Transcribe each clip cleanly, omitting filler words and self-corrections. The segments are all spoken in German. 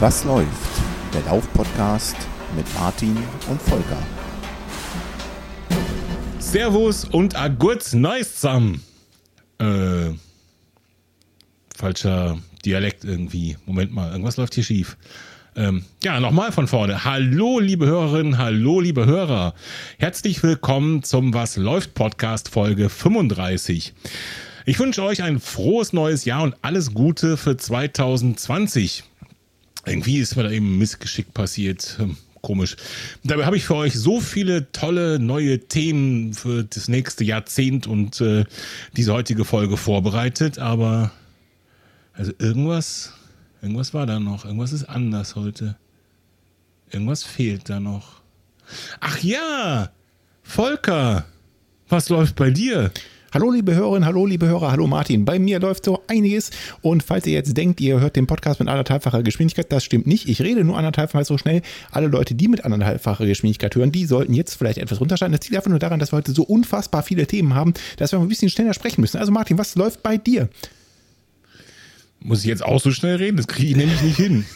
Was läuft? Der Lauf-Podcast mit Martin und Volker. Servus und a gut's Neues zusammen. Falscher Dialekt irgendwie. Moment mal, irgendwas läuft hier schief. Nochmal von vorne. Hallo, liebe Hörerinnen, hallo, liebe Hörer. Herzlich willkommen zum Was läuft Podcast Folge 35. Ich wünsche euch ein frohes neues Jahr und alles Gute für 2020. Irgendwie ist mir da eben ein Missgeschick passiert. Komisch. Dabei habe ich für euch so viele tolle neue Themen für das nächste Jahrzehnt und diese heutige Folge vorbereitet, aber also irgendwas war da noch. Irgendwas ist anders heute. Irgendwas fehlt da noch. Ach ja, Volker, was läuft bei dir? Hallo liebe Hörerinnen, hallo liebe Hörer, hallo Martin. Bei mir läuft so einiges und falls ihr jetzt denkt, ihr hört den Podcast mit anderthalbfacher Geschwindigkeit, das stimmt nicht. Ich rede nur anderthalbfach so schnell. Alle Leute, die mit anderthalbfacher Geschwindigkeit hören, die sollten jetzt vielleicht etwas runterschalten. Das liegt einfach nur daran, dass wir heute so unfassbar viele Themen haben, dass wir ein bisschen schneller sprechen müssen. Also Martin, was läuft bei dir? Muss ich jetzt auch so schnell reden? Das kriege ich nämlich nicht hin.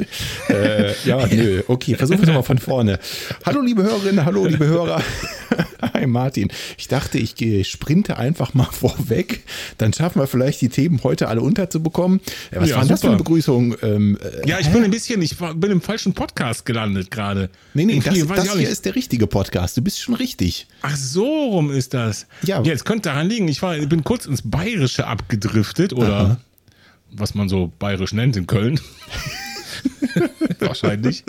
Okay, versuchen wir es mal von vorne. Hallo liebe Hörerinnen, hallo liebe Hörer. Hi Martin, ich dachte, ich sprinte einfach mal vorweg, dann schaffen wir vielleicht die Themen heute alle unterzubekommen. Was war denn das für eine Begrüßung? Ich bin im falschen Podcast gelandet gerade. Nee, das hier ist der richtige Podcast, du bist schon richtig. Ach, so rum ist das. Ja, jetzt könnte daran liegen, ich bin kurz ins Bayerische abgedriftet oder was man so bayerisch nennt in Köln. Wahrscheinlich.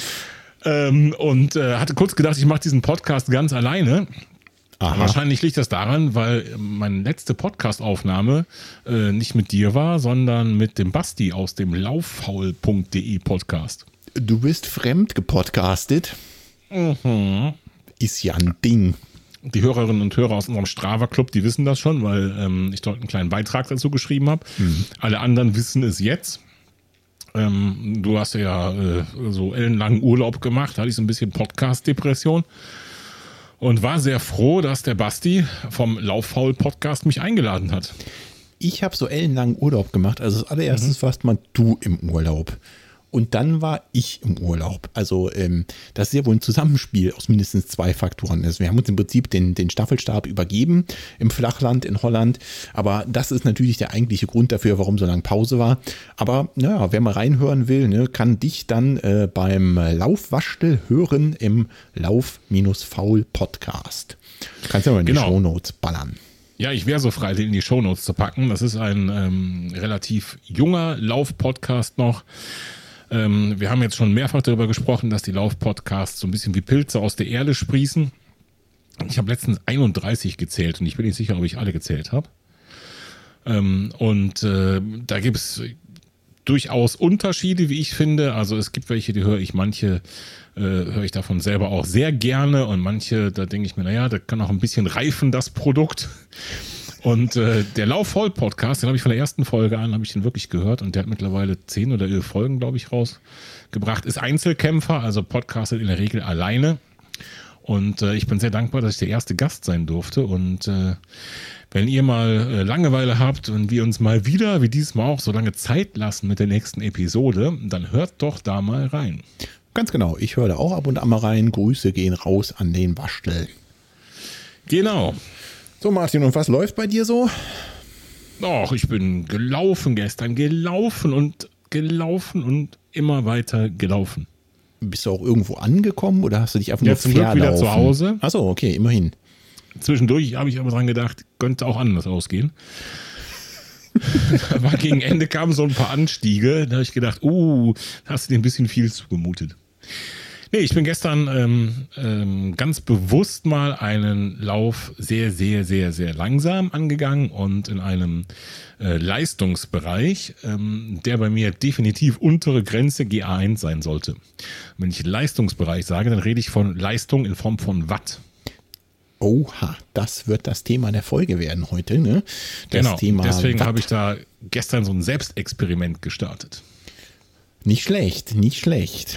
Hatte kurz gedacht, ich mache diesen Podcast ganz alleine. Aha. Wahrscheinlich liegt das daran, weil meine letzte Podcast-Aufnahme nicht mit dir war, sondern mit dem Basti aus dem lauffaul.de Podcast. Du bist fremd gepodcastet. Mhm. Ist ja ein Ding. Die Hörerinnen und Hörer aus unserem Strava-Club, die wissen das schon, weil ich dort einen kleinen Beitrag dazu geschrieben habe. Mhm. Alle anderen wissen es jetzt. Du hast ja so ellenlangen Urlaub gemacht, hatte ich so ein bisschen Podcast-Depression und war sehr froh, dass der Basti vom Lauffaul-Podcast mich eingeladen hat. Ich habe so ellenlangen Urlaub gemacht, also das allererstes warst mal du im Urlaub. Und dann war ich im Urlaub. Also das ist ja wohl ein Zusammenspiel aus mindestens zwei Faktoren. Also wir haben uns im Prinzip den Staffelstab übergeben im Flachland in Holland. Aber das ist natürlich der eigentliche Grund dafür, warum so lange Pause war. Aber naja, wer mal reinhören will, kann dich dann beim Laufwaschtel hören im Lauf-Faul-Podcast. Kannst ja mal in die Shownotes ballern. Ja, ich wäre so frei, den in die Shownotes zu packen. Das ist ein relativ junger Lauf-Podcast noch. Wir haben jetzt schon mehrfach darüber gesprochen, dass die Lauf-Podcasts so ein bisschen wie Pilze aus der Erde sprießen. Ich habe letztens 31 gezählt und ich bin nicht sicher, ob ich alle gezählt habe. Da gibt es durchaus Unterschiede, wie ich finde. Also es gibt welche, die höre ich, manche höre ich davon selber auch sehr gerne und manche, da denke ich mir, naja, da kann auch ein bisschen reifen, das Produkt. Und der Lauf-Faul-Podcast, den habe ich von der ersten Folge an, habe ich den wirklich gehört und der hat mittlerweile 10 oder 11 Folgen, glaube ich, rausgebracht. Ist Einzelkämpfer, also podcastet in der Regel alleine. Und ich bin sehr dankbar, dass ich der erste Gast sein durfte. Und wenn ihr mal Langeweile habt und wir uns mal wieder, wie dieses Mal auch, so lange Zeit lassen mit der nächsten Episode, dann hört doch da mal rein. Ganz genau, ich höre da auch ab und an mal rein. Grüße gehen raus an den Waschtel. Genau. So Martin, und was läuft bei dir so? Och, ich bin gestern gelaufen und immer weiter gelaufen. Bist du auch irgendwo angekommen oder hast du dich einfach nur verlaufen? Jetzt wieder zu Hause. Achso, okay, immerhin. Zwischendurch habe ich aber dran gedacht, könnte auch anders ausgehen. Aber gegen Ende kamen so ein paar Anstiege, da habe ich gedacht, hast du dir ein bisschen viel zugemutet. Nee, ich bin gestern ganz bewusst mal einen Lauf sehr, sehr, sehr, sehr langsam angegangen und in einem Leistungsbereich, der bei mir definitiv untere Grenze GA1 sein sollte. Wenn ich Leistungsbereich sage, dann rede ich von Leistung in Form von Watt. Oha, das wird das Thema der Folge werden heute, ne? Genau, deswegen habe ich da gestern so ein Selbstexperiment gestartet. Nicht schlecht, nicht schlecht.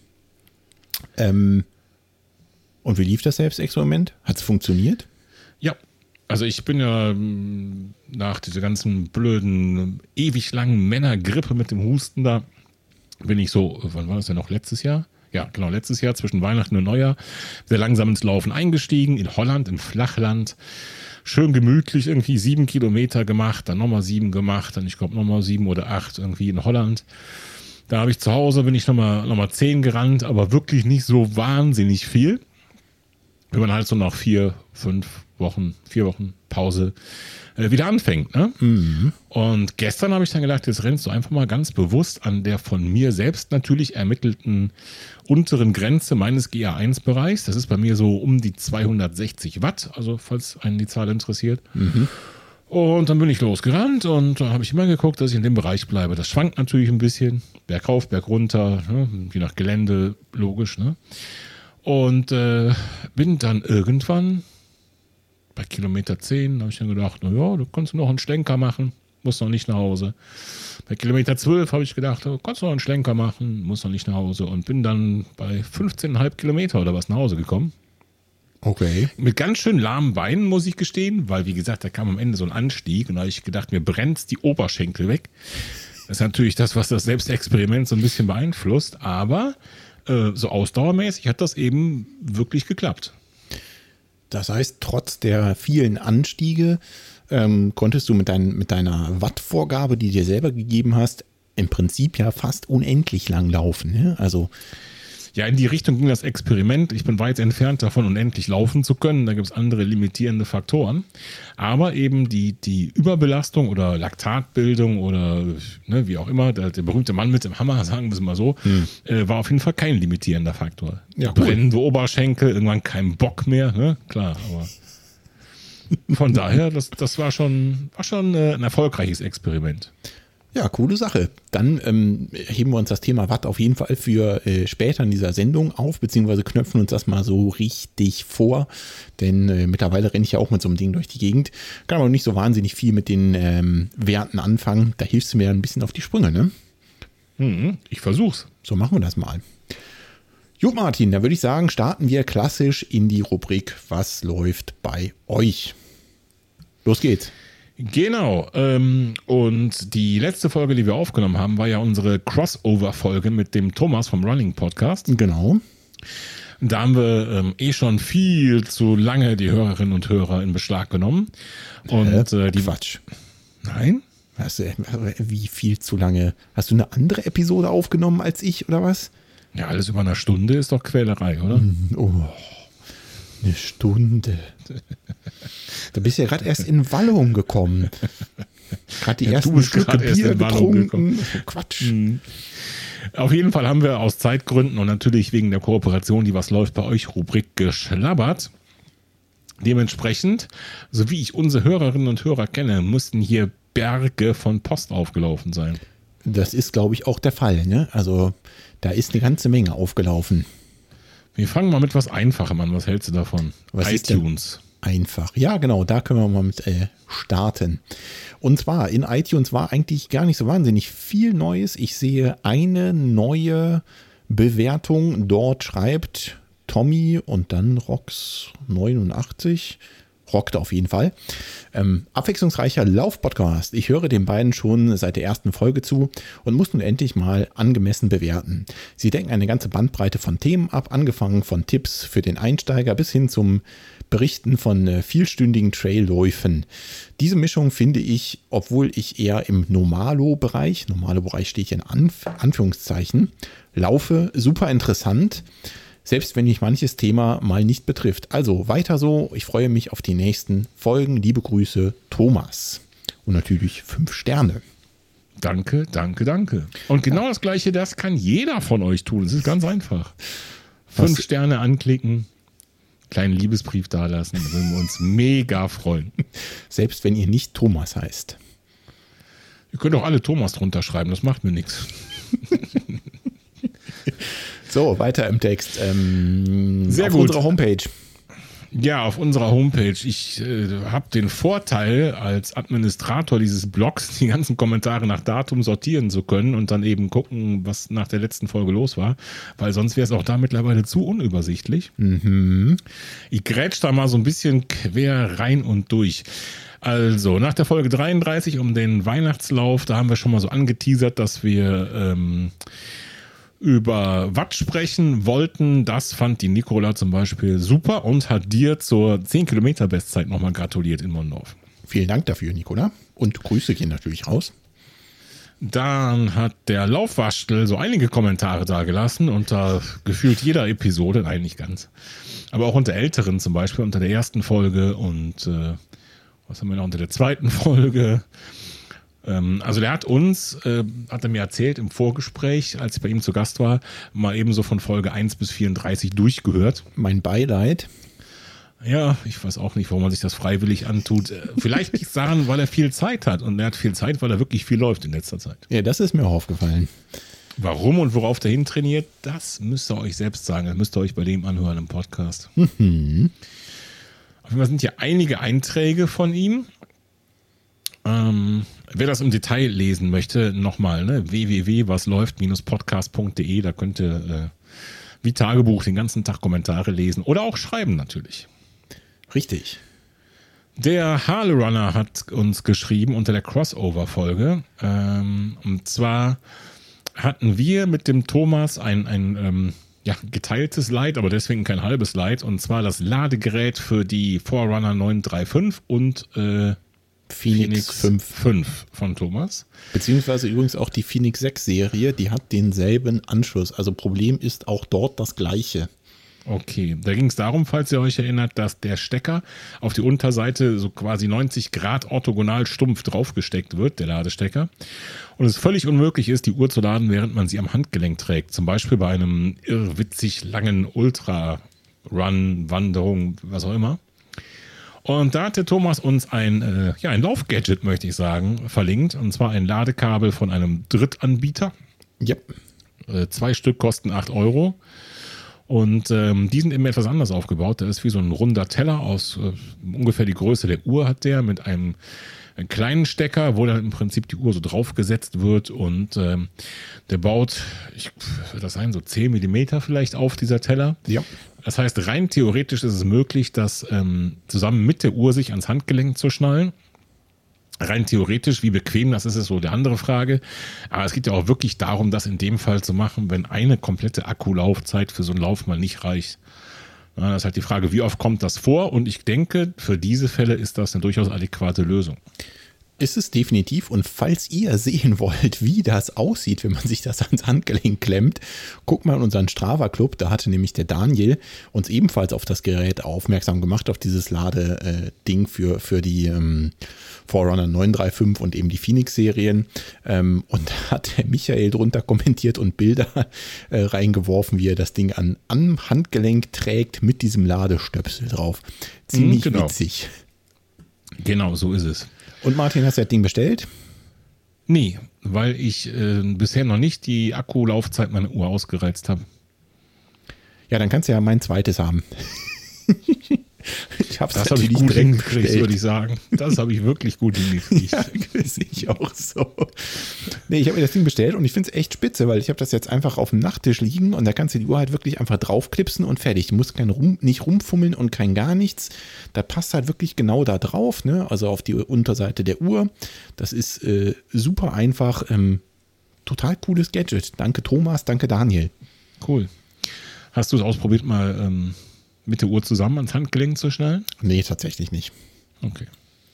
Und wie lief das Selbstexperiment? Hat es funktioniert? Ja, also ich bin ja nach dieser ganzen blöden, ewig langen Männergrippe mit dem Husten da, bin ich so, wann war das denn noch, letztes Jahr? Ja, genau, letztes Jahr zwischen Weihnachten und Neujahr sehr langsam ins Laufen eingestiegen, in Holland, im Flachland. Schön gemütlich irgendwie 7 Kilometer gemacht, dann nochmal 7 gemacht, dann ich glaube nochmal 7 oder 8 irgendwie in Holland. Da habe ich zu Hause, bin ich nochmal 10 gerannt, aber wirklich nicht so wahnsinnig viel. Wenn man halt so nach 4 Wochen Pause wieder anfängt. Ne? Mhm. Und gestern habe ich dann gedacht, jetzt rennst du einfach mal ganz bewusst an der von mir selbst natürlich ermittelten unteren Grenze meines GA1-Bereichs. Das ist bei mir so um die 260 Watt, also falls einen die Zahl interessiert. Mhm. Und dann bin ich losgerannt und da habe ich immer geguckt, dass ich in dem Bereich bleibe. Das schwankt natürlich ein bisschen, bergauf, bergunter, ne? Je nach Gelände, logisch. Ne? Und bin dann irgendwann bei Kilometer 10, habe ich dann gedacht, naja, du kannst noch einen Schlenker machen, musst noch nicht nach Hause. Bei Kilometer 12 habe ich gedacht, du kannst noch einen Schlenker machen, musst noch nicht nach Hause. Und bin dann bei 15,5 Kilometer oder was nach Hause gekommen. Okay. Mit ganz schön lahmen Beinen, muss ich gestehen, weil, wie gesagt, da kam am Ende so ein Anstieg und da habe ich gedacht, mir brennt die Oberschenkel weg. Das ist natürlich das, was das Selbstexperiment so ein bisschen beeinflusst, aber so ausdauermäßig hat das eben wirklich geklappt. Das heißt, trotz der vielen Anstiege konntest du mit deiner Wattvorgabe, die du dir selber gegeben hast, im Prinzip ja fast unendlich lang laufen. Ne? Also ja, in die Richtung ging das Experiment. Ich bin weit entfernt davon, unendlich laufen zu können. Da gibt es andere limitierende Faktoren. Aber eben die Überbelastung oder Laktatbildung oder ne, wie auch immer, der berühmte Mann mit dem Hammer, sagen wir es mal so, war auf jeden Fall kein limitierender Faktor. Ja, cool. Brennende Oberschenkel, irgendwann kein Bock mehr, ne? Klar, aber von daher, das war schon ein erfolgreiches Experiment. Ja, coole Sache. Dann heben wir uns das Thema Watt auf jeden Fall für später in dieser Sendung auf, beziehungsweise knöpfen uns das mal so richtig vor, denn mittlerweile renne ich ja auch mit so einem Ding durch die Gegend. Kann aber nicht so wahnsinnig viel mit den Werten anfangen. Da hilfst du mir ein bisschen auf die Sprünge, ne? Ich versuch's. So machen wir das mal. Gut, Martin, da würde ich sagen, starten wir klassisch in die Rubrik Was läuft bei euch? Los geht's. Genau, und die letzte Folge, die wir aufgenommen haben, war ja unsere Crossover-Folge mit dem Thomas vom Running Podcast. Genau. Da haben wir schon viel zu lange die Hörerinnen und Hörer in Beschlag genommen. Und Quatsch. Nein? Wie viel zu lange? Hast du eine andere Episode aufgenommen als ich, oder was? Ja, alles über eine Stunde ist doch Quälerei, oder? Oh, eine Stunde. Du bist ja gerade erst in Wallung gekommen. Gerade die ersten Schlücke Bier getrunken. Quatsch. Auf jeden Fall haben wir aus Zeitgründen und natürlich wegen der Kooperation die Was läuft bei euch Rubrik geschlabbert. Dementsprechend, so wie ich unsere Hörerinnen und Hörer kenne, mussten hier Berge von Post aufgelaufen sein. Das ist, glaube ich, auch der Fall. Ne? Also da ist eine ganze Menge aufgelaufen. Wir fangen mal mit was Einfachem an. Was hältst du davon? Was iTunes. Einfach. Ja, genau, da können wir mal mit starten. Und zwar, in iTunes war eigentlich gar nicht so wahnsinnig viel Neues. Ich sehe eine neue Bewertung. Dort schreibt Tommy und dann Rox89. Rockt auf jeden Fall. Abwechslungsreicher Lauf-Podcast. Ich höre den beiden schon seit der ersten Folge zu und muss nun endlich mal angemessen bewerten. Sie decken eine ganze Bandbreite von Themen ab, angefangen von Tipps für den Einsteiger bis hin zum Berichten von vielstündigen Trailläufen. Diese Mischung finde ich, obwohl ich eher im Normalo-Bereich stehe ich in Anführungszeichen, laufe, super interessant. Selbst wenn mich manches Thema mal nicht betrifft. Also weiter so. Ich freue mich auf die nächsten Folgen. Liebe Grüße, Thomas. Und natürlich 5 Sterne. Danke, danke, danke. Und genau das Gleiche, das kann jeder von euch tun. Es ist ganz einfach. 5 Sterne anklicken, kleinen Liebesbrief dalassen. Da würden wir uns mega freuen. Selbst wenn ihr nicht Thomas heißt. Ihr könnt auch alle Thomas drunter schreiben. Das macht mir nichts. So, weiter im Text. Sehr auf gut. Unserer Homepage. Ja, auf unserer Homepage. Ich habe den Vorteil, als Administrator dieses Blogs die ganzen Kommentare nach Datum sortieren zu können und dann eben gucken, was nach der letzten Folge los war, weil sonst wäre es auch da mittlerweile zu unübersichtlich. Ich grätsch da mal so ein bisschen quer rein und durch. Also, nach der Folge 33 um den Weihnachtslauf, da haben wir schon mal so angeteasert, dass wir über Watt sprechen wollten. Das fand die Nicola zum Beispiel super und hat dir zur 10 Kilometer Bestzeit nochmal gratuliert in Mondorf. Vielen Dank dafür, Nicola. Und Grüße gehen natürlich raus. Dann hat der Laufwaschtel so einige Kommentare dagelassen unter gefühlt jeder Episode, nein, nicht ganz, aber auch unter älteren, zum Beispiel unter der ersten Folge und was haben wir noch unter der zweiten Folge. Also der hat uns, hat er mir erzählt im Vorgespräch, als ich bei ihm zu Gast war, mal eben so von Folge 1 bis 34 durchgehört. Mein Beileid. Ja, ich weiß auch nicht, warum man sich das freiwillig antut. Vielleicht liegt es daran, weil er viel Zeit hat. Und er hat viel Zeit, weil er wirklich viel läuft in letzter Zeit. Ja, das ist mir auch aufgefallen. Warum und worauf der hin trainiert, das müsst ihr euch selbst sagen. Das müsst ihr euch bei dem anhören im Podcast. Auf jeden Fall sind hier einige Einträge von ihm. Wer das im Detail lesen möchte, nochmal, ne? www.wasläuft-podcast.de, da könnt ihr wie Tagebuch den ganzen Tag Kommentare lesen oder auch schreiben natürlich. Richtig. Der Harle-Runner hat uns geschrieben unter der Crossover-Folge. Und zwar hatten wir mit dem Thomas ein geteiltes Leid, aber deswegen kein halbes Leid. Und zwar das Ladegerät für die Forerunner 935 und Phoenix 5 von Thomas. Beziehungsweise übrigens auch die Phoenix 6 Serie, die hat denselben Anschluss. Also Problem ist auch dort das gleiche. Okay, da ging es darum, falls ihr euch erinnert, dass der Stecker auf die Unterseite so quasi 90 Grad orthogonal stumpf draufgesteckt wird, der Ladestecker. Und es völlig unmöglich ist, die Uhr zu laden, während man sie am Handgelenk trägt. Zum Beispiel bei einem irrwitzig langen Ultra-Run, Wanderung, was auch immer. Und da hatte Thomas uns ein Laufgadget, möchte ich sagen, verlinkt. Und zwar ein Ladekabel von einem Drittanbieter. Ja. 2 Stück kosten 8 Euro. Und die sind eben etwas anders aufgebaut. Der ist wie so ein runder Teller aus ungefähr die Größe der Uhr hat der mit einem kleinen Stecker, wo dann im Prinzip die Uhr so draufgesetzt wird. Und der baut, wird das sein, so 10 Millimeter vielleicht auf, dieser Teller. Ja. Das heißt, rein theoretisch ist es möglich, das zusammen mit der Uhr sich ans Handgelenk zu schnallen. Rein theoretisch, wie bequem das ist so eine andere Frage. Aber es geht ja auch wirklich darum, das in dem Fall zu machen, wenn eine komplette Akkulaufzeit für so einen Lauf mal nicht reicht. Ja, das ist halt die Frage, wie oft kommt das vor? Und ich denke, für diese Fälle ist das eine durchaus adäquate Lösung. Ist es definitiv. Und falls ihr sehen wollt, wie das aussieht, wenn man sich das ans Handgelenk klemmt, guckt mal in unseren Strava-Club. Da hatte nämlich der Daniel uns ebenfalls auf das Gerät aufmerksam gemacht, auf dieses Ladeding für die Forerunner 935 und eben die Phoenix-Serien. Und da hat der Michael drunter kommentiert und Bilder reingeworfen, wie er das Ding am Handgelenk trägt mit diesem Ladestöpsel drauf. Ziemlich witzig. Genau, so ist es. Und Martin, hast du das Ding bestellt? Nee, weil ich bisher noch nicht die Akkulaufzeit meiner Uhr ausgereizt habe. Ja, dann kannst du ja mein zweites haben. Ich hab's das habe ich gut hingekriegt, würde ich sagen. Das habe ich wirklich gut hingekriegt. Ja, das sehe ich auch so. Nee, ich habe mir das Ding bestellt und ich finde es echt spitze, weil ich habe das jetzt einfach auf dem Nachttisch liegen und da kannst du die Uhr halt wirklich einfach draufklipsen und fertig. Du musst nicht rumfummeln und kein gar nichts. Da passt halt wirklich genau da drauf, ne? Also auf die Unterseite der Uhr. Das ist super einfach. Total cooles Gadget. Danke Thomas, danke Daniel. Cool. Hast du es ausprobiert, mal mit der Uhr zusammen ans Handgelenk zu schnallen? Nee, tatsächlich nicht. Okay.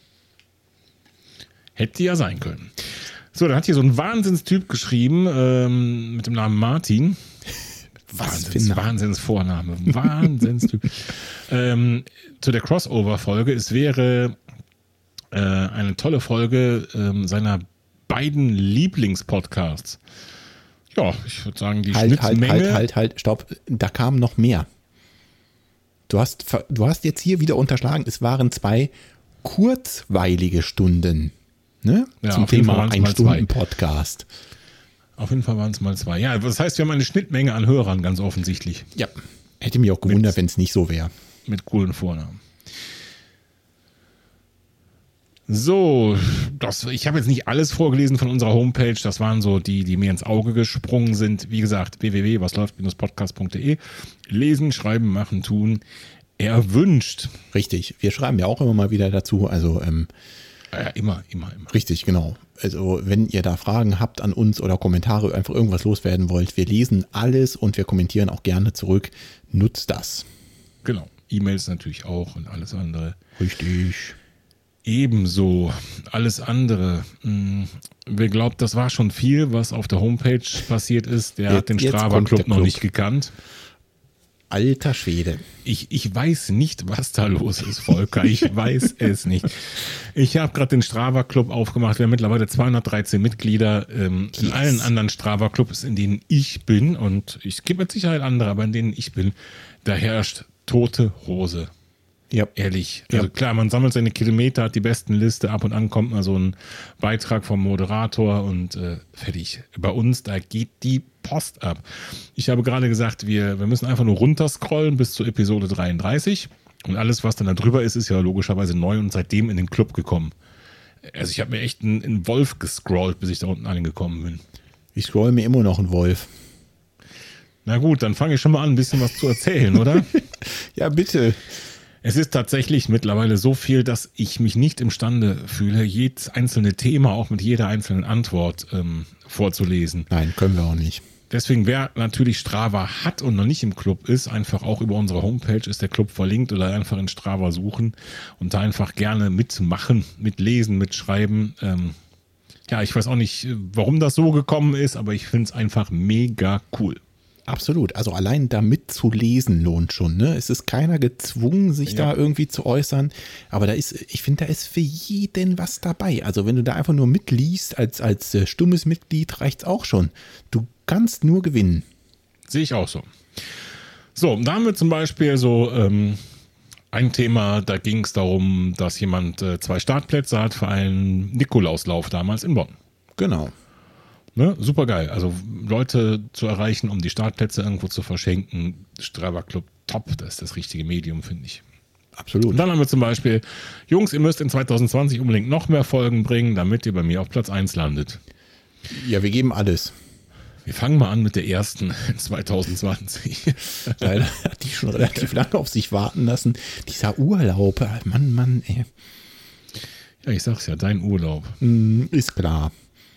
Hätte ja sein können. So, da hat hier so ein Wahnsinnstyp geschrieben mit dem Namen Martin. Wahnsinnsvorname. Wahnsinnstyp. Zu der Crossover-Folge. Es wäre eine tolle Folge seiner beiden Lieblingspodcasts. Ja, ich würde sagen, die Schnittmenge. Halt, stopp. Da kam noch mehr. Du hast jetzt hier wieder unterschlagen, es waren 2 kurzweilige Stunden, ne? Ja, zum Thema 1-Stunden-Podcast. Auf jeden Fall waren es mal 2. Ja, das heißt, wir haben eine Schnittmenge an Hörern, ganz offensichtlich. Ja, hätte mich auch gewundert, wenn es nicht so wäre. Mit coolen Vornamen. So, ich habe jetzt nicht alles vorgelesen von unserer Homepage. Das waren so die mir ins Auge gesprungen sind. Wie gesagt, www.wasläuft-podcast.de. Lesen, schreiben, machen, tun. Erwünscht. Richtig. Wir schreiben ja auch immer mal wieder dazu. Also Ja, immer. Richtig, genau. Also wenn ihr da Fragen habt an uns oder Kommentare, einfach irgendwas loswerden wollt, wir lesen alles und wir kommentieren auch gerne zurück. Nutzt das. Genau. E-Mails natürlich auch und alles andere. Richtig. Ebenso. Alles andere. Wir glauben, das war schon viel, was auf der Homepage passiert ist. Der hat den Strava-Club noch nicht gekannt. Alter Schwede. Ich weiß nicht, was da los ist, Volker. Ich weiß es nicht. Ich habe gerade den Strava-Club aufgemacht. Wir haben mittlerweile 213 Mitglieder. In allen anderen Strava-Clubs, in denen ich bin, und ich gebe mit Sicherheit andere, aber in denen ich bin, da herrscht tote Hose. Ja. Ehrlich. Also klar, man sammelt seine Kilometer, hat die besten Liste, ab und an kommt mal so ein Beitrag vom Moderator und fertig. Bei uns, da geht die Post ab. Ich habe gerade gesagt, wir müssen einfach nur runterscrollen bis zur Episode 33 und alles, was dann da drüber ist, ist ja logischerweise neu und seitdem in den Club gekommen. Also ich habe mir echt einen Wolf gescrollt, bis ich da unten angekommen bin. Ich scroll mir immer noch einen Wolf. Na gut, dann fange ich schon mal an, ein bisschen was zu erzählen, oder? Ja, bitte. Es ist tatsächlich mittlerweile so viel, dass ich mich nicht imstande fühle, jedes einzelne Thema auch mit jeder einzelnen Antwort vorzulesen. Nein, können wir auch nicht. Deswegen, wer natürlich Strava hat und noch nicht im Club ist, einfach auch über unsere Homepage ist der Club verlinkt oder einfach in Strava suchen und da einfach gerne mitmachen, mitlesen, mitschreiben. Ja, ich weiß auch nicht, warum das so gekommen ist, aber ich finde es einfach mega cool. Absolut. Also allein da mitzulesen lohnt schon. Ne? Es ist keiner gezwungen, sich da irgendwie zu äußern. Aber ich finde, da ist für jeden was dabei. Also wenn du da einfach nur mitliest, als stummes Mitglied reicht es auch schon. Du kannst nur gewinnen. Sehe ich auch so. So, da haben wir zum Beispiel so ein Thema, da ging es darum, dass jemand 2 Startplätze hat für einen Nikolauslauf damals in Bonn. Genau. Ne? Super geil. Also Leute zu erreichen, um die Startplätze irgendwo zu verschenken. Strava Club, top. Das ist das richtige Medium, finde ich. Absolut. Und dann haben wir zum Beispiel, Jungs, ihr müsst in 2020 unbedingt noch mehr Folgen bringen, damit ihr bei mir auf Platz 1 landet. Ja, wir geben alles. Wir fangen mal an mit der ersten in 2020. Leider hat die schon relativ lange auf sich warten lassen. Dieser Urlaub, Mann, ey. Ja, ich sag's ja, dein Urlaub. Ist klar.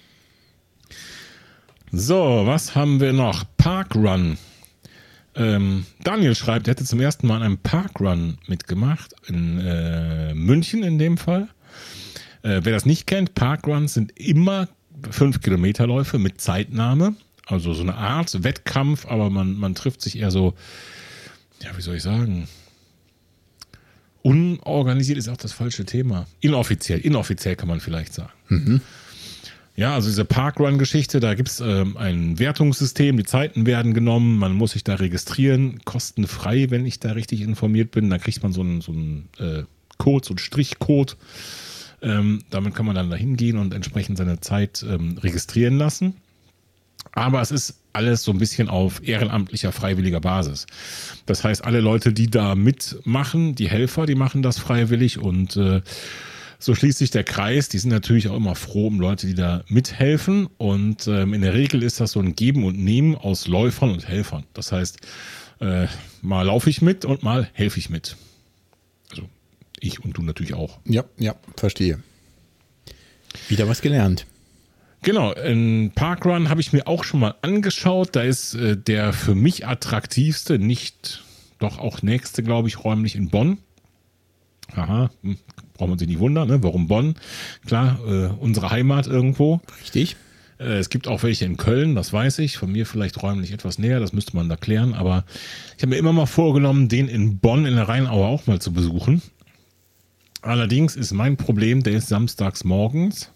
So, was haben wir noch? Parkrun. Daniel schreibt, er hätte zum ersten Mal an einem Parkrun mitgemacht, in München in dem Fall. Wer das nicht kennt, Parkruns sind immer 5-Kilometer-Läufe mit Zeitnahme. Also so eine Art Wettkampf, aber man trifft sich eher so, ja, wie soll ich sagen? Unorganisiert ist auch das falsche Thema. Inoffiziell kann man vielleicht sagen. Mhm. Ja, also diese Parkrun-Geschichte, da gibt es ein Wertungssystem, die Zeiten werden genommen, man muss sich da registrieren, kostenfrei, wenn ich da richtig informiert bin. Da kriegt man so einen Code, so einen Strichcode. Damit kann man dann da hingehen und entsprechend seine Zeit registrieren lassen. Aber es ist alles so ein bisschen auf ehrenamtlicher, freiwilliger Basis. Das heißt, alle Leute, die da mitmachen, die Helfer, die machen das freiwillig und so schließt sich der Kreis. Die sind natürlich auch immer froh um Leute, die da mithelfen. Und in der Regel ist das so ein Geben und Nehmen aus Läufern und Helfern. Das heißt, mal laufe ich mit und mal helfe ich mit. Also ich und du natürlich auch. Ja, verstehe. Wieder was gelernt. Genau, in Parkrun habe ich mir auch schon mal angeschaut. Da ist der für mich attraktivste, doch auch nächste, glaube ich, räumlich in Bonn. Aha, braucht man sich nicht wundern, ne? Warum Bonn? Klar, unsere Heimat irgendwo. Richtig. Es gibt auch welche in Köln, das weiß ich. Von mir vielleicht räumlich etwas näher, das müsste man da klären. Aber ich habe mir immer mal vorgenommen, den in Bonn in der Rheinaue auch mal zu besuchen. Allerdings ist mein Problem, der ist samstags morgens.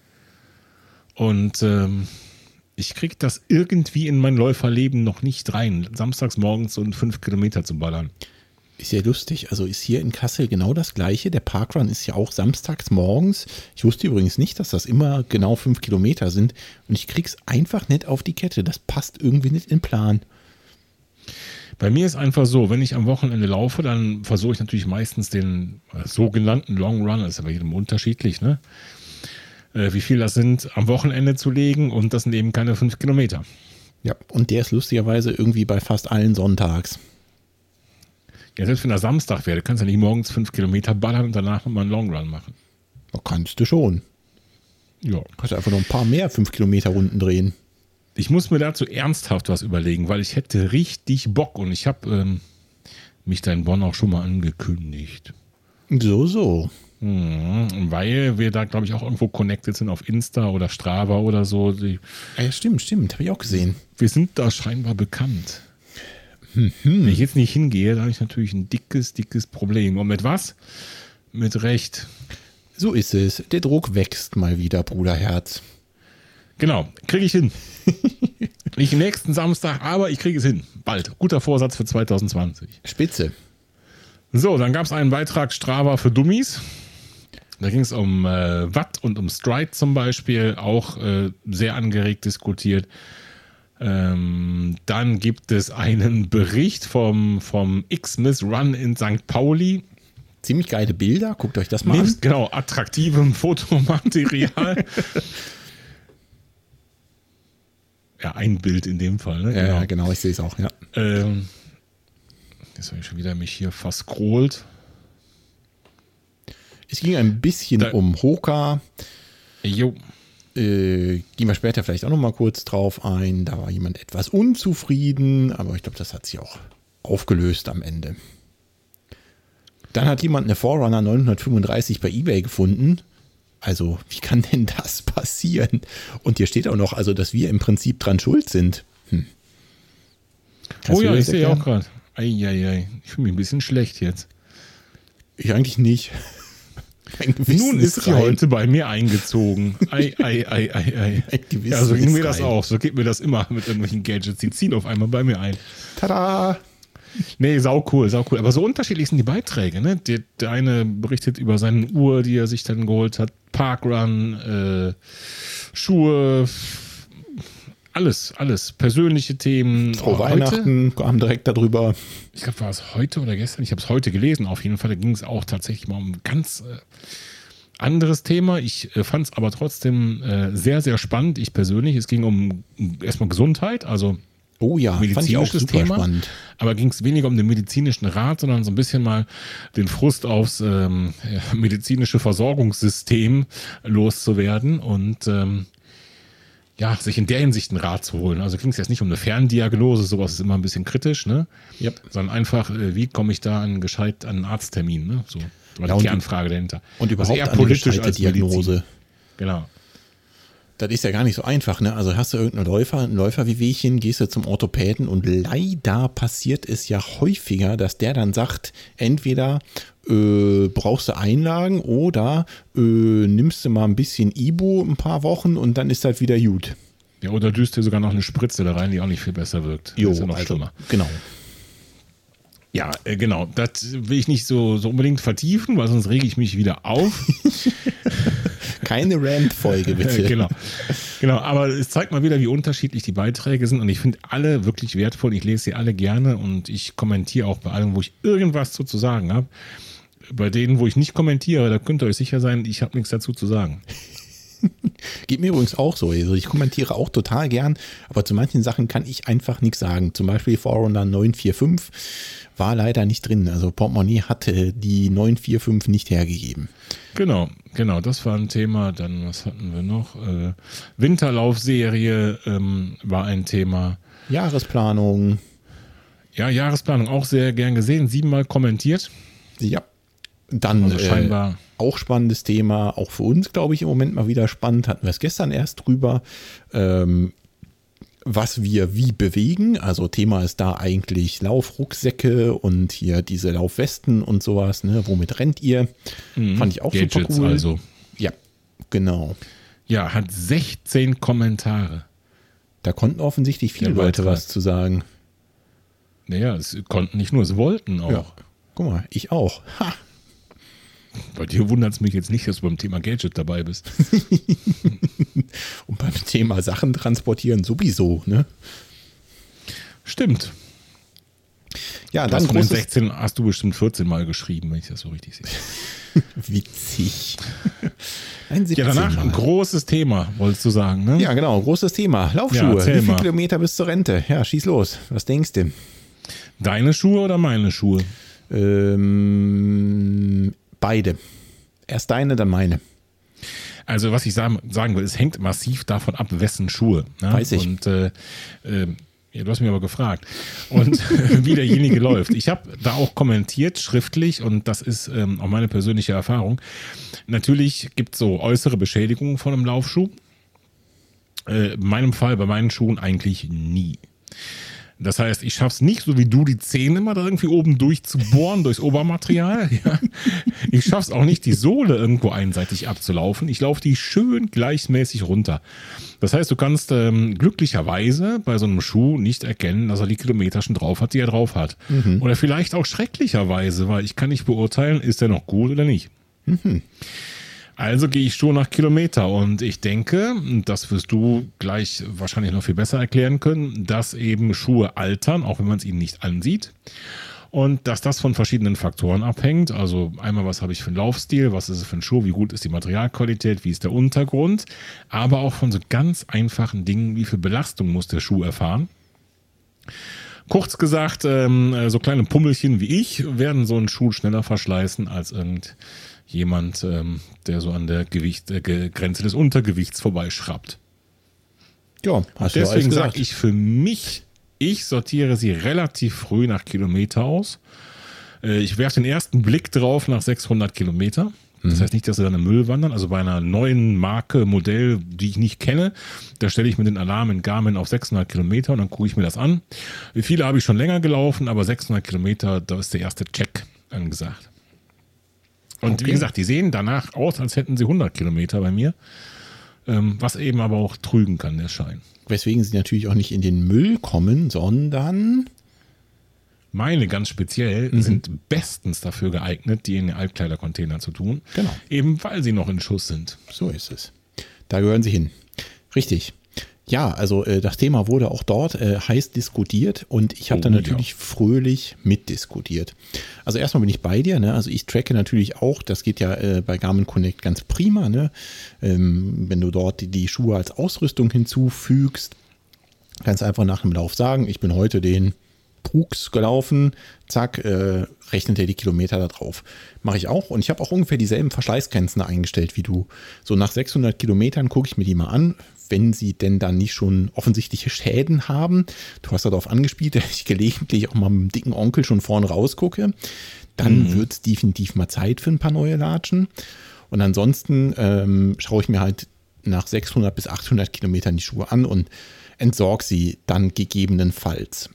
Und ich kriege das irgendwie in mein Läuferleben noch nicht rein, samstags morgens so 5 Kilometer zu ballern. Ist ja lustig, also ist hier in Kassel genau das Gleiche. Der Parkrun ist ja auch samstags morgens. Ich wusste übrigens nicht, dass das immer genau 5 Kilometer sind. Und ich krieg's einfach nicht auf die Kette. Das passt irgendwie nicht in den Plan. Bei mir ist einfach so, wenn ich am Wochenende laufe, dann versuche ich natürlich meistens den sogenannten Long Run, das ist aber jedem unterschiedlich, ne? Wie viel das sind, am Wochenende zu legen und das sind eben keine 5 Kilometer. Ja, und der ist lustigerweise irgendwie bei fast allen sonntags. Ja, selbst wenn der Samstag wäre, du kannst ja nicht morgens 5 Kilometer ballern und danach nochmal einen Long Run machen. Da kannst du schon. Ja. Kannst du einfach noch ein paar mehr 5 Kilometer Runden drehen. Ich muss mir dazu ernsthaft was überlegen, weil ich hätte richtig Bock und ich habe mich da in Bonn auch schon mal angekündigt. So. Weil wir da, glaube ich, auch irgendwo connected sind auf Insta oder Strava oder so. Ja, stimmt. Habe ich auch gesehen. Wir sind da scheinbar bekannt. Wenn ich jetzt nicht hingehe, da habe ich natürlich ein dickes Problem. Und mit was? Mit Recht. So ist es. Der Druck wächst mal wieder, Bruderherz. Genau, kriege ich hin. Nicht nächsten Samstag, aber ich kriege es hin. Bald. Guter Vorsatz für 2020. Spitze. So, dann gab es einen Beitrag Strava für Dummies. Da ging es um Watt und um Stride zum Beispiel, auch sehr angeregt diskutiert. Dann gibt es einen Bericht vom X-Miss Run in St. Pauli. Ziemlich geile Bilder, guckt euch das mal an. Genau, attraktivem Fotomaterial. Ja, ein Bild in dem Fall. Ne? Ja, genau, ich sehe es auch, ja. Jetzt habe ich schon wieder mich hier verscrollt. Es ging ein bisschen um Hoka. Jo. Gehen wir später vielleicht auch noch mal kurz drauf ein. Da war jemand etwas unzufrieden, aber ich glaube, das hat sich auch aufgelöst am Ende. Dann hat jemand eine Forerunner 935 bei eBay gefunden. Also, wie kann denn das passieren? Und hier steht auch noch, also, dass wir im Prinzip dran schuld sind. Oh ja, ich sehe auch gerade. Eieiei, ich fühle mich ein bisschen schlecht jetzt. Ich eigentlich nicht. Nun ist sie heute bei mir eingezogen. Ei. Ja, so ging mir das auch. So geht mir das immer mit irgendwelchen Gadgets. Die ziehen auf einmal bei mir ein. Tada! Nee, sau cool. Aber so unterschiedlich sind die Beiträge. Ne? Der eine berichtet über seine Uhr, die er sich dann geholt hat. Parkrun, Schuhe, alles. Persönliche Themen. Frohe Weihnachten, kam direkt darüber. Ich glaube, war es heute oder gestern? Ich habe es heute gelesen. Auf jeden Fall, da ging es auch tatsächlich mal um ein ganz anderes Thema. Ich fand es aber trotzdem sehr, sehr spannend. Ich persönlich. Es ging um erstmal Gesundheit, also oh ja, medizinisches Thema. Spannend. Aber ging es weniger um den medizinischen Rat, sondern so ein bisschen mal den Frust aufs medizinische Versorgungssystem loszuwerden und sich in der Hinsicht einen Rat zu holen. Also ging es jetzt nicht um eine Ferndiagnose, sowas ist immer ein bisschen kritisch, ne? Yep. Sondern einfach, wie komme ich da gescheit an einen Arzttermin, ne? So war die Kernfrage dahinter. Und überhaupt eher politisch als Diagnose. Medizin. Genau. Das ist ja gar nicht so einfach, ne? Also hast du irgendeinen Läufer wie Wehchen, gehst du zum Orthopäden und leider passiert es ja häufiger, dass der dann sagt, entweder brauchst du Einlagen oder nimmst du mal ein bisschen Ibu ein paar Wochen und dann ist das wieder gut. Ja, oder düst dir sogar noch eine Spritze da rein, die auch nicht viel besser wirkt. Jo, das ist ja noch also, schlimmer. Genau. Ja, genau. Das will ich nicht so unbedingt vertiefen, weil sonst rege ich mich wieder auf. Keine Rant-Folge, bitte. Genau, aber es zeigt mal wieder, wie unterschiedlich die Beiträge sind und ich finde alle wirklich wertvoll. Ich lese sie alle gerne und ich kommentiere auch bei allem, wo ich irgendwas zu sagen habe. Bei denen, wo ich nicht kommentiere, da könnt ihr euch sicher sein, ich habe nichts dazu zu sagen. Geht mir übrigens auch so. Also ich kommentiere auch total gern, aber zu manchen Sachen kann ich einfach nichts sagen. Zum Beispiel Forerunner 945 war leider nicht drin. Also Portemonnaie hatte die 945 nicht hergegeben. Genau, das war ein Thema. Dann, was hatten wir noch? Winterlaufserie war ein Thema. Jahresplanung. Ja, Jahresplanung auch sehr gern gesehen. 7-mal kommentiert. Ja. Dann also scheinbar auch spannendes Thema, auch für uns, glaube ich, im Moment mal wieder spannend. Hatten wir es gestern erst drüber, was wir wie bewegen. Also Thema ist da eigentlich Laufrucksäcke und hier diese Laufwesten und sowas. Ne? Womit rennt ihr? Fand ich auch Gadgets super cool. Also. Ja, genau. Ja, hat 16 Kommentare. Da konnten offensichtlich viele Leute was zu sagen. Naja, es konnten nicht nur, es wollten auch. Ja. Guck mal, ich auch. Ha! Bei dir wundert es mich jetzt nicht, dass du beim Thema Gadget dabei bist. Und beim Thema Sachen transportieren sowieso, ne? Stimmt. Ja, dann von den 16 hast du bestimmt 14 Mal geschrieben, wenn ich das so richtig sehe. Witzig. Ja, danach ein großes Thema, wolltest du sagen, ne? Ja, genau, großes Thema. Laufschuhe. Ja, wie viele Kilometer bis zur Rente? Ja, schieß los. Was denkst du? Deine Schuhe oder meine Schuhe? Beide. Erst deine, dann meine. Also was ich sagen will, es hängt massiv davon ab, wessen Schuhe. Ne? Weiß ich. Und ja, du hast mich aber gefragt. Und wie derjenige läuft. Ich habe da auch kommentiert, schriftlich, und das ist auch meine persönliche Erfahrung. Natürlich gibt es so äußere Beschädigungen von einem Laufschuh. In meinem Fall, bei meinen Schuhen eigentlich nie. Das heißt, ich schaff's nicht, so wie du, die Zähne immer da irgendwie oben durchzubohren, durchs Obermaterial. Ja. Ich schaff's auch nicht, die Sohle irgendwo einseitig abzulaufen. Ich laufe die schön gleichmäßig runter. Das heißt, du kannst glücklicherweise bei so einem Schuh nicht erkennen, dass er die Kilometer schon drauf hat, die er drauf hat. Mhm. Oder vielleicht auch schrecklicherweise, weil ich kann nicht beurteilen, ist der noch gut oder nicht. Mhm. Also gehe ich schon nach Kilometer und ich denke, das wirst du gleich wahrscheinlich noch viel besser erklären können, dass eben Schuhe altern, auch wenn man es ihnen nicht ansieht, und dass das von verschiedenen Faktoren abhängt. Also einmal, was habe ich für einen Laufstil, was ist es für ein Schuh, wie gut ist die Materialqualität, wie ist der Untergrund, aber auch von so ganz einfachen Dingen, wie viel Belastung muss der Schuh erfahren. Kurz gesagt, so kleine Pummelchen wie ich werden so einen Schuh schneller verschleißen als jemand, der so an der Grenze des Untergewichts vorbeischraubt. Ja, hast du ja deswegen sage ich für mich, ich sortiere sie relativ früh nach Kilometer aus. Ich werfe den ersten Blick drauf nach 600 Kilometer. Das heißt nicht, dass sie dann im Müll wandern. Also bei einer neuen Marke, Modell, die ich nicht kenne, da stelle ich mir den Alarm in Garmin auf 600 Kilometer und dann gucke ich mir das an. Wie viele habe ich schon länger gelaufen, aber 600 Kilometer, da ist der erste Check angesagt. Und okay. Wie gesagt, die sehen danach aus, als hätten sie 100 Kilometer bei mir, was eben aber auch trügen kann, der Schein. Weswegen sie natürlich auch nicht in den Müll kommen, sondern... Meine ganz speziell sind bestens dafür geeignet, die in den Altkleidercontainer zu tun. Genau. Eben weil sie noch in Schuss sind. So ist es. Da gehören sie hin. Richtig. Ja, also das Thema wurde auch dort heiß diskutiert und ich habe dann natürlich fröhlich mitdiskutiert. Also erstmal bin ich bei dir, ne? Also ich tracke natürlich auch, das geht ja bei Garmin Connect ganz prima, ne? Wenn du dort die Schuhe als Ausrüstung hinzufügst, kannst einfach nach dem Lauf sagen, ich bin heute den Brooks gelaufen, zack, rechnet er die Kilometer da drauf. Mache ich auch und ich habe auch ungefähr dieselben Verschleißgrenzen eingestellt wie du. So nach 600 Kilometern gucke ich mir die mal an, wenn sie denn dann nicht schon offensichtliche Schäden haben. Du hast darauf angespielt, dass ich gelegentlich auch mal mit dem dicken Onkel schon vorne rausgucke. Dann wird es definitiv mal Zeit für ein paar neue Latschen. Und ansonsten schaue ich mir halt nach 600 bis 800 Kilometern die Schuhe an und entsorge sie dann gegebenenfalls.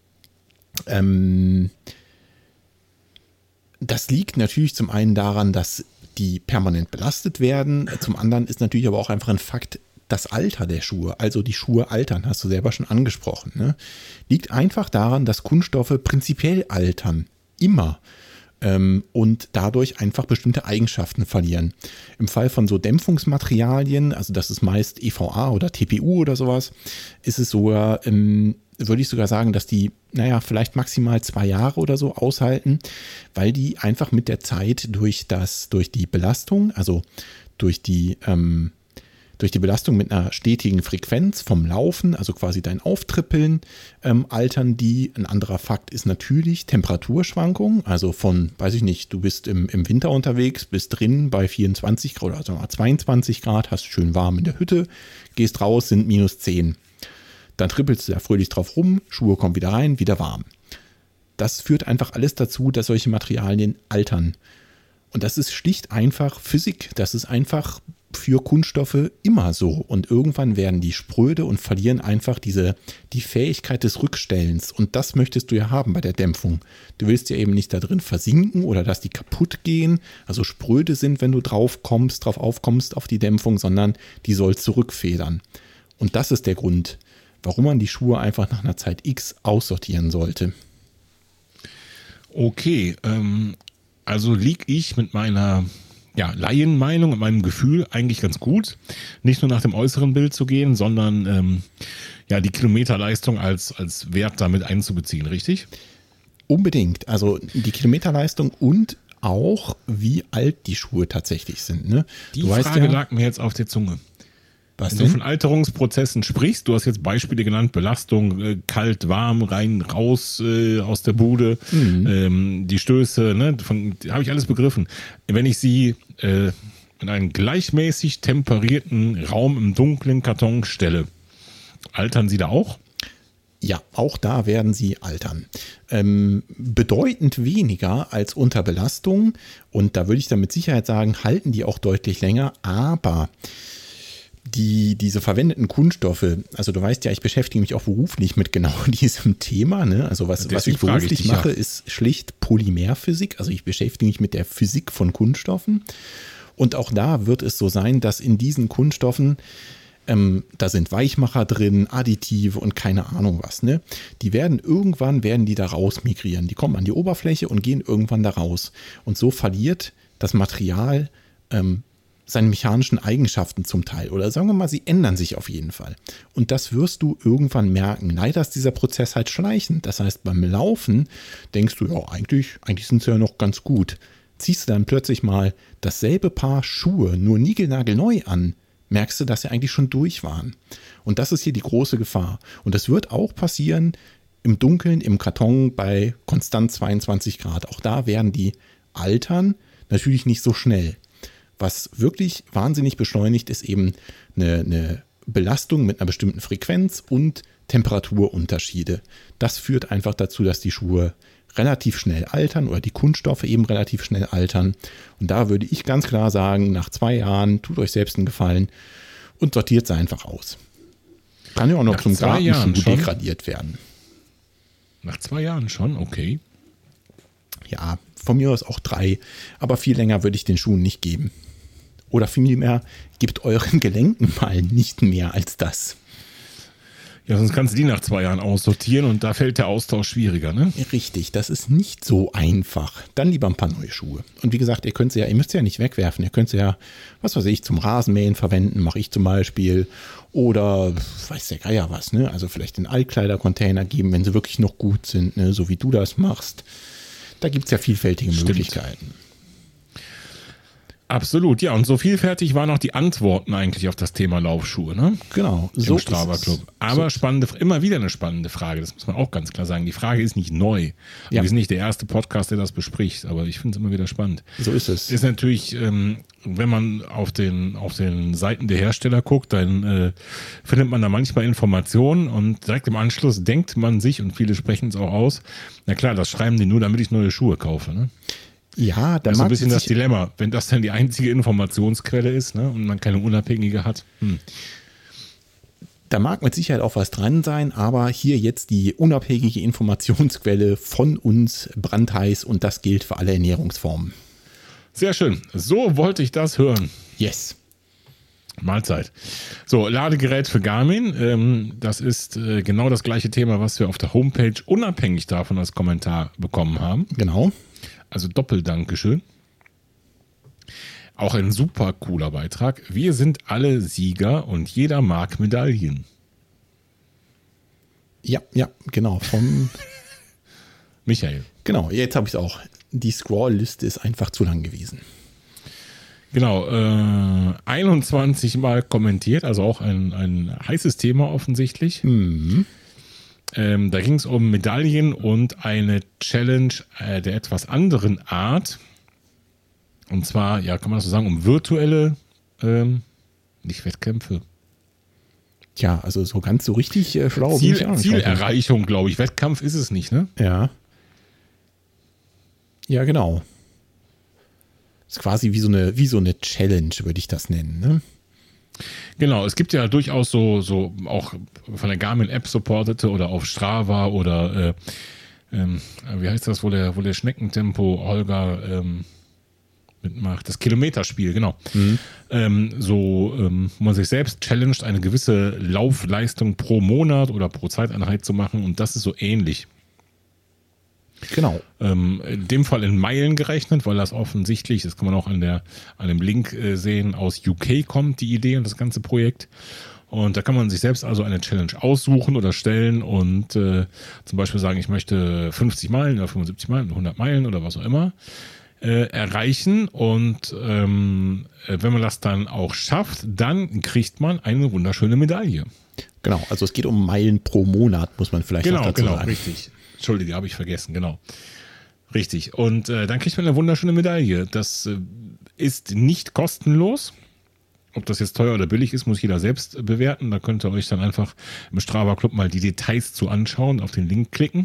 Das liegt natürlich zum einen daran, dass die permanent belastet werden. Zum anderen ist natürlich aber auch einfach ein Fakt, das Alter der Schuhe, also die Schuhe altern, hast du selber schon angesprochen, ne? Liegt einfach daran, dass Kunststoffe prinzipiell altern. Immer. Und dadurch einfach bestimmte Eigenschaften verlieren. Im Fall von so Dämpfungsmaterialien, also das ist meist EVA oder TPU oder sowas, ist es sogar, würde ich sogar sagen, dass die, vielleicht maximal 2 Jahre oder so aushalten, weil die einfach mit der Zeit durch die Belastung, also durch die Belastung mit einer stetigen Frequenz vom Laufen, also quasi dein Auftrippeln, altern die. Ein anderer Fakt ist natürlich Temperaturschwankungen, also von, weiß ich nicht, du bist im Winter unterwegs, bist drin bei 24 Grad oder also 22 Grad, hast schön warm in der Hütte, gehst raus, sind -10. Dann trippelst du da fröhlich drauf rum, Schuhe kommen wieder rein, wieder warm. Das führt einfach alles dazu, dass solche Materialien altern. Und das ist schlicht einfach Physik. Das ist einfach für Kunststoffe immer so. Und irgendwann werden die spröde und verlieren einfach die Fähigkeit des Rückstellens. Und das möchtest du ja haben bei der Dämpfung. Du willst ja eben nicht da drin versinken oder dass die kaputt gehen, also spröde sind, wenn du drauf aufkommst auf die Dämpfung, sondern die soll zurückfedern. Und das ist der Grund, warum man die Schuhe einfach nach einer Zeit X aussortieren sollte. Okay, also liege ich mit meiner Laienmeinung und meinem Gefühl eigentlich ganz gut, nicht nur nach dem äußeren Bild zu gehen, sondern die Kilometerleistung als Wert damit einzubeziehen, richtig? Unbedingt, also die Kilometerleistung und auch, wie alt die Schuhe tatsächlich sind. Ne? Die Frage lag mir jetzt auf der Zunge. Wenn du von Alterungsprozessen sprichst, du hast jetzt Beispiele genannt, Belastung, kalt, warm, rein, raus aus der Bude, die Stöße, ne, habe ich alles begriffen. Wenn ich sie in einen gleichmäßig temperierten Raum im dunklen Karton stelle, altern sie da auch? Ja, auch da werden sie altern. Bedeutend weniger als unter Belastung. Und da würde ich dann mit Sicherheit sagen, halten die auch deutlich länger. Aber diese verwendeten Kunststoffe, also du weißt ja, ich beschäftige mich auch beruflich mit genau diesem Thema. Ne? Also was ich beruflich mache, ist schlicht Polymerphysik. Also ich beschäftige mich mit der Physik von Kunststoffen. Und auch da wird es so sein, dass in diesen Kunststoffen da sind Weichmacher drin, Additive und keine Ahnung was. Ne? Irgendwann werden die da raus migrieren. Die kommen an die Oberfläche und gehen irgendwann da raus. Und so verliert das Material seine mechanischen Eigenschaften zum Teil. Oder sagen wir mal, sie ändern sich auf jeden Fall. Und das wirst du irgendwann merken. Leider ist dieser Prozess halt schleichend. Das heißt, beim Laufen denkst du, ja, eigentlich sind sie ja noch ganz gut. Ziehst du dann plötzlich mal dasselbe Paar Schuhe, nur niegelnagelneu an, merkst du, dass sie eigentlich schon durch waren. Und das ist hier die große Gefahr. Und das wird auch passieren im Dunkeln, im Karton bei konstant 22 Grad. Auch da werden die altern, natürlich nicht so schnell. Was wirklich wahnsinnig beschleunigt, ist eben eine Belastung mit einer bestimmten Frequenz und Temperaturunterschiede. Das führt einfach dazu, dass die Schuhe relativ schnell altern oder die Kunststoffe eben relativ schnell altern. Und da würde ich ganz klar sagen, nach 2 Jahren tut euch selbst einen Gefallen und sortiert sie einfach aus. Kann ja auch noch zum Gartenschuh degradiert werden. Nach 2 Jahren schon? Okay. Ja, von mir aus auch 3, aber viel länger würde ich den Schuhen nicht geben. Oder vielmehr, gebt euren Gelenken mal nicht mehr als das. Ja, sonst kannst du die nach 2 Jahren aussortieren und da fällt der Austausch schwieriger, ne? Richtig, das ist nicht so einfach. Dann lieber ein paar neue Schuhe. Und wie gesagt, ihr müsst sie ja nicht wegwerfen. Ihr könnt sie ja, was weiß ich, zum Rasenmähen verwenden, mache ich zum Beispiel. Oder weiß der Geier was, ne? Also vielleicht in Altkleidercontainer geben, wenn sie wirklich noch gut sind, ne? So wie du das machst. Da gibt es ja vielfältige Möglichkeiten. Absolut, ja. Und so vielfältig waren auch die Antworten eigentlich auf das Thema Laufschuhe, ne? Genau. So im Strava Club. Aber immer wieder eine spannende Frage. Das muss man auch ganz klar sagen. Die Frage ist nicht neu. Ja. Wir sind nicht der erste Podcast, der das bespricht. Aber ich finde es immer wieder spannend. So ist es. Ist natürlich, wenn man auf den Seiten der Hersteller guckt, dann findet man da manchmal Informationen und direkt im Anschluss denkt man sich, und viele sprechen es auch aus, na klar, das schreiben die nur, damit ich neue Schuhe kaufe, ne? Ja, da das ist ein bisschen das Dilemma, wenn das dann die einzige Informationsquelle ist, ne, und man keine unabhängige hat. Da mag mit Sicherheit auch was dran sein, aber hier jetzt die unabhängige Informationsquelle von uns brandheiß und das gilt für alle Ernährungsformen. Sehr schön. So wollte ich das hören. Yes. Mahlzeit. So, Ladegerät für Garmin. Das ist genau das gleiche Thema, was wir auf der Homepage unabhängig davon als Kommentar bekommen haben. Genau. Also Doppeldankeschön. Auch ein super cooler Beitrag. Wir sind alle Sieger und jeder mag Medaillen. Ja, genau. Vom Michael. Genau, jetzt habe ich es auch. Die Scroll-Liste ist einfach zu lang gewesen. Genau, 21 Mal kommentiert, also auch ein heißes Thema offensichtlich. Mhm. Da ging es um Medaillen und eine Challenge der etwas anderen Art. Und zwar, ja, kann man das so sagen, um virtuelle, nicht Wettkämpfe. Ja, also so ganz so richtig schlau. Zielerreichung, glaube ich. Wettkampf ist es nicht, ne? Ja. Ja, genau. Ist quasi wie so eine Challenge, würde ich das nennen, ne? Genau, es gibt ja durchaus so auch von der Garmin-App supportete oder auf Strava oder wie heißt das, wo der Schneckentempo Holger mitmacht, das Kilometerspiel, genau. Wo man sich selbst challenged, eine gewisse Laufleistung pro Monat oder pro Zeiteinheit zu machen und das ist so ähnlich. Genau. In dem Fall in Meilen gerechnet, weil das offensichtlich, das kann man auch an dem Link sehen, aus UK kommt die Idee und das ganze Projekt. Und da kann man sich selbst also eine Challenge aussuchen oder stellen und zum Beispiel sagen, ich möchte 50 Meilen oder 75 Meilen, 100 Meilen oder was auch immer erreichen. Und wenn man das dann auch schafft, dann kriegt man eine wunderschöne Medaille. Genau, also es geht um Meilen pro Monat, muss man vielleicht noch dazu sagen. Genau, richtig. Entschuldige, habe ich vergessen, genau. Richtig. Und dann kriegt man eine wunderschöne Medaille. Das ist nicht kostenlos. Ob das jetzt teuer oder billig ist, muss jeder selbst bewerten. Da könnt ihr euch dann einfach im Strava Club mal die Details zu anschauen, auf den Link klicken.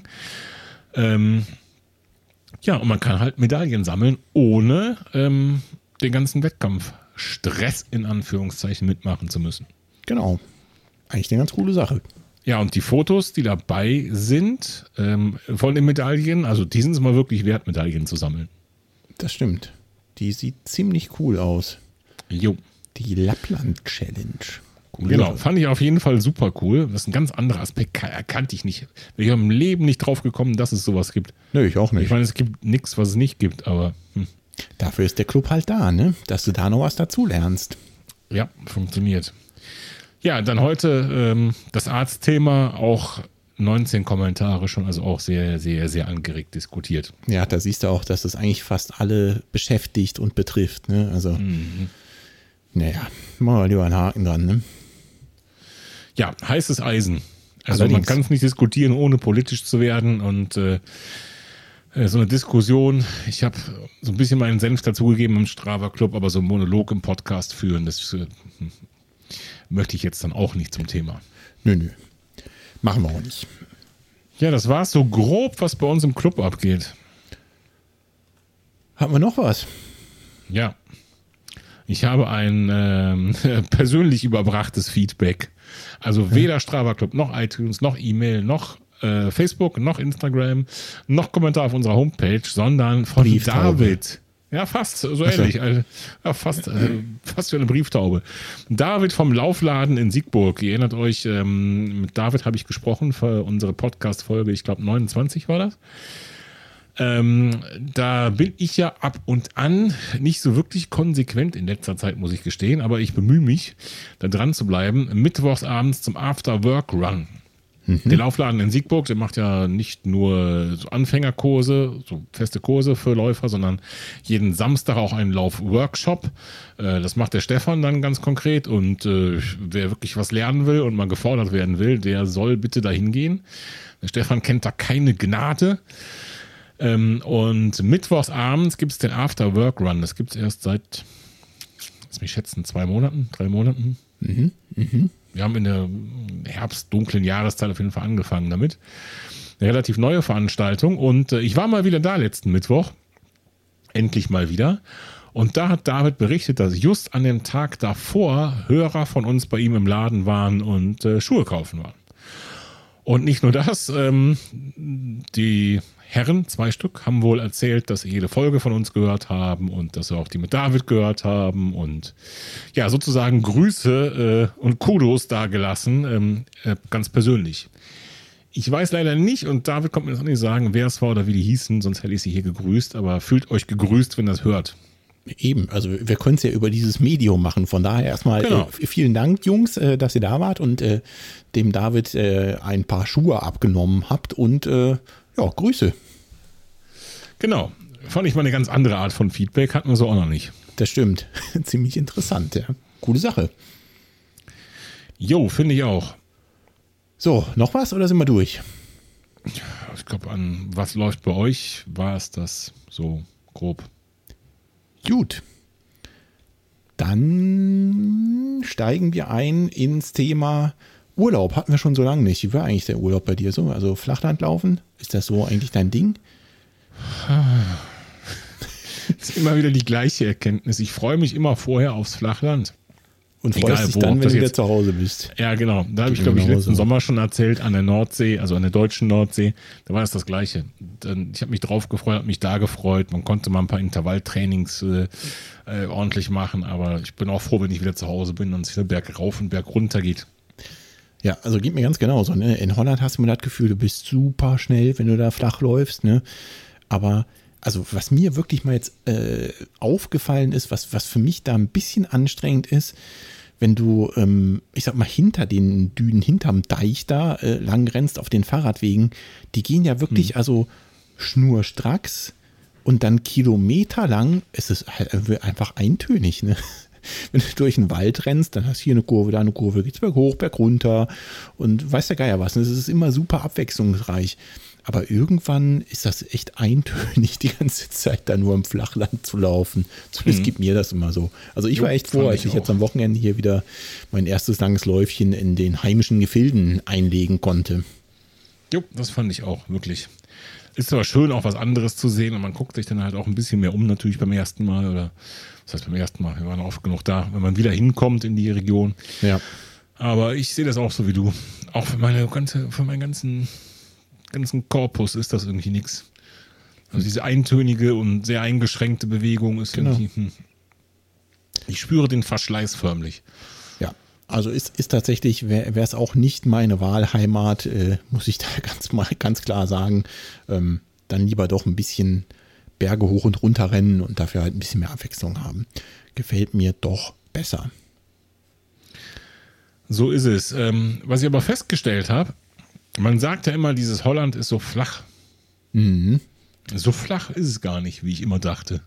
Ja, und man kann halt Medaillen sammeln, ohne den ganzen Wettkampfstress in Anführungszeichen mitmachen zu müssen. Genau. Eigentlich eine ganz coole Sache. Ja, und die Fotos, die dabei sind von den Medaillen, also die sind es mal wirklich wert, Medaillen zu sammeln. Das stimmt. Die sieht ziemlich cool aus. Jo. Die Lappland-Challenge. Genau, fand ich auf jeden Fall super cool. Das ist ein ganz anderer Aspekt, kannte ich nicht. Ich habe im Leben nicht drauf gekommen, dass es sowas gibt. Nö, ich auch nicht. Ich meine, es gibt nichts, was es nicht gibt, aber... Dafür ist der Club halt da, ne? Dass du da noch was dazu lernst. Ja, funktioniert. Ja, dann heute das Arztthema, auch 19 Kommentare schon, also auch sehr, sehr, sehr angeregt diskutiert. Ja, da siehst du auch, dass das eigentlich fast alle beschäftigt und betrifft, ne? Also... Naja, machen wir lieber einen Haken dran, ne? Ja, heißes Eisen. Also Allerdings. Man kann es nicht diskutieren, ohne politisch zu werden. Und so eine Diskussion, ich habe so ein bisschen meinen Senf dazugegeben im Strava Club, aber so einen Monolog im Podcast führen, das möchte ich jetzt dann auch nicht zum Thema. Nö. Machen wir auch nicht. Ja, das war es so grob, was bei uns im Club abgeht. Haben wir noch was? Ja. Ich habe ein persönlich überbrachtes Feedback. Also weder Strava Club, noch iTunes, noch E-Mail, noch Facebook, noch Instagram, noch Kommentar auf unserer Homepage, sondern von Brieftaube. David. Ja, fast so ähnlich. Ja, fast wie eine Brieftaube. David vom Laufladen in Siegburg. Ihr erinnert euch, mit David habe ich gesprochen für unsere Podcast-Folge, ich glaube 29 war das. Da bin ich ja ab und an nicht so wirklich konsequent in letzter Zeit, muss ich gestehen, aber ich bemühe mich, da dran zu bleiben. Mittwochs abends zum After-Work-Run. Der Laufladen in Siegburg, der macht ja nicht nur so Anfängerkurse, so feste Kurse für Läufer, sondern jeden Samstag auch einen Lauf-Workshop. Das macht der Stefan dann ganz konkret und wer wirklich was lernen will und mal gefordert werden will, der soll bitte dahin gehen. Der Stefan kennt da keine Gnade. Und mittwochs abends gibt es den After-Work-Run. Das gibt es erst seit, lass mich schätzen, 3 Monaten. Wir haben in der herbstdunklen Jahreszeit auf jeden Fall angefangen damit. Eine relativ neue Veranstaltung. Und ich war mal wieder da letzten Mittwoch. Endlich mal wieder. Und da hat David berichtet, dass just an dem Tag davor Hörer von uns bei ihm im Laden waren und Schuhe kaufen waren. Und nicht nur das, die Herren, 2 Stück, haben wohl erzählt, dass sie jede Folge von uns gehört haben und dass sie auch die mit David gehört haben und ja, sozusagen Grüße und Kudos dagelassen, ganz persönlich. Ich weiß leider nicht und David kommt mir das auch nicht sagen, wer es war oder wie die hießen, sonst hätte ich sie hier gegrüßt, aber fühlt euch gegrüßt, wenn ihr das hört. Eben, also wir können es ja über dieses Medium machen. Von daher erstmal vielen Dank, Jungs, dass ihr da wart und dem David ein paar Schuhe abgenommen habt und ja, Grüße. Genau, fand ich mal eine ganz andere Art von Feedback, hatten wir so auch noch nicht. Das stimmt, ziemlich interessant, ja. Coole Sache. Jo, finde ich auch. So, noch was oder sind wir durch? Ich glaube, an was läuft bei euch, war es das so grob. Gut. Dann steigen wir ein ins Thema Urlaub. Hatten wir schon so lange nicht. Wie war eigentlich der Urlaub bei dir so? Also Flachlandlaufen? Ist das so eigentlich dein Ding? Das ist immer wieder die gleiche Erkenntnis. Ich freue mich immer vorher aufs Flachland. Und freust dich dann, wenn du wieder zu Hause bist. Ja, genau. Da habe ich, glaube ich, letzten Sommer schon erzählt, an der Nordsee, also an der deutschen Nordsee. Da war das Gleiche. Ich habe mich drauf gefreut, habe mich da gefreut. Man konnte mal ein paar Intervalltrainings ordentlich machen, aber ich bin auch froh, wenn ich wieder zu Hause bin und es wieder Berg rauf und Berg runter geht. Ja, also geht mir ganz genauso. Ne? In Holland hast du mir das Gefühl, du bist super schnell, wenn du da flach läufst. Ne? Aber also was mir wirklich mal jetzt aufgefallen ist, was für mich da ein bisschen anstrengend ist, wenn du, ich sag mal, hinter den Dünen, hinterm Deich da lang rennst auf den Fahrradwegen, die gehen ja wirklich also schnurstracks und dann kilometerlang, es ist halt einfach eintönig, ne? Wenn du durch den Wald rennst, dann hast du hier eine Kurve, da eine Kurve, geht's berg hoch, berg runter und weiß der Geier was. Und es ist immer super abwechslungsreich. Aber irgendwann ist das echt eintönig, die ganze Zeit da nur im Flachland zu laufen. Zumindest gibt mir das immer so. Also ich war echt froh, als ich jetzt am Wochenende hier wieder mein erstes langes Läufchen in den heimischen Gefilden einlegen konnte. Jo, das fand ich auch, wirklich. Ist aber schön, auch was anderes zu sehen und man guckt sich dann halt auch ein bisschen mehr um, natürlich beim ersten Mal oder was heißt beim ersten Mal, wir waren oft genug da, wenn man wieder hinkommt in die Region. Ja. Aber ich sehe das auch so wie du. Auch für meinen ganzen Korpus ist das irgendwie nichts. Also diese eintönige und sehr eingeschränkte Bewegung ist irgendwie, ich spüre den Verschleiß förmlich. Ja, also ist tatsächlich, wäre es auch nicht meine Wahlheimat, muss ich da ganz klar sagen, dann lieber doch ein bisschen Berge hoch und runter rennen und dafür halt ein bisschen mehr Abwechslung haben. Gefällt mir doch besser. So ist es. Was ich aber festgestellt habe, man sagt ja immer, dieses Holland ist so flach. Mhm. So flach ist es gar nicht, wie ich immer dachte.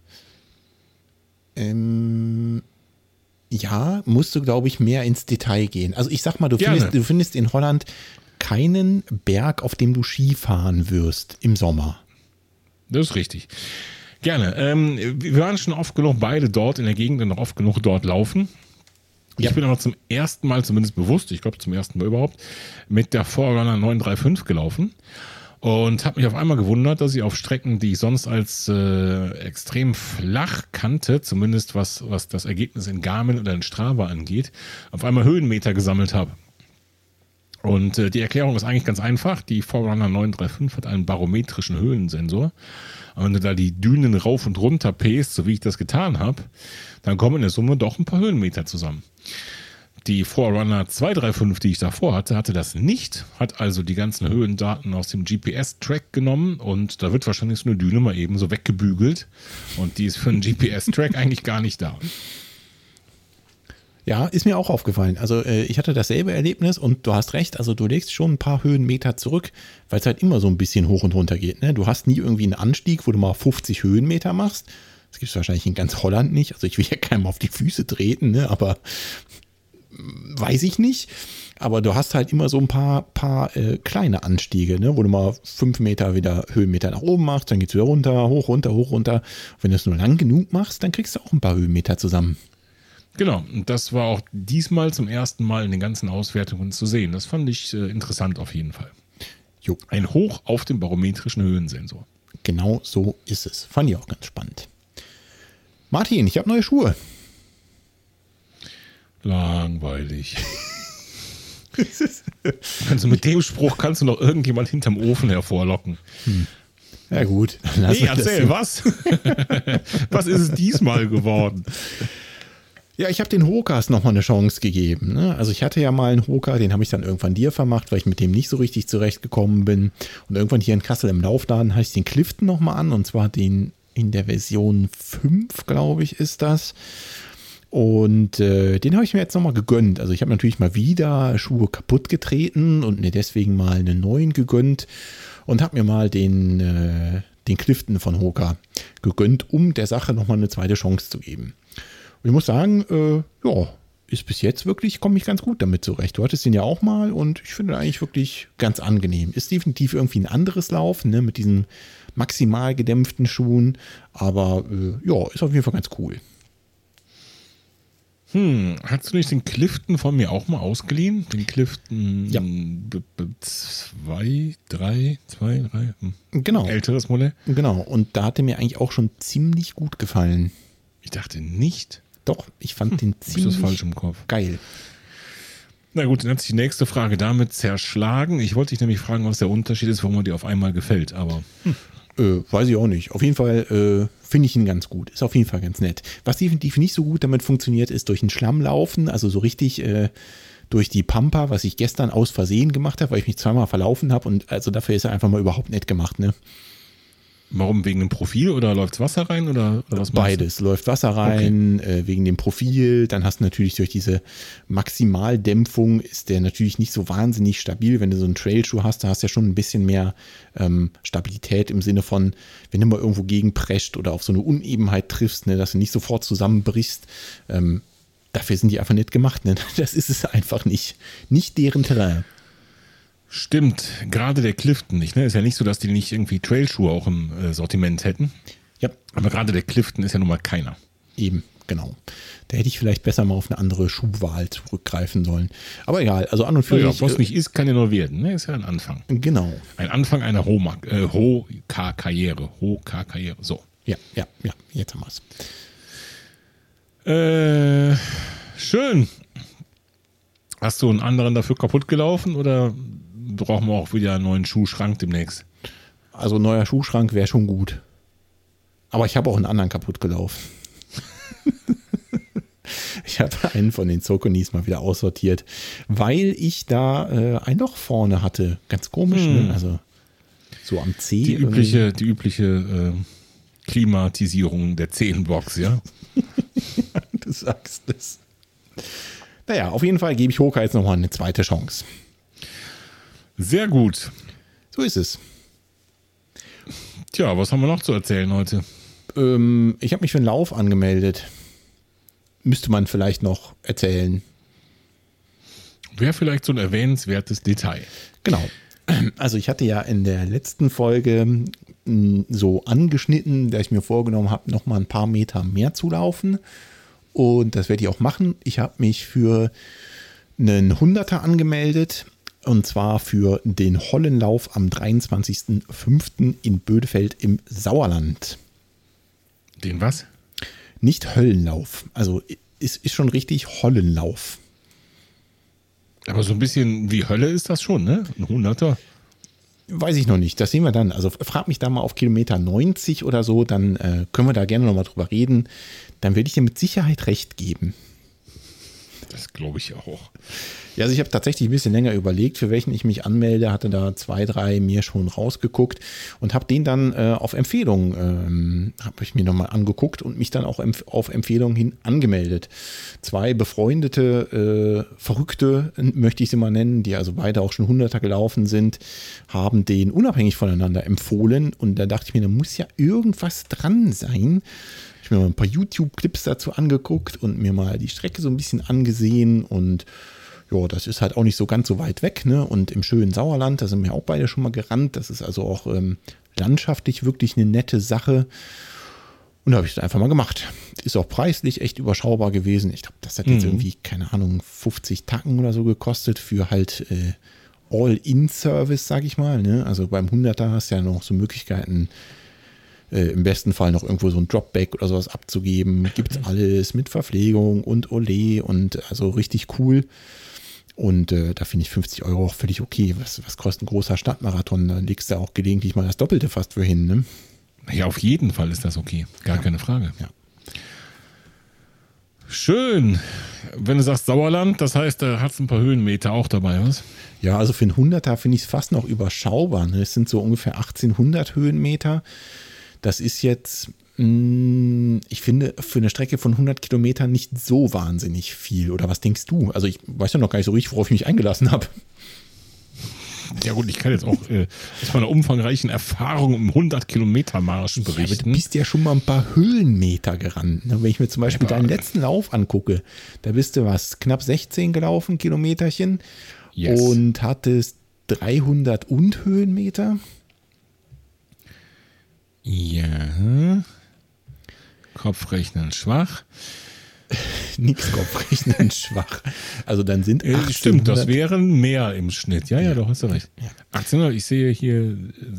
Ja, musst du, glaube ich, mehr ins Detail gehen. Also ich sag mal, du findest in Holland keinen Berg, auf dem du Ski fahren wirst im Sommer. Das ist richtig. Gerne. Wir waren schon oft genug beide dort in der Gegend und oft genug dort laufen. Ich bin aber zum ersten Mal, zumindest bewusst, ich glaube zum ersten Mal überhaupt, mit der Forerunner 935 gelaufen und habe mich auf einmal gewundert, dass ich auf Strecken, die ich sonst als extrem flach kannte, zumindest was das Ergebnis in Garmin oder in Strava angeht, auf einmal Höhenmeter gesammelt habe. Und die Erklärung ist eigentlich ganz einfach. Die Forerunner 935 hat einen barometrischen Höhensensor. Und wenn du da die Dünen rauf und runter pest, so wie ich das getan habe, dann kommen in der Summe doch ein paar Höhenmeter zusammen. Die Forerunner 235, die ich davor hatte das nicht, hat also die ganzen Höhendaten aus dem GPS-Track genommen und da wird wahrscheinlich so eine Düne mal eben so weggebügelt und die ist für einen GPS-Track eigentlich gar nicht da. Ja, ist mir auch aufgefallen. Also ich hatte dasselbe Erlebnis und du hast recht, also du legst schon ein paar Höhenmeter zurück, weil es halt immer so ein bisschen hoch und runter geht. Ne? Du hast nie irgendwie einen Anstieg, wo du mal 50 Höhenmeter machst. Das gibt es wahrscheinlich in ganz Holland nicht. Also ich will ja keinem auf die Füße treten, ne? Aber weiß ich nicht. Aber du hast halt immer so ein paar kleine Anstiege, ne? Wo du mal 5 Meter wieder Höhenmeter nach oben machst, dann geht es wieder runter, hoch, runter, hoch, runter. Und wenn du es nur lang genug machst, dann kriegst du auch ein paar Höhenmeter zusammen. Genau, und das war auch diesmal zum ersten Mal in den ganzen Auswertungen zu sehen. Das fand ich interessant auf jeden Fall. Jo. Ein Hoch auf dem barometrischen Höhensensor. Genau so ist es. Fand ich auch ganz spannend. Martin, ich habe neue Schuhe. Langweilig. Also mit dem Spruch kannst du noch irgendjemand hinterm Ofen hervorlocken. Ja gut. Nee, erzähl, was? Was ist es diesmal geworden? Ja, ich habe den Hokas nochmal eine Chance gegeben. Ne? Also ich hatte ja mal einen Hoka, den habe ich dann irgendwann dir vermacht, weil ich mit dem nicht so richtig zurechtgekommen bin. Und irgendwann hier in Kassel im Laufladen hatte ich den Clifton nochmal an, und zwar den in der Version 5, glaube ich, ist das. Und den habe ich mir jetzt nochmal gegönnt. Also ich habe natürlich mal wieder Schuhe kaputt getreten und mir deswegen mal einen neuen gegönnt und habe mir mal den Clifton von Hoka gegönnt, um der Sache nochmal eine zweite Chance zu geben. Und ich muss sagen, ja, ist bis jetzt wirklich, komme ich ganz gut damit zurecht. Du hattest den ja auch mal und ich finde eigentlich wirklich ganz angenehm. Ist definitiv irgendwie ein anderes Laufen, ne, mit diesen maximal gedämpften Schuhen, aber ja, ist auf jeden Fall ganz cool. Hast du nicht den Clifton von mir auch mal ausgeliehen? Den Clifton 2, 3? Genau. Älteres Modell? Genau, und da hat er mir eigentlich auch schon ziemlich gut gefallen. Ich dachte nicht. Doch, ich fand den ziemlich falsch im Kopf. Geil. Na gut, dann hat sich die nächste Frage damit zerschlagen. Ich wollte dich nämlich fragen, was der Unterschied ist, warum er dir auf einmal gefällt, aber... Weiß ich auch nicht. Auf jeden Fall finde ich ihn ganz gut. Ist auf jeden Fall ganz nett. Was definitiv nicht so gut damit funktioniert, ist durch den Schlamm laufen, also so richtig durch die Pampa, was ich gestern aus Versehen gemacht habe, weil ich mich zweimal verlaufen habe, und also dafür ist er einfach mal überhaupt nicht gemacht, ne? Warum? Wegen dem Profil oder läuft Wasser rein oder was? Beides. Läuft Wasser rein, okay. Wegen dem Profil. Dann hast du natürlich durch diese Maximaldämpfung ist der natürlich nicht so wahnsinnig stabil. Wenn du so einen Trailschuh hast, da hast du ja schon ein bisschen mehr Stabilität im Sinne von, wenn du mal irgendwo gegenprescht oder auf so eine Unebenheit triffst, ne, dass du nicht sofort zusammenbrichst. Dafür sind die einfach nicht gemacht. Ne? Das ist es einfach nicht. Nicht deren Terrain. Stimmt, gerade der Clifton nicht. Ne? Ist ja nicht so, dass die nicht irgendwie Trailschuhe auch im Sortiment hätten. Ja. Aber gerade der Clifton ist ja nun mal keiner. Eben, genau. Da hätte ich vielleicht besser mal auf eine andere Schuhwahl zurückgreifen sollen. Aber egal, also an und für sich. Was nicht ist, kann ja nur werden. Ne? Ist ja ein Anfang. Genau. Ein Anfang einer Ho-K-Karriere. Ho-K-Karriere. So. Ja, jetzt haben wir wir es. Schön. Hast du einen anderen dafür kaputt gelaufen oder brauchen wir auch wieder einen neuen Schuhschrank demnächst? Also ein neuer Schuhschrank wäre schon gut. Aber ich habe auch einen anderen kaputt gelaufen. Ich habe einen von den Sauconys mal wieder aussortiert, weil ich da ein Loch vorne hatte. Ganz komisch, ne? Also so am Zeh. Die übliche Klimatisierung der Zehenbox, ja? Du sagst es. Naja, auf jeden Fall gebe ich Hoka jetzt nochmal eine zweite Chance. Sehr gut. So ist es. Tja, was haben wir noch zu erzählen heute? Ich habe mich für einen Lauf angemeldet. Müsste man vielleicht noch erzählen. Wäre vielleicht so ein erwähnenswertes Detail. Genau. Also ich hatte ja in der letzten Folge so angeschnitten, dass ich mir vorgenommen habe, noch mal ein paar Meter mehr zu laufen. Und das werde ich auch machen. Ich habe mich für einen 100er angemeldet. Und zwar für den Hollenlauf am 23.05. in Bödefeld im Sauerland. Den was? Nicht Höllenlauf. Also ist schon richtig Hollenlauf. Aber so ein bisschen wie Hölle ist das schon, ne? Ein 100er. Weiß ich noch nicht. Das sehen wir dann. Also frag mich da mal auf Kilometer 90 oder so. Dann können wir da gerne nochmal drüber reden. Dann werde ich dir mit Sicherheit recht geben. Das glaube ich auch. Ja, also ich habe tatsächlich ein bisschen länger überlegt, für welchen ich mich anmelde, hatte da 2, 3 mir schon rausgeguckt und habe den dann auf Empfehlung, habe ich mir nochmal angeguckt und mich dann auch auf Empfehlung hin angemeldet. 2 befreundete Verrückte, möchte ich sie mal nennen, die also beide auch schon 100er gelaufen sind, haben den unabhängig voneinander empfohlen und da dachte ich mir, da muss ja irgendwas dran sein. Ich habe mir mal ein paar YouTube-Clips dazu angeguckt und mir mal die Strecke so ein bisschen angesehen und ja, das ist halt auch nicht so ganz so weit weg, ne? Und im schönen Sauerland, da sind wir auch beide schon mal gerannt. Das ist also auch landschaftlich wirklich eine nette Sache. Und da habe ich das einfach mal gemacht. Ist auch preislich echt überschaubar gewesen. Ich glaube, das hat jetzt irgendwie, keine Ahnung, 50 Tacken oder so gekostet für halt All-In-Service, sag ich mal, ne? Also beim 100er hast du ja noch so Möglichkeiten, im besten Fall noch irgendwo so ein Dropback oder sowas abzugeben. Gibt's alles mit Verpflegung und Ole und also richtig cool. Und da finde ich 50 € auch völlig okay. Was kostet ein großer Stadtmarathon? Da legst du auch gelegentlich mal das Doppelte fast für hin, ne? Ja, auf jeden Fall ist das okay. Gar keine Frage. Ja. Schön. Wenn du sagst Sauerland, das heißt, da hat es ein paar Höhenmeter auch dabei, was? Ja, also für einen 100er finde ich es fast noch überschaubar. Ne? Es sind so ungefähr 1800 Höhenmeter. Das ist jetzt, ich finde, für eine Strecke von 100 Kilometern nicht so wahnsinnig viel. Oder was denkst du? Also ich weiß ja noch gar nicht so richtig, worauf ich mich eingelassen habe. Ja gut, ich kann jetzt auch aus meiner umfangreichen Erfahrung im 100-Kilometer-Marsch berichten. Ja, aber du bist ja schon mal ein paar Höhenmeter gerannt. Ne? Wenn ich mir zum Beispiel deinen letzten Lauf angucke, da bist du knapp 16 gelaufen, Kilometerchen. Yes. Und hattest 300 und Höhenmeter. Ja. Kopfrechnen schwach. Nix Kopfrechnen schwach. Also dann sind 1800. Stimmt, das wären mehr im Schnitt. Ja, doch, hast du recht. Ja. 1800, ich sehe hier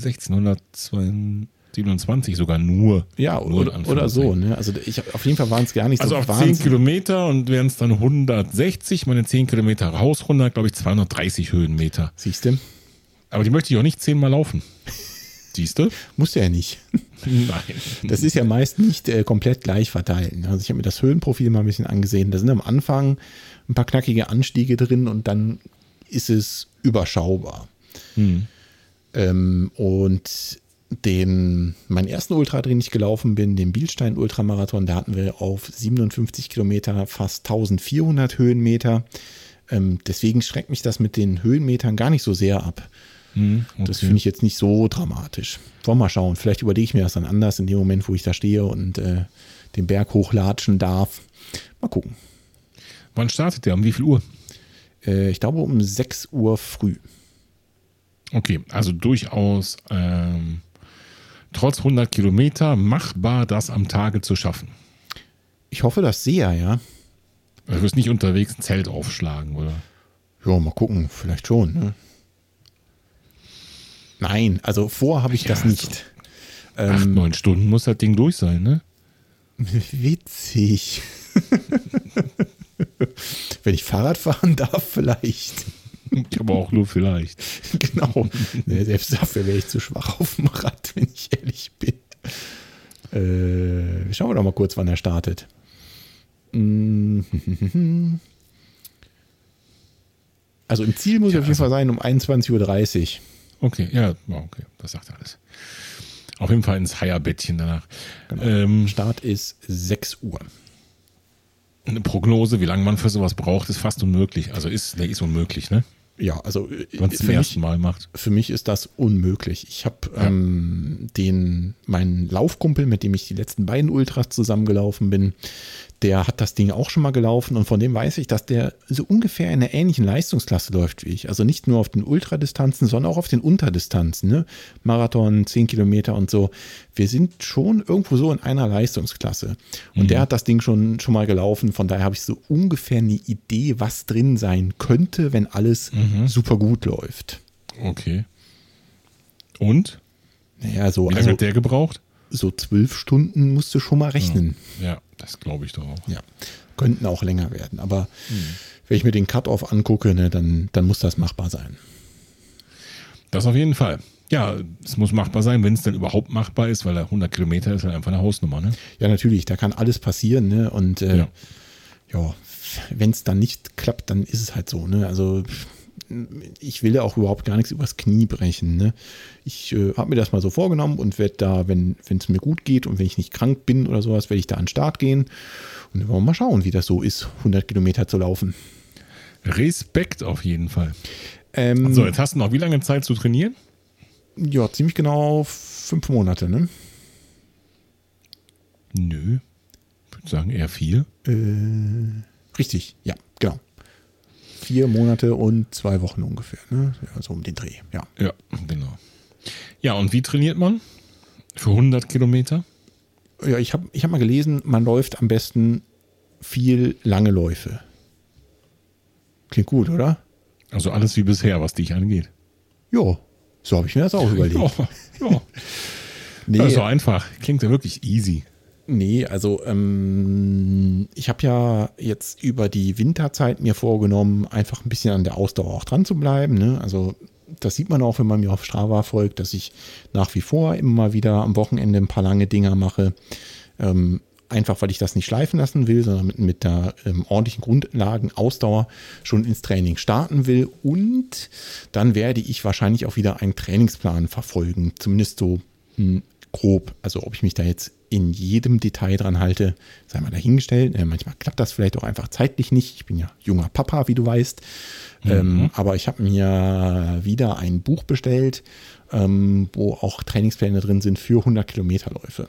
1627 sogar nur. Ja, oder so. Ne? Also auf jeden Fall waren es gar nicht so. Also auf 10 Kilometer und wären es dann 160. Meine 10 Kilometer rausrunter, glaube ich, 230 Höhenmeter. Siehst du? Aber die möchte ich auch nicht 10-mal laufen. Siehst du? Musst du ja nicht. Nein. Das ist ja meist nicht komplett gleich verteilt. Also ich habe mir das Höhenprofil mal ein bisschen angesehen. Da sind am Anfang ein paar knackige Anstiege drin und dann ist es überschaubar. Und meinen ersten Ultra, den ich gelaufen bin, den Bilstein-Ultramarathon, da hatten wir auf 57 Kilometer fast 1400 Höhenmeter. Deswegen schreckt mich das mit den Höhenmetern gar nicht so sehr ab. Okay. Das finde ich jetzt nicht so dramatisch. Wollen wir mal schauen. Vielleicht überlege ich mir das dann anders in dem Moment, wo ich da stehe und den Berg hochlatschen darf. Mal gucken. Wann startet der? Um wie viel Uhr? Ich glaube um 6 Uhr früh. Okay, also durchaus trotz 100 Kilometer machbar, das am Tage zu schaffen. Ich hoffe das sehr, ja. Du wirst nicht unterwegs ein Zelt aufschlagen, oder? Ja, mal gucken, vielleicht schon. Ne? Nein, also habe ich das nicht. 8-9 Stunden muss das Ding durch sein, ne? Witzig. Wenn ich Fahrrad fahren darf, vielleicht. Aber auch nur vielleicht. Genau. Selbst dafür wäre ich zu schwach auf dem Rad, wenn ich ehrlich bin. Schauen wir doch mal kurz, wann er startet. Also im Ziel muss er auf jeden Fall sein um 21:30 Uhr. Okay, ja, okay, das sagt alles. Auf jeden Fall ins Heierbettchen danach. Genau. Start ist 6 Uhr. Eine Prognose, wie lange man für sowas braucht, ist fast unmöglich. Also ist unmöglich, ne? Ja, also wenn man es zum ersten Mal macht. Für mich ist das unmöglich. Ich habe meinen Laufkumpel, mit dem ich die letzten beiden Ultras zusammengelaufen bin, der hat das Ding auch schon mal gelaufen und von dem weiß ich, dass der so ungefähr in einer ähnlichen Leistungsklasse läuft wie ich. Also nicht nur auf den Ultradistanzen, sondern auch auf den Unterdistanzen. Ne? Marathon, 10 Kilometer und so. Wir sind schon irgendwo so in einer Leistungsklasse. Und der hat das Ding schon mal gelaufen. Von daher habe ich so ungefähr eine Idee, was drin sein könnte, wenn alles super gut läuft. Okay. Und? Naja, wie lange hat der gebraucht? So 12 Stunden musst du schon mal rechnen. Ja, das glaube ich doch auch. Ja, könnten auch länger werden. Aber wenn ich mir den Cut-Off angucke, ne, dann muss das machbar sein. Das auf jeden Fall. Ja, es muss machbar sein, wenn es denn überhaupt machbar ist, weil 100 Kilometer ist halt einfach eine Hausnummer. Ne? Ja, natürlich, da kann alles passieren. Ne? Und wenn es dann nicht klappt, dann ist es halt so. Ne? Also ich will ja auch überhaupt gar nichts übers Knie brechen. Ne? Ich habe mir das mal so vorgenommen und werde da, wenn es mir gut geht und wenn ich nicht krank bin oder sowas, werde ich da an den Start gehen und dann wollen wir mal schauen, wie das so ist, 100 Kilometer zu laufen. Respekt auf jeden Fall. So, jetzt hast du noch wie lange Zeit zu trainieren? Ja, ziemlich genau 5 Monate, ne? Nö, ich würde sagen eher 4. Richtig, ja, genau. 4 Monate und 2 Wochen ungefähr, ne? Ja, so um den Dreh, ja. Ja, genau. Ja, und wie trainiert man? Für 100 Kilometer? Ja, ich hab mal gelesen, man läuft am besten viel lange Läufe. Klingt gut, oder? Also alles wie bisher, was dich angeht. Jo, so habe ich mir das auch überlegt. Ja. Nee, das ist so einfach. Klingt ja wirklich easy. Nee, also ich habe ja jetzt über die Winterzeit mir vorgenommen, einfach ein bisschen an der Ausdauer auch dran zu bleiben. Ne? Also das sieht man auch, wenn man mir auf Strava folgt, dass ich nach wie vor immer mal wieder am Wochenende ein paar lange Dinger mache. Einfach, weil ich das nicht schleifen lassen will, sondern mit der ordentlichen Grundlagenausdauer schon ins Training starten will. Und dann werde ich wahrscheinlich auch wieder einen Trainingsplan verfolgen, zumindest so grob. Also ob ich mich da jetzt in jedem Detail dran halte, sei mal dahingestellt. Manchmal klappt das vielleicht auch einfach zeitlich nicht. Ich bin ja junger Papa, wie du weißt. Aber ich habe mir wieder ein Buch bestellt, wo auch Trainingspläne drin sind für 100 Kilometerläufe.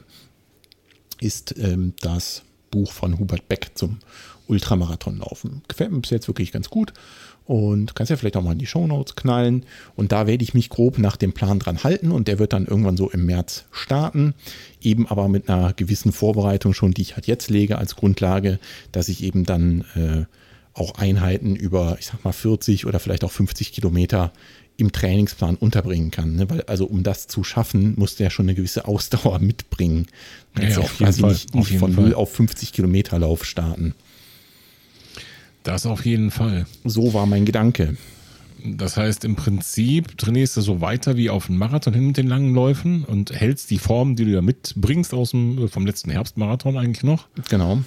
Ist das Buch von Hubert Beck zum Ultramarathonlaufen. Gefällt mir bis jetzt wirklich ganz gut. Und kannst ja vielleicht auch mal in die Shownotes knallen. Und da werde ich mich grob nach dem Plan dran halten. Und der wird dann irgendwann so im März starten. Eben aber mit einer gewissen Vorbereitung schon, die ich halt jetzt lege als Grundlage, dass ich eben dann auch Einheiten über, ich sag mal, 40 oder vielleicht auch 50 Kilometer im Trainingsplan unterbringen kann. Ne? Weil also um das zu schaffen, muss der schon eine gewisse Ausdauer mitbringen. Ja, auf jeden Fall. Nicht von 0 auf 50 Kilometer Lauf starten. Das auf jeden Fall. So war mein Gedanke. Das heißt, im Prinzip trainierst du so weiter wie auf einen Marathon hin mit den langen Läufen und hältst die Form, die du ja mitbringst vom letzten Herbstmarathon eigentlich noch. Genau.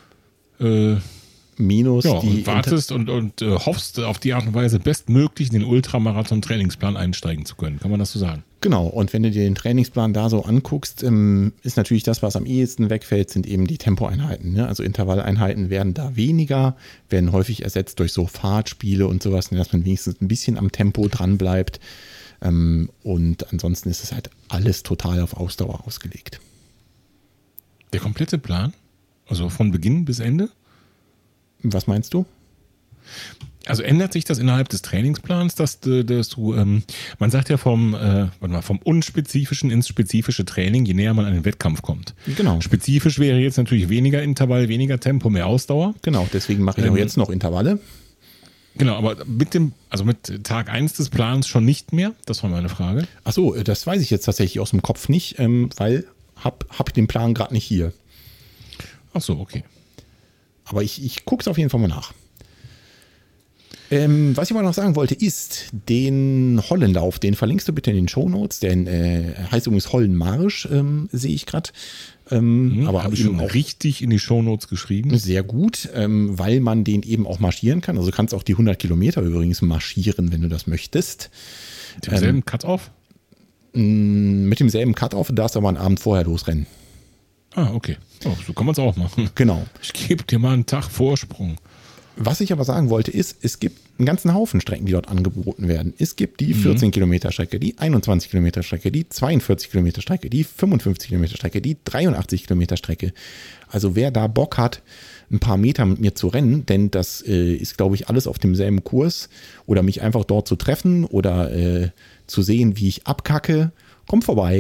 Minus und wartest und hoffst auf die Art und Weise bestmöglich in den Ultramarathon-Trainingsplan einsteigen zu können. Kann man das so sagen? Genau. Und wenn du dir den Trainingsplan da so anguckst, ist natürlich das, was am ehesten wegfällt, sind eben die Tempoeinheiten. Ne? Also Intervalleinheiten werden da weniger, werden häufig ersetzt durch so Fahrtspiele und sowas, dass man wenigstens ein bisschen am Tempo dran bleibt. Und ansonsten ist es halt alles total auf Ausdauer ausgelegt. Der komplette Plan? Also von Beginn bis Ende? Was meinst du? Also ändert sich das innerhalb des Trainingsplans, dass du, man sagt ja vom unspezifischen ins spezifische Training, je näher man an den Wettkampf kommt. Genau. Spezifisch wäre jetzt natürlich weniger Intervall, weniger Tempo, mehr Ausdauer. Genau, deswegen mache ich auch jetzt noch Intervalle. Genau, aber mit Tag 1 des Plans schon nicht mehr? Das war meine Frage. Ach so, das weiß ich jetzt tatsächlich aus dem Kopf nicht, weil hab den Plan gerade nicht hier. Ach so, okay. Aber ich gucke es auf jeden Fall mal nach. Was ich mal noch sagen wollte, ist, den Hollenlauf, den verlinkst du bitte in den Shownotes, der heißt übrigens Hollenmarsch, sehe ich gerade. Aber habe ich schon auch richtig in die Shownotes geschrieben. Sehr gut, weil man den eben auch marschieren kann. Also du kannst auch die 100 Kilometer übrigens marschieren, wenn du das möchtest. Mit demselben Cut-Off? Mit demselben Cut-Off, darfst du aber einen Abend vorher losrennen. Ah, okay. Oh, so kann man es auch machen. Genau. Ich gebe dir mal einen Tag Vorsprung. Was ich aber sagen wollte ist, es gibt einen ganzen Haufen Strecken, die dort angeboten werden. Es gibt die 14 Kilometer Strecke, die 21 Kilometer Strecke, die 42 Kilometer Strecke, die 55 Kilometer Strecke, die 83 Kilometer Strecke. Also wer da Bock hat, ein paar Meter mit mir zu rennen, denn das ist, glaube ich, alles auf demselben Kurs, oder mich einfach dort zu treffen oder zu sehen, wie ich abkacke, kommt vorbei.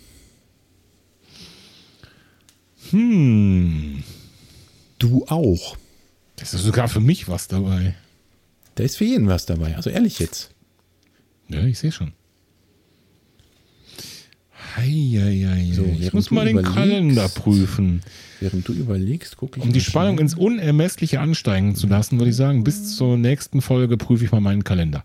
Du auch. Das ist sogar für mich was dabei. Da ist für jeden was dabei, also ehrlich jetzt. Ja, ich sehe schon. Hei. So, ich muss mal den Kalender prüfen. Während du überlegst, gucke ich. Um die Spannung ins Unermessliche ansteigen zu lassen, würde ich sagen, bis zur nächsten Folge prüfe ich mal meinen Kalender.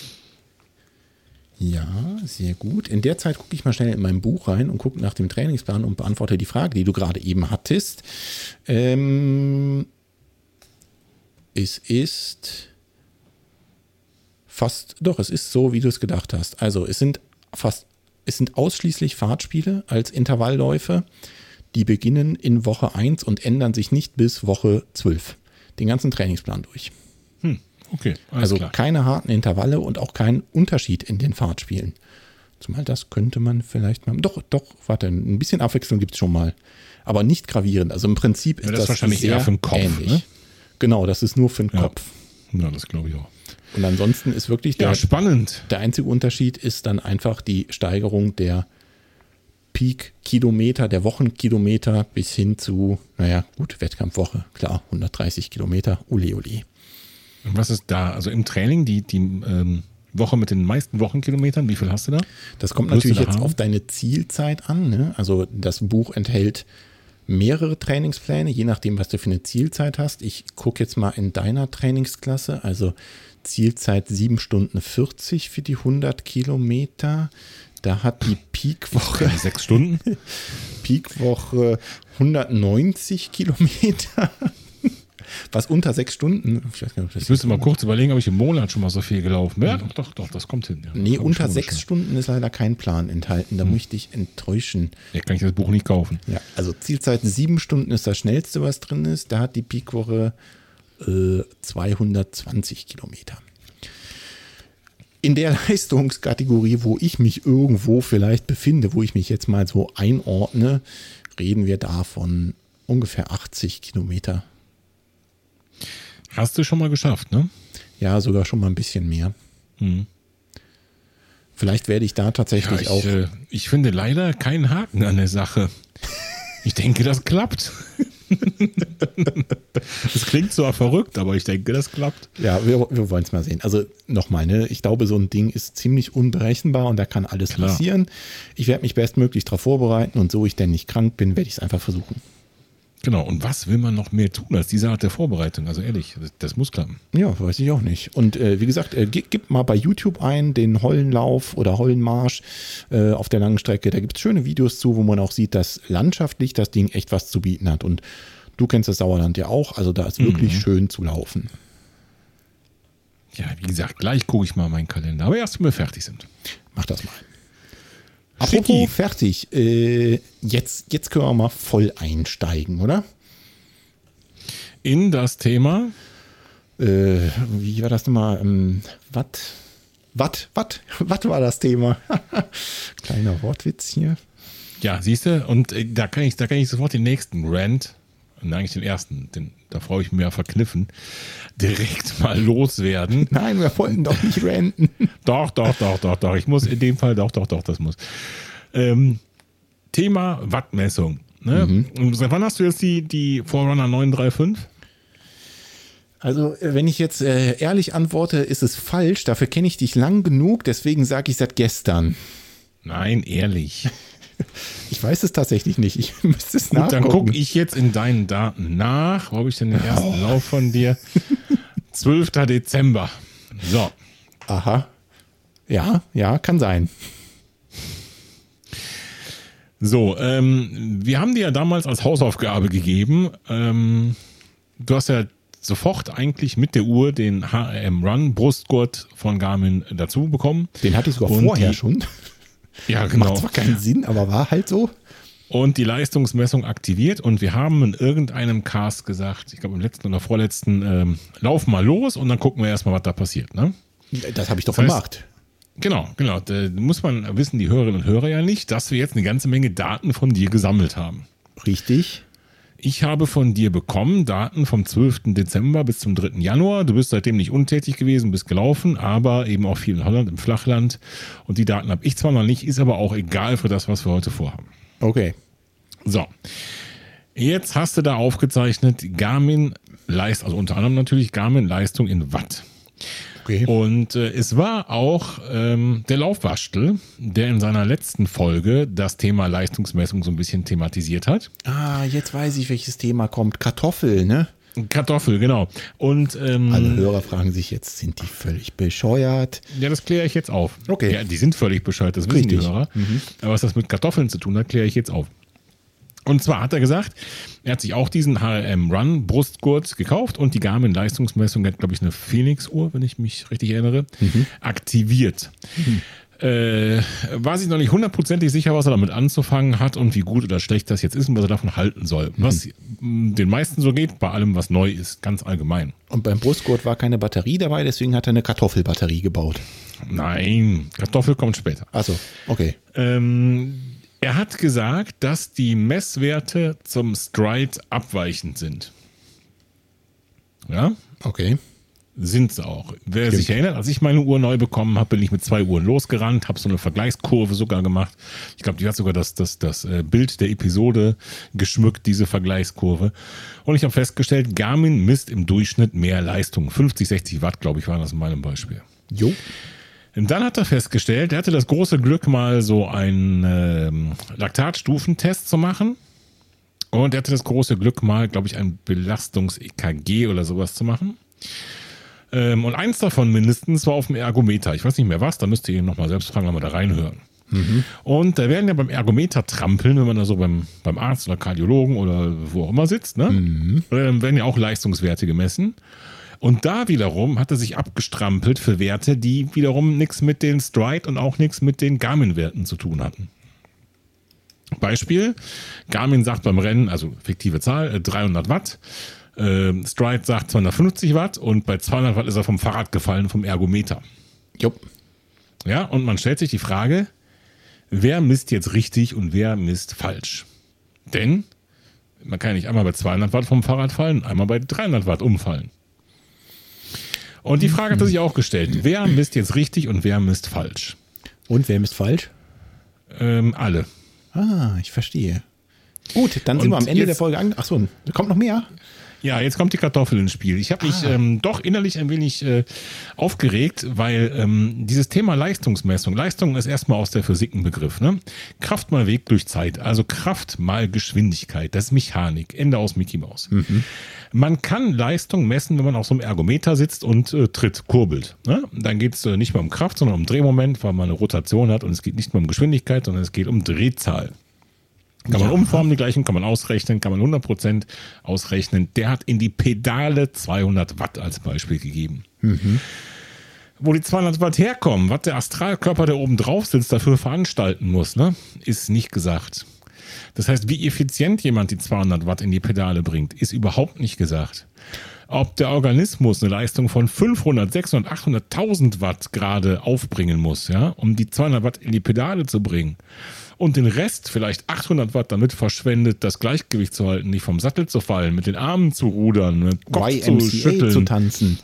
Ja, sehr gut. In der Zeit gucke ich mal schnell in mein Buch rein und gucke nach dem Trainingsplan und beantworte die Frage, die du gerade eben hattest. Es ist so, wie du es gedacht hast. Also es sind ausschließlich Fahrtspiele als Intervallläufe, die beginnen in Woche 1 und ändern sich nicht bis Woche 12. Den ganzen Trainingsplan durch. Okay, also klar. Keine harten Intervalle und auch kein Unterschied in den Fahrtspielen. Zumal das könnte man vielleicht mal. Doch, warte, ein bisschen Abwechslung gibt es schon mal. Aber nicht gravierend. Also im Prinzip ist das wahrscheinlich sehr eher für den Kopf, ähnlich. ne? Genau, das ist nur für den Kopf. Ja, das glaube ich auch. Und ansonsten ist wirklich spannend. Der einzige Unterschied ist dann einfach die Steigerung der Peak-Kilometer, der Wochenkilometer bis hin zu, Wettkampfwoche, klar, 130 Kilometer, ole. Und was ist da? Also im Training, die Woche mit den meisten Wochenkilometern, wie viel hast du da? Das kommt natürlich jetzt auf deine Zielzeit an, ne? Also das Buch enthält mehrere Trainingspläne, je nachdem, was du für eine Zielzeit hast. Ich gucke jetzt mal in deiner Trainingsklasse, also Zielzeit 7 Stunden 40 für die 100 Kilometer. Da hat die Peakwoche 6 Stunden. Peakwoche 190 Kilometer. Was unter 6 Stunden? Ich weiß gar nicht, ob das ich müsste mal kurz überlegen, ob ich im Monat schon mal so viel gelaufen bin. Ja, doch, das kommt hin. Ja, nee, unter 6 Stunden ist leider kein Plan enthalten. Da möchte ich enttäuschen. Ja, kann ich das Buch nicht kaufen. Ja, also Zielzeit 7 Stunden ist das schnellste, was drin ist. Da hat die Peakwoche 220 Kilometer. In der Leistungskategorie, wo ich mich irgendwo vielleicht befinde, wo ich mich jetzt mal so einordne, reden wir da von ungefähr 80 Kilometer. Hast du schon mal geschafft, ne? Ja, sogar schon mal ein bisschen mehr. Vielleicht werde ich da tatsächlich auch. Ich finde leider keinen Haken an der Sache. Ich denke, das klappt. Das klingt zwar verrückt, aber ich denke, das klappt. Ja, wir wollen es mal sehen. Also nochmal, ne? Ich glaube, so ein Ding ist ziemlich unberechenbar und da kann alles passieren. Ich werde mich bestmöglich darauf vorbereiten und so ich denn nicht krank bin, werde ich es einfach versuchen. Genau, und was will man noch mehr tun als diese Art der Vorbereitung? Also ehrlich, das muss klappen. Ja, weiß ich auch nicht. Und wie gesagt, gib mal bei YouTube ein, den Hollenlauf oder Hollenmarsch auf der langen Strecke. Da gibt es schöne Videos zu, wo man auch sieht, dass landschaftlich das Ding echt was zu bieten hat. Und du kennst das Sauerland ja auch, also da ist wirklich schön zu laufen. Ja, wie gesagt, gleich gucke ich mal meinen Kalender, aber erst, wenn wir fertig sind. Mach das mal. Apropos fertig, jetzt können wir mal voll einsteigen, oder? In das Thema? Wie war das nochmal? Was war das Thema? Kleiner Wortwitz hier. Ja, siehst du, und da kann ich sofort den nächsten Rant eigentlich den ersten, da freue ich mich ja verkniffen, direkt mal loswerden. Nein, wir wollten doch nicht ranten. Doch. Ich muss in dem Fall, doch, das muss. Thema Wattmessung. Ne? Seit wann hast du jetzt die Forerunner 935? Also, wenn ich jetzt ehrlich antworte, ist es falsch. Dafür kenne ich dich lang genug, deswegen sage ich seit gestern. Nein, ehrlich. Ich weiß es tatsächlich nicht. Ich müsste es nachgucken. Dann gucke ich jetzt in deinen Daten nach. Wo habe ich denn den ersten Lauf von dir? 12. Dezember. So. Aha. Ja, kann sein. So, wir haben dir ja damals als Hausaufgabe gegeben. Du hast ja sofort eigentlich mit der Uhr den HRM Run Brustgurt von Garmin dazu bekommen. Den hatte ich sogar vorher schon. Ja, genau. Macht zwar keinen Sinn, aber war halt so. Und die Leistungsmessung aktiviert und wir haben in irgendeinem Cast gesagt, ich glaube im letzten oder vorletzten, lauf mal los und dann gucken wir erstmal, was da passiert. Ne? Das habe ich doch gemacht. Genau. Da muss man wissen, die Hörerinnen und Hörer ja nicht, dass wir jetzt eine ganze Menge Daten von dir gesammelt haben. Richtig. Ich habe von dir bekommen Daten vom 12. Dezember bis zum 3. Januar. Du bist seitdem nicht untätig gewesen, bist gelaufen, aber eben auch viel in Holland, im Flachland. Und die Daten habe ich zwar noch nicht, ist aber auch egal für das, was wir heute vorhaben. Okay. So, jetzt hast du da aufgezeichnet Garmin Leistung, also unter anderem natürlich Garmin Leistung in Watt. Okay. Und es war auch der Laufwaschtel, der in seiner letzten Folge das Thema Leistungsmessung so ein bisschen thematisiert hat. Ah, jetzt weiß ich, welches Thema kommt. Kartoffel, ne? Kartoffel, genau. Und alle Hörer fragen sich jetzt, sind die völlig bescheuert? Ja, das kläre ich jetzt auf. Okay. Ja, die sind völlig bescheuert, das wissen die Hörer. Aber was das mit Kartoffeln zu tun hat, kläre ich jetzt auf. Und zwar hat er gesagt, er hat sich auch diesen HRM Run Brustgurt gekauft und die Garmin Leistungsmessung, der hat, glaube ich, eine Phoenix-Uhr, wenn ich mich richtig erinnere, aktiviert. War sich noch nicht hundertprozentig sicher, was er damit anzufangen hat und wie gut oder schlecht das jetzt ist und was er davon halten soll. Was den meisten so geht, bei allem, was neu ist, ganz allgemein. Und beim Brustgurt war keine Batterie dabei, deswegen hat er eine Kartoffelbatterie gebaut. Nein, Kartoffel kommt später. Achso, okay. Er hat gesagt, dass die Messwerte zum Stride abweichend sind. Ja? Okay. Sind sie auch. Wer sich erinnert, als ich meine Uhr neu bekommen habe, bin ich mit 2 Uhren losgerannt, habe so eine Vergleichskurve sogar gemacht. Ich glaube, die hat sogar das Bild der Episode geschmückt, diese Vergleichskurve. Und ich habe festgestellt, Garmin misst im Durchschnitt mehr Leistung. 50, 60 Watt, glaube ich, waren das in meinem Beispiel. Jo. Und dann hat er festgestellt, er hatte das große Glück, mal so einen Laktatstufentest zu machen. Und er hatte das große Glück, mal, glaube ich, ein Belastungs-EKG oder sowas zu machen. Und eins davon mindestens war auf dem Ergometer. Ich weiß nicht mehr was, da müsst ihr ihn nochmal selbst fragen, wenn wir da reinhören. Und da werden ja beim Ergometer trampeln, wenn man da so beim Arzt oder Kardiologen oder wo auch immer sitzt, ne? Werden ja auch Leistungswerte gemessen. Und da wiederum hat er sich abgestrampelt für Werte, die wiederum nichts mit den Stride und auch nichts mit den Garmin-Werten zu tun hatten. Beispiel, Garmin sagt beim Rennen, also fiktive Zahl, 300 Watt. Stride sagt 250 Watt und bei 200 Watt ist er vom Fahrrad gefallen, vom Ergometer. Jupp. Ja, und man stellt sich die Frage, wer misst jetzt richtig und wer misst falsch? Denn man kann ja nicht einmal bei 200 Watt vom Fahrrad fallen, einmal bei 300 Watt umfallen. Und die Frage hat er sich auch gestellt. Wer misst jetzt richtig und wer misst falsch? Und wer misst falsch? Alle. Ah, ich verstehe. Gut, dann sind wir am Ende der Folge angekommen. Achso, da kommt noch mehr. Ja, jetzt kommt die Kartoffel ins Spiel. Ich habe mich doch innerlich ein wenig aufgeregt, weil dieses Thema Leistungsmessung, Leistung ist erstmal aus der Physik ein Begriff, ne? Kraft mal Weg durch Zeit, also Kraft mal Geschwindigkeit, das ist Mechanik, Ende aus Mickey Mouse. Man kann Leistung messen, wenn man auf so einem Ergometer sitzt und kurbelt. Ne? Dann geht es nicht mehr um Kraft, sondern um Drehmoment, weil man eine Rotation hat und es geht nicht mehr um Geschwindigkeit, sondern es geht um Drehzahl. Kann man umformen, die gleichen, kann man ausrechnen, kann man 100% ausrechnen. Der hat in die Pedale 200 Watt als Beispiel gegeben. Wo die 200 Watt herkommen, was der Astralkörper, der oben drauf sitzt, dafür veranstalten muss, ne, ist nicht gesagt. Das heißt, wie effizient jemand die 200 Watt in die Pedale bringt, ist überhaupt nicht gesagt. Ob der Organismus eine Leistung von 500, 600, 800, 1000 Watt gerade aufbringen muss, ja, um die 200 Watt in die Pedale zu bringen und den Rest, vielleicht 800 Watt, damit verschwendet, das Gleichgewicht zu halten, nicht vom Sattel zu fallen, mit den Armen zu rudern, mit dem Kopf YMCA zu schütteln, zu tanzen.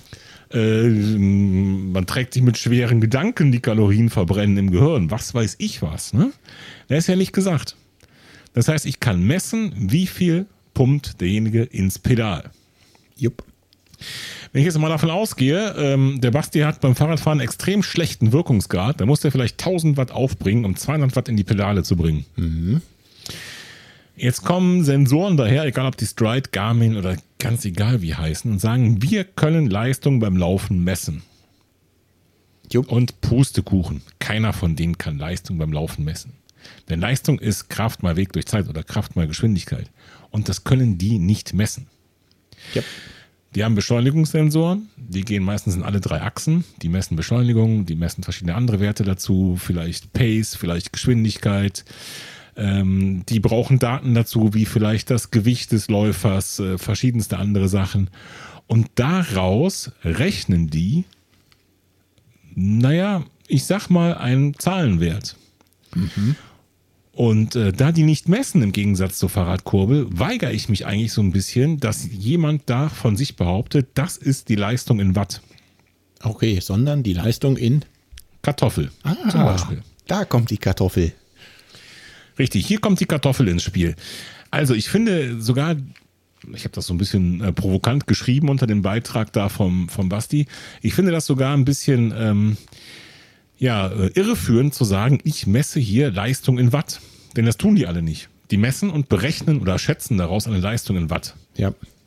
Man trägt sich mit schweren Gedanken die Kalorien verbrennen im Gehirn. Was weiß ich was, ne? Das ist ja nicht gesagt. Das heißt, ich kann messen, wie viel pumpt derjenige ins Pedal. Jupp. Wenn ich jetzt mal davon ausgehe, der Basti hat beim Fahrradfahren einen extrem schlechten Wirkungsgrad, dann muss der vielleicht 1000 Watt aufbringen, um 200 Watt in die Pedale zu bringen. Mhm. Jetzt kommen Sensoren daher, egal ob die Stride, Garmin oder ganz egal wie heißen, und sagen, wir können Leistung beim Laufen messen. Jupp. Und Pustekuchen. Keiner von denen kann Leistung beim Laufen messen. Denn Leistung ist Kraft mal Weg durch Zeit oder Kraft mal Geschwindigkeit. Und das können die nicht messen. Jupp. Die haben Beschleunigungssensoren, die gehen meistens in alle 3 Achsen. Die messen Beschleunigung, die messen verschiedene andere Werte dazu, vielleicht Pace, vielleicht Geschwindigkeit. Die brauchen Daten dazu, wie vielleicht das Gewicht des Läufers, verschiedenste andere Sachen. Und daraus rechnen die, naja, ich sag mal, einen Zahlenwert. Mhm. Und da die nicht messen im Gegensatz zur Fahrradkurbel, weigere ich mich eigentlich so ein bisschen, dass jemand da von sich behauptet, das ist die Leistung in Watt. Okay, sondern die Leistung in Kartoffel zum Beispiel. Da kommt die Kartoffel. Richtig, hier kommt die Kartoffel ins Spiel. Also ich finde sogar, ich habe das so ein bisschen provokant geschrieben unter dem Beitrag da vom Basti, ich finde das sogar ein bisschen irreführend zu sagen, ich messe hier Leistung in Watt. Denn das tun die alle nicht. Die messen und berechnen oder schätzen daraus eine Leistung in Watt. Ja.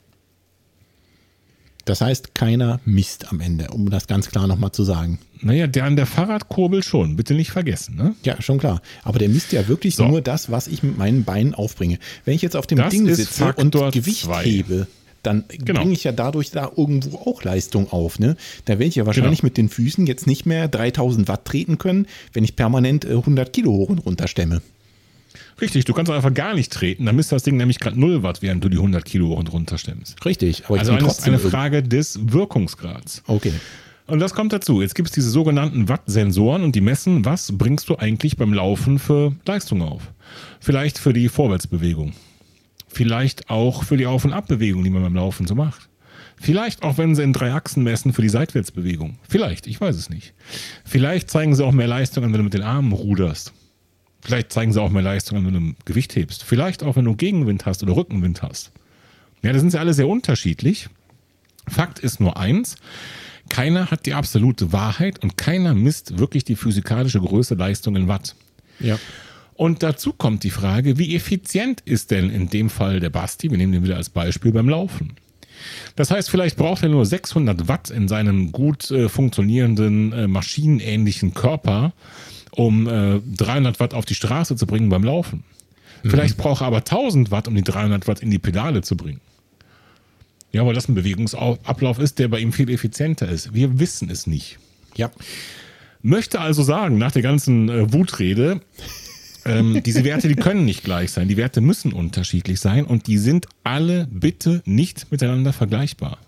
Das heißt, keiner misst am Ende, um das ganz klar nochmal zu sagen. Naja, der an der Fahrradkurbel schon, bitte nicht vergessen. Ne? Ja, schon klar. Aber der misst ja wirklich nur das, was ich mit meinen Beinen aufbringe. Wenn ich jetzt auf dem Ding sitze und Gewicht hebe, dann bringe ich ja dadurch da irgendwo auch Leistung auf. Ne? Da werde ich ja wahrscheinlich mit den Füßen jetzt nicht mehr 3000 Watt treten können, wenn ich permanent 100 Kilo hoch und runter stemme. Richtig, du kannst einfach gar nicht treten, dann misst das Ding nämlich gerade 0 Watt, während du die 100 Kilo hoch und runter stemmst. Richtig. Aber also eine Frage des Wirkungsgrads. Okay. Und das kommt dazu. Jetzt gibt es diese sogenannten Watt-Sensoren und die messen, was bringst du eigentlich beim Laufen für Leistung auf. Vielleicht für die Vorwärtsbewegung. Vielleicht auch für die Auf- und Abbewegung, die man beim Laufen so macht. Vielleicht auch, wenn sie in 3 Achsen messen, für die Seitwärtsbewegung. Vielleicht, ich weiß es nicht. Vielleicht zeigen sie auch mehr Leistung an, wenn du mit den Armen ruderst. Vielleicht zeigen sie auch mehr Leistung an, wenn du Gewicht hebst. Vielleicht auch, wenn du Gegenwind hast oder Rückenwind hast. Ja, da sind sie alle sehr unterschiedlich. Fakt ist nur eins: Keiner hat die absolute Wahrheit und keiner misst wirklich die physikalische Größe Leistung in Watt. Ja. Und dazu kommt die Frage, wie effizient ist denn in dem Fall der Basti, wir nehmen den wieder als Beispiel, beim Laufen? Das heißt, vielleicht braucht er nur 600 Watt in seinem gut funktionierenden, maschinenähnlichen Körper, um 300 Watt auf die Straße zu bringen beim Laufen. Vielleicht braucht er aber 1000 Watt, um die 300 Watt in die Pedale zu bringen. Ja, weil das ein Bewegungsablauf ist, der bei ihm viel effizienter ist. Wir wissen es nicht. Ja. Möchte also sagen, nach der ganzen Wutrede, diese Werte, die können nicht gleich sein. Die Werte müssen unterschiedlich sein und die sind alle bitte nicht miteinander vergleichbar.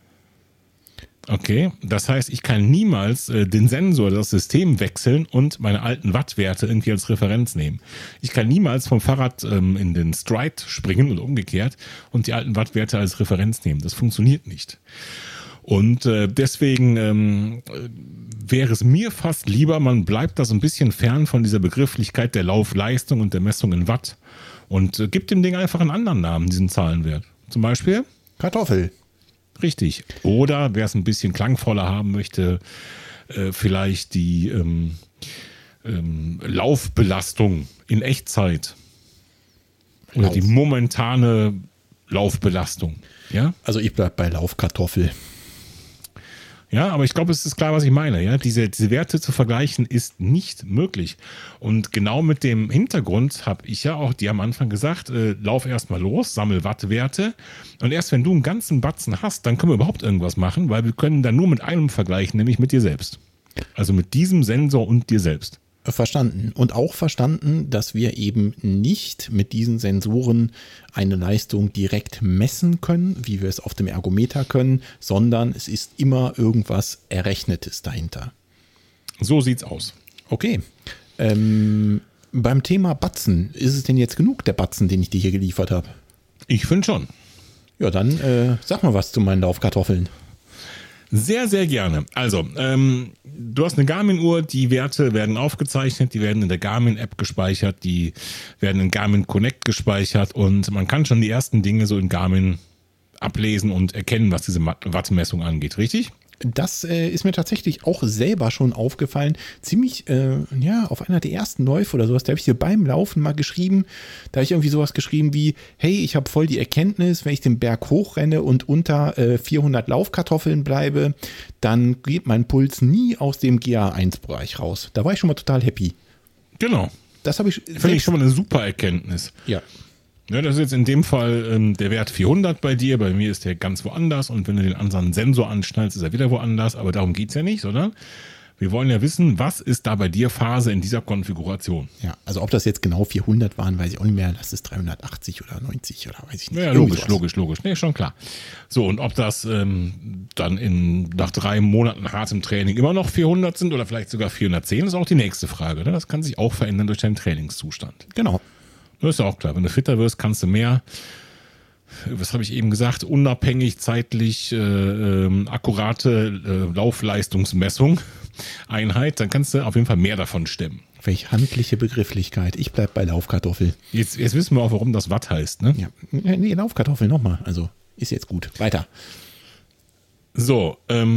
Okay, das heißt, ich kann niemals den Sensor, das System wechseln und meine alten Wattwerte irgendwie als Referenz nehmen. Ich kann niemals vom Fahrrad in den Stride springen oder umgekehrt und die alten Wattwerte als Referenz nehmen. Das funktioniert nicht. Und deswegen wäre es mir fast lieber, man bleibt da so ein bisschen fern von dieser Begrifflichkeit der Laufleistung und der Messung in Watt und gibt dem Ding einfach einen anderen Namen, diesen Zahlenwert. Zum Beispiel Kartoffel. Richtig. Oder wer es ein bisschen klangvoller haben möchte, vielleicht die Laufbelastung in Echtzeit. Oder die momentane Laufbelastung. Ja? Also ich bleibe bei Laufkartoffel. Ja, aber ich glaube, es ist klar, was ich meine. Ja? Diese Werte zu vergleichen ist nicht möglich. Und genau mit dem Hintergrund habe ich ja auch dir am Anfang gesagt, lauf erstmal los, sammel Wattwerte. Und erst wenn du einen ganzen Batzen hast, dann können wir überhaupt irgendwas machen, weil wir können dann nur mit einem vergleichen, nämlich mit dir selbst. Also mit diesem Sensor und dir selbst. Verstanden. Und auch verstanden, dass wir eben nicht mit diesen Sensoren eine Leistung direkt messen können, wie wir es auf dem Ergometer können, sondern es ist immer irgendwas Errechnetes dahinter. So sieht's aus. Okay. Beim Thema Batzen, ist es denn jetzt genug, der Batzen, den ich dir hier geliefert habe? Ich finde schon. Ja, dann sag mal was zu meinen Laufkartoffeln. Sehr, sehr gerne. Also, du hast eine Garmin-Uhr, die Werte werden aufgezeichnet, die werden in der Garmin-App gespeichert, die werden in Garmin Connect gespeichert und man kann schon die ersten Dinge so in Garmin ablesen und erkennen, was diese Wattmessung angeht, richtig? Das ist mir tatsächlich auch selber schon aufgefallen. Ziemlich, auf einer der ersten Läufe oder sowas, da habe ich hier beim Laufen mal geschrieben, da habe ich irgendwie sowas geschrieben wie, hey, ich habe voll die Erkenntnis, wenn ich den Berg hochrenne und unter 400 Laufkartoffeln bleibe, dann geht mein Puls nie aus dem GA1-Bereich raus. Da war ich schon mal total happy. Genau. Das habe ich. Finde ich schon mal eine super Erkenntnis. Ja. Ja, das ist jetzt in dem Fall der Wert 400 bei dir, bei mir ist der ganz woanders und wenn du den anderen Sensor anschnallst, ist er wieder woanders, aber darum geht's ja nicht, sondern wir wollen ja wissen, was ist da bei dir Phase in dieser Konfiguration. Ja, also ob das jetzt genau 400 waren, weiß ich auch nicht mehr, das ist 380 oder 90 oder weiß ich nicht. Ja, logisch, nee, schon klar. So, und ob das dann nach 3 Monaten hartem Training immer noch 400 sind oder vielleicht sogar 410, ist auch die nächste Frage. Ne? Das kann sich auch verändern durch deinen Trainingszustand. Genau. Das ist ja auch klar. Wenn du fitter wirst, kannst du mehr, was habe ich eben gesagt, unabhängig, zeitlich, akkurate Laufleistungsmessung, Einheit, dann kannst du auf jeden Fall mehr davon stemmen. Welche handliche Begrifflichkeit. Ich bleib bei Laufkartoffel. Jetzt wissen wir auch, warum das Watt heißt, ne? Ja, nee, Laufkartoffel nochmal. Also ist jetzt gut. Weiter. So,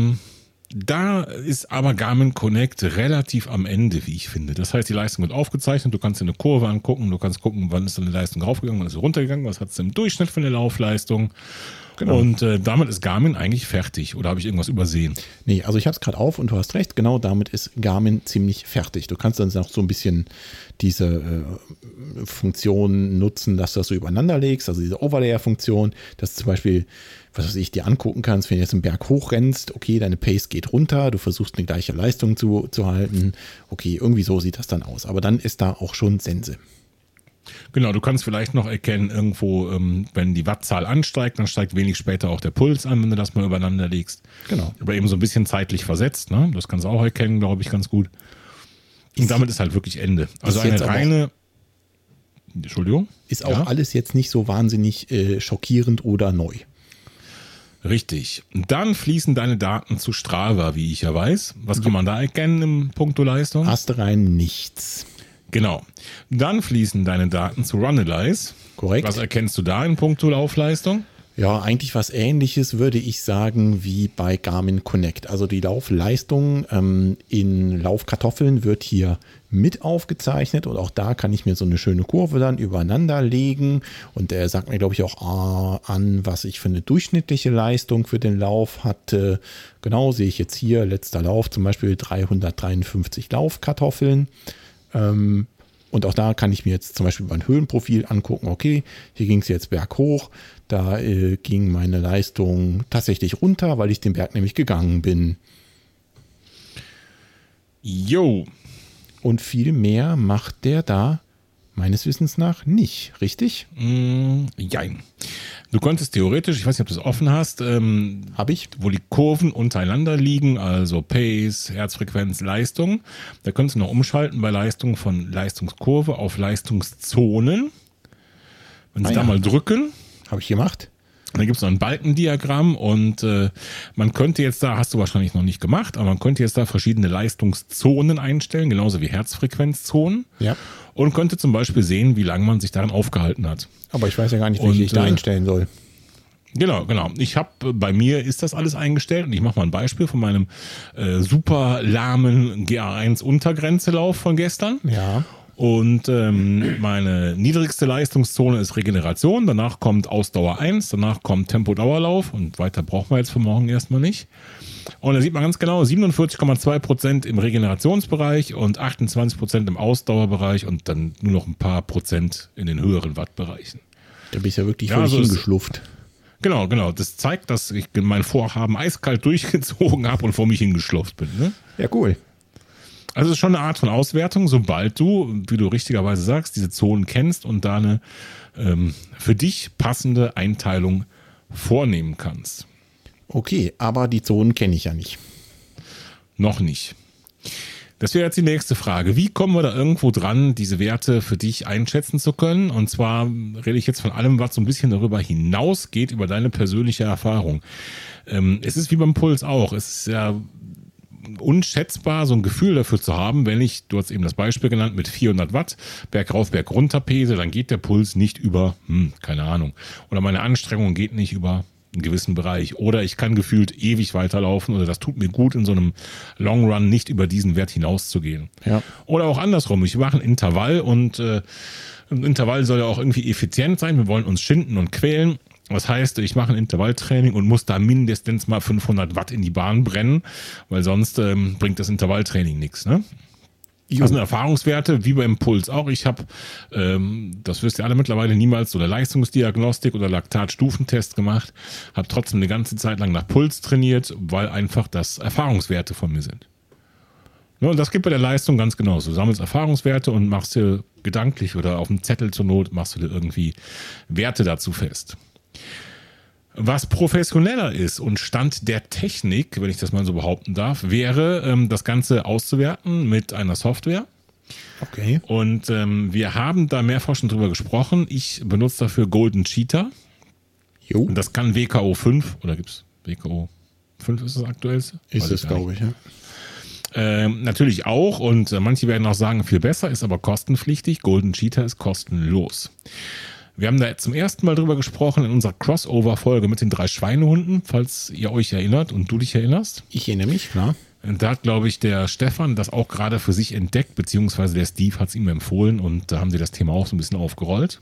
da ist aber Garmin Connect relativ am Ende, wie ich finde. Das heißt, die Leistung wird aufgezeichnet, du kannst dir eine Kurve angucken, du kannst gucken, wann ist deine Leistung raufgegangen, wann ist sie runtergegangen, was hat es im Durchschnitt für eine Laufleistung. Genau. Und damit ist Garmin eigentlich fertig. Oder habe ich irgendwas übersehen? Nee, also ich habe es gerade auf und du hast recht, genau damit ist Garmin ziemlich fertig. Du kannst dann noch so ein bisschen diese Funktion nutzen, dass du das so übereinander legst, also diese Overlayer-Funktion, dass du zum Beispiel, was weiß ich, dir angucken kannst, wenn du jetzt einen Berg hochrennst, okay, deine Pace geht runter, du versuchst eine gleiche Leistung zu halten, okay, irgendwie so sieht das dann aus. Aber dann ist da auch schon Sense. Genau, du kannst vielleicht noch erkennen, irgendwo, wenn die Wattzahl ansteigt, dann steigt wenig später auch der Puls an, wenn du das mal übereinander legst. Genau. Aber eben so ein bisschen zeitlich versetzt, ne? Das kannst du auch erkennen, glaube ich, ganz gut. Und damit ist halt wirklich Ende. Also eine reine. Entschuldigung? Ist auch alles jetzt nicht so wahnsinnig schockierend oder neu. Richtig. Dann fließen deine Daten zu Strava, wie ich ja weiß. Was kann man da erkennen im Punkto Leistung? Astrein nichts. Genau. Dann fließen deine Daten zu Runalyze. Korrekt. Was erkennst du da in puncto Laufleistung? Ja, eigentlich was Ähnliches würde ich sagen wie bei Garmin Connect. Also die Laufleistung in Laufkartoffeln wird hier mit aufgezeichnet und auch da kann ich mir so eine schöne Kurve dann übereinander legen und der sagt mir, glaube ich, auch an, was ich für eine durchschnittliche Leistung für den Lauf hatte. Genau, sehe ich jetzt hier, letzter Lauf zum Beispiel 353 Laufkartoffeln. Und auch da kann ich mir jetzt zum Beispiel mein Höhenprofil angucken. Okay, hier ging es jetzt berghoch. Da ging meine Leistung tatsächlich runter, weil ich den Berg nämlich gegangen bin. Jo. Und viel mehr macht der da meines Wissens nach nicht, richtig? Jein. Du konntest theoretisch, ich weiß nicht, ob du es offen hast, habe ich, wo die Kurven untereinander liegen, also Pace, Herzfrequenz, Leistung. Da könntest du noch umschalten bei Leistung von Leistungskurve auf Leistungszonen. Wenn Sie da mal drücken. Habe ich gemacht. Dann gibt es noch ein Balkendiagramm und man könnte jetzt da, hast du wahrscheinlich noch nicht gemacht, aber man könnte jetzt da verschiedene Leistungszonen einstellen, genauso wie Herzfrequenzzonen. Ja. Und könnte zum Beispiel sehen, wie lange man sich daran aufgehalten hat. Aber ich weiß ja gar nicht, welche ich da einstellen soll. Genau. Ich habe, bei mir ist das alles eingestellt und ich mache mal ein Beispiel von meinem super lahmen GA1-Untergrenzelauf von gestern. Ja. Und meine niedrigste Leistungszone ist Regeneration, danach kommt Ausdauer 1, danach kommt Tempo-Dauerlauf und weiter brauchen wir jetzt für morgen erstmal nicht. Und da sieht man ganz genau 47,2% im Regenerationsbereich und 28% im Ausdauerbereich und dann nur noch ein paar Prozent in den höheren Wattbereichen. Da bist du ja wirklich völlig hingeschlufft. Genau. Das zeigt, dass ich mein Vorhaben eiskalt durchgezogen habe und vor mich hingeschlupft bin. Ne? Ja, cool. Also es ist schon eine Art von Auswertung, sobald du, wie du richtigerweise sagst, diese Zonen kennst und da eine für dich passende Einteilung vornehmen kannst. Okay, aber die Zonen kenne ich ja nicht. Noch nicht. Das wäre jetzt die nächste Frage. Wie kommen wir da irgendwo dran, diese Werte für dich einschätzen zu können? Und zwar rede ich jetzt von allem, was so ein bisschen darüber hinausgeht, über deine persönliche Erfahrung. Es ist wie beim Puls auch. Es ist ja unschätzbar, so ein Gefühl dafür zu haben, wenn ich, du hast eben das Beispiel genannt, mit 400 Watt Berg rauf, Berg runter pese, dann geht der Puls nicht über, keine Ahnung. Oder meine Anstrengung geht nicht über einen gewissen Bereich. Oder ich kann gefühlt ewig weiterlaufen oder das tut mir gut, in so einem Long Run nicht über diesen Wert hinauszugehen. Ja. Oder auch andersrum. Ich mache ein Intervall und ein Intervall soll ja auch irgendwie effizient sein. Wir wollen uns schinden und quälen. Das heißt, ich mache ein Intervalltraining und muss da mindestens mal 500 Watt in die Bahn brennen, weil sonst bringt das Intervalltraining nichts. Ne? Das sind Erfahrungswerte, wie beim Puls auch. Ich habe, das wisst ihr alle mittlerweile, niemals so eine Leistungsdiagnostik oder Laktatstufentest gemacht, habe trotzdem eine ganze Zeit lang nach Puls trainiert, weil einfach das Erfahrungswerte von mir sind. Ja, und das gibt bei der Leistung ganz genauso. Du sammelst Erfahrungswerte und machst dir gedanklich oder auf dem Zettel zur Not, machst du dir irgendwie Werte dazu fest. Was professioneller ist und Stand der Technik, wenn ich das mal so behaupten darf, wäre, das Ganze auszuwerten mit einer Software. Okay. Und wir haben da mehrfach schon drüber gesprochen. Ich benutze dafür Golden Cheetah. Jo. Und das kann WKO 5 oder gibt es WKO 5 ist das aktuellste? Ist es, glaube ich, ja. Natürlich auch und manche werden auch sagen, viel besser, ist aber kostenpflichtig. Golden Cheetah ist kostenlos. Wir haben da zum ersten Mal drüber gesprochen in unserer Crossover-Folge mit den 3 Schweinehunden, falls ihr euch erinnert und du dich erinnerst. Ich erinnere mich, klar. Da hat, glaube ich, der Stefan das auch gerade für sich entdeckt, beziehungsweise der Steve hat es ihm empfohlen und da haben sie das Thema auch so ein bisschen aufgerollt.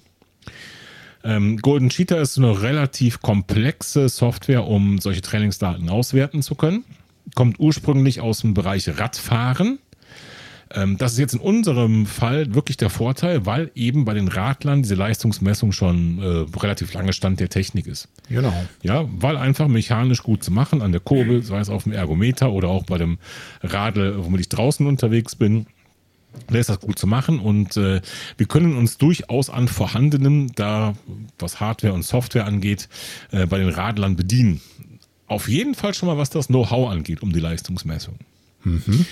Golden Cheetah ist so eine relativ komplexe Software, um solche Trainingsdaten auswerten zu können. Kommt ursprünglich aus dem Bereich Radfahren. Das ist jetzt in unserem Fall wirklich der Vorteil, weil eben bei den Radlern diese Leistungsmessung schon relativ lange Stand der Technik ist. Genau. Ja, weil einfach mechanisch gut zu machen an der Kurbel, sei es auf dem Ergometer oder auch bei dem Radl, womit ich draußen unterwegs bin. Da ist das gut zu machen und wir können uns durchaus an vorhandenem, da was Hardware und Software angeht, bei den Radlern bedienen. Auf jeden Fall schon mal, was das Know-how angeht, um die Leistungsmessung. Mhm.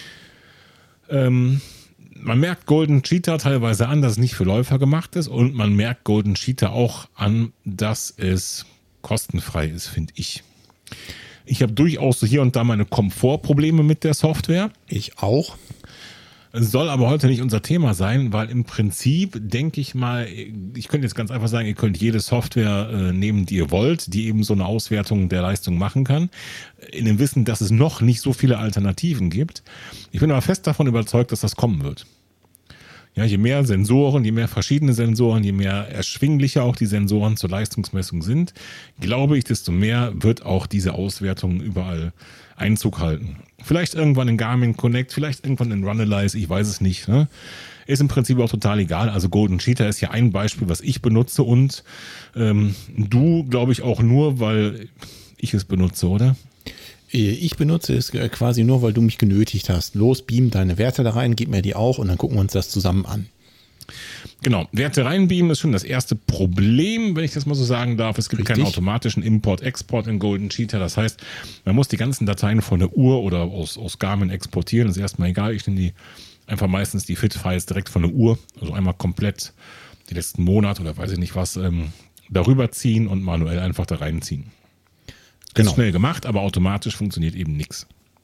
Man merkt Golden Cheetah teilweise an, dass es nicht für Läufer gemacht ist und man merkt Golden Cheetah auch an, dass es kostenfrei ist, finde ich. Ich habe durchaus so hier und da meine Komfortprobleme mit der Software. Ich auch. Es soll aber heute nicht unser Thema sein, weil im Prinzip denke ich mal, ich könnte jetzt ganz einfach sagen, ihr könnt jede Software nehmen, die ihr wollt, die eben so eine Auswertung der Leistung machen kann, in dem Wissen, dass es noch nicht so viele Alternativen gibt. Ich bin aber fest davon überzeugt, dass das kommen wird. Ja, je mehr Sensoren, je mehr verschiedene Sensoren, je mehr erschwinglicher auch die Sensoren zur Leistungsmessung sind, glaube ich, desto mehr wird auch diese Auswertung überall Einzug halten. Vielleicht irgendwann in Garmin Connect, vielleicht irgendwann in Runalyze, ich weiß es nicht. Ne? Ist im Prinzip auch total egal. Also Golden Cheetah ist ja ein Beispiel, was ich benutze und du, glaube ich, auch nur, weil ich es benutze, oder? Ich benutze es quasi nur, weil du mich genötigt hast. Los, beam deine Werte da rein, gib mir die auch und dann gucken wir uns das zusammen an. Genau, Werte reinbeamen ist schon das erste Problem, wenn ich das mal so sagen darf. Es gibt keinen automatischen Import-Export in Golden Cheetah. Das heißt, man muss die ganzen Dateien von der Uhr oder aus Garmin exportieren. Das ist erstmal egal. Ich nehme die einfach meistens die Fit-Files direkt von der Uhr. Also einmal komplett die letzten Monate oder weiß ich nicht was darüber ziehen und manuell einfach da reinziehen. Genau. Ist schnell gemacht, aber automatisch funktioniert eben nichts.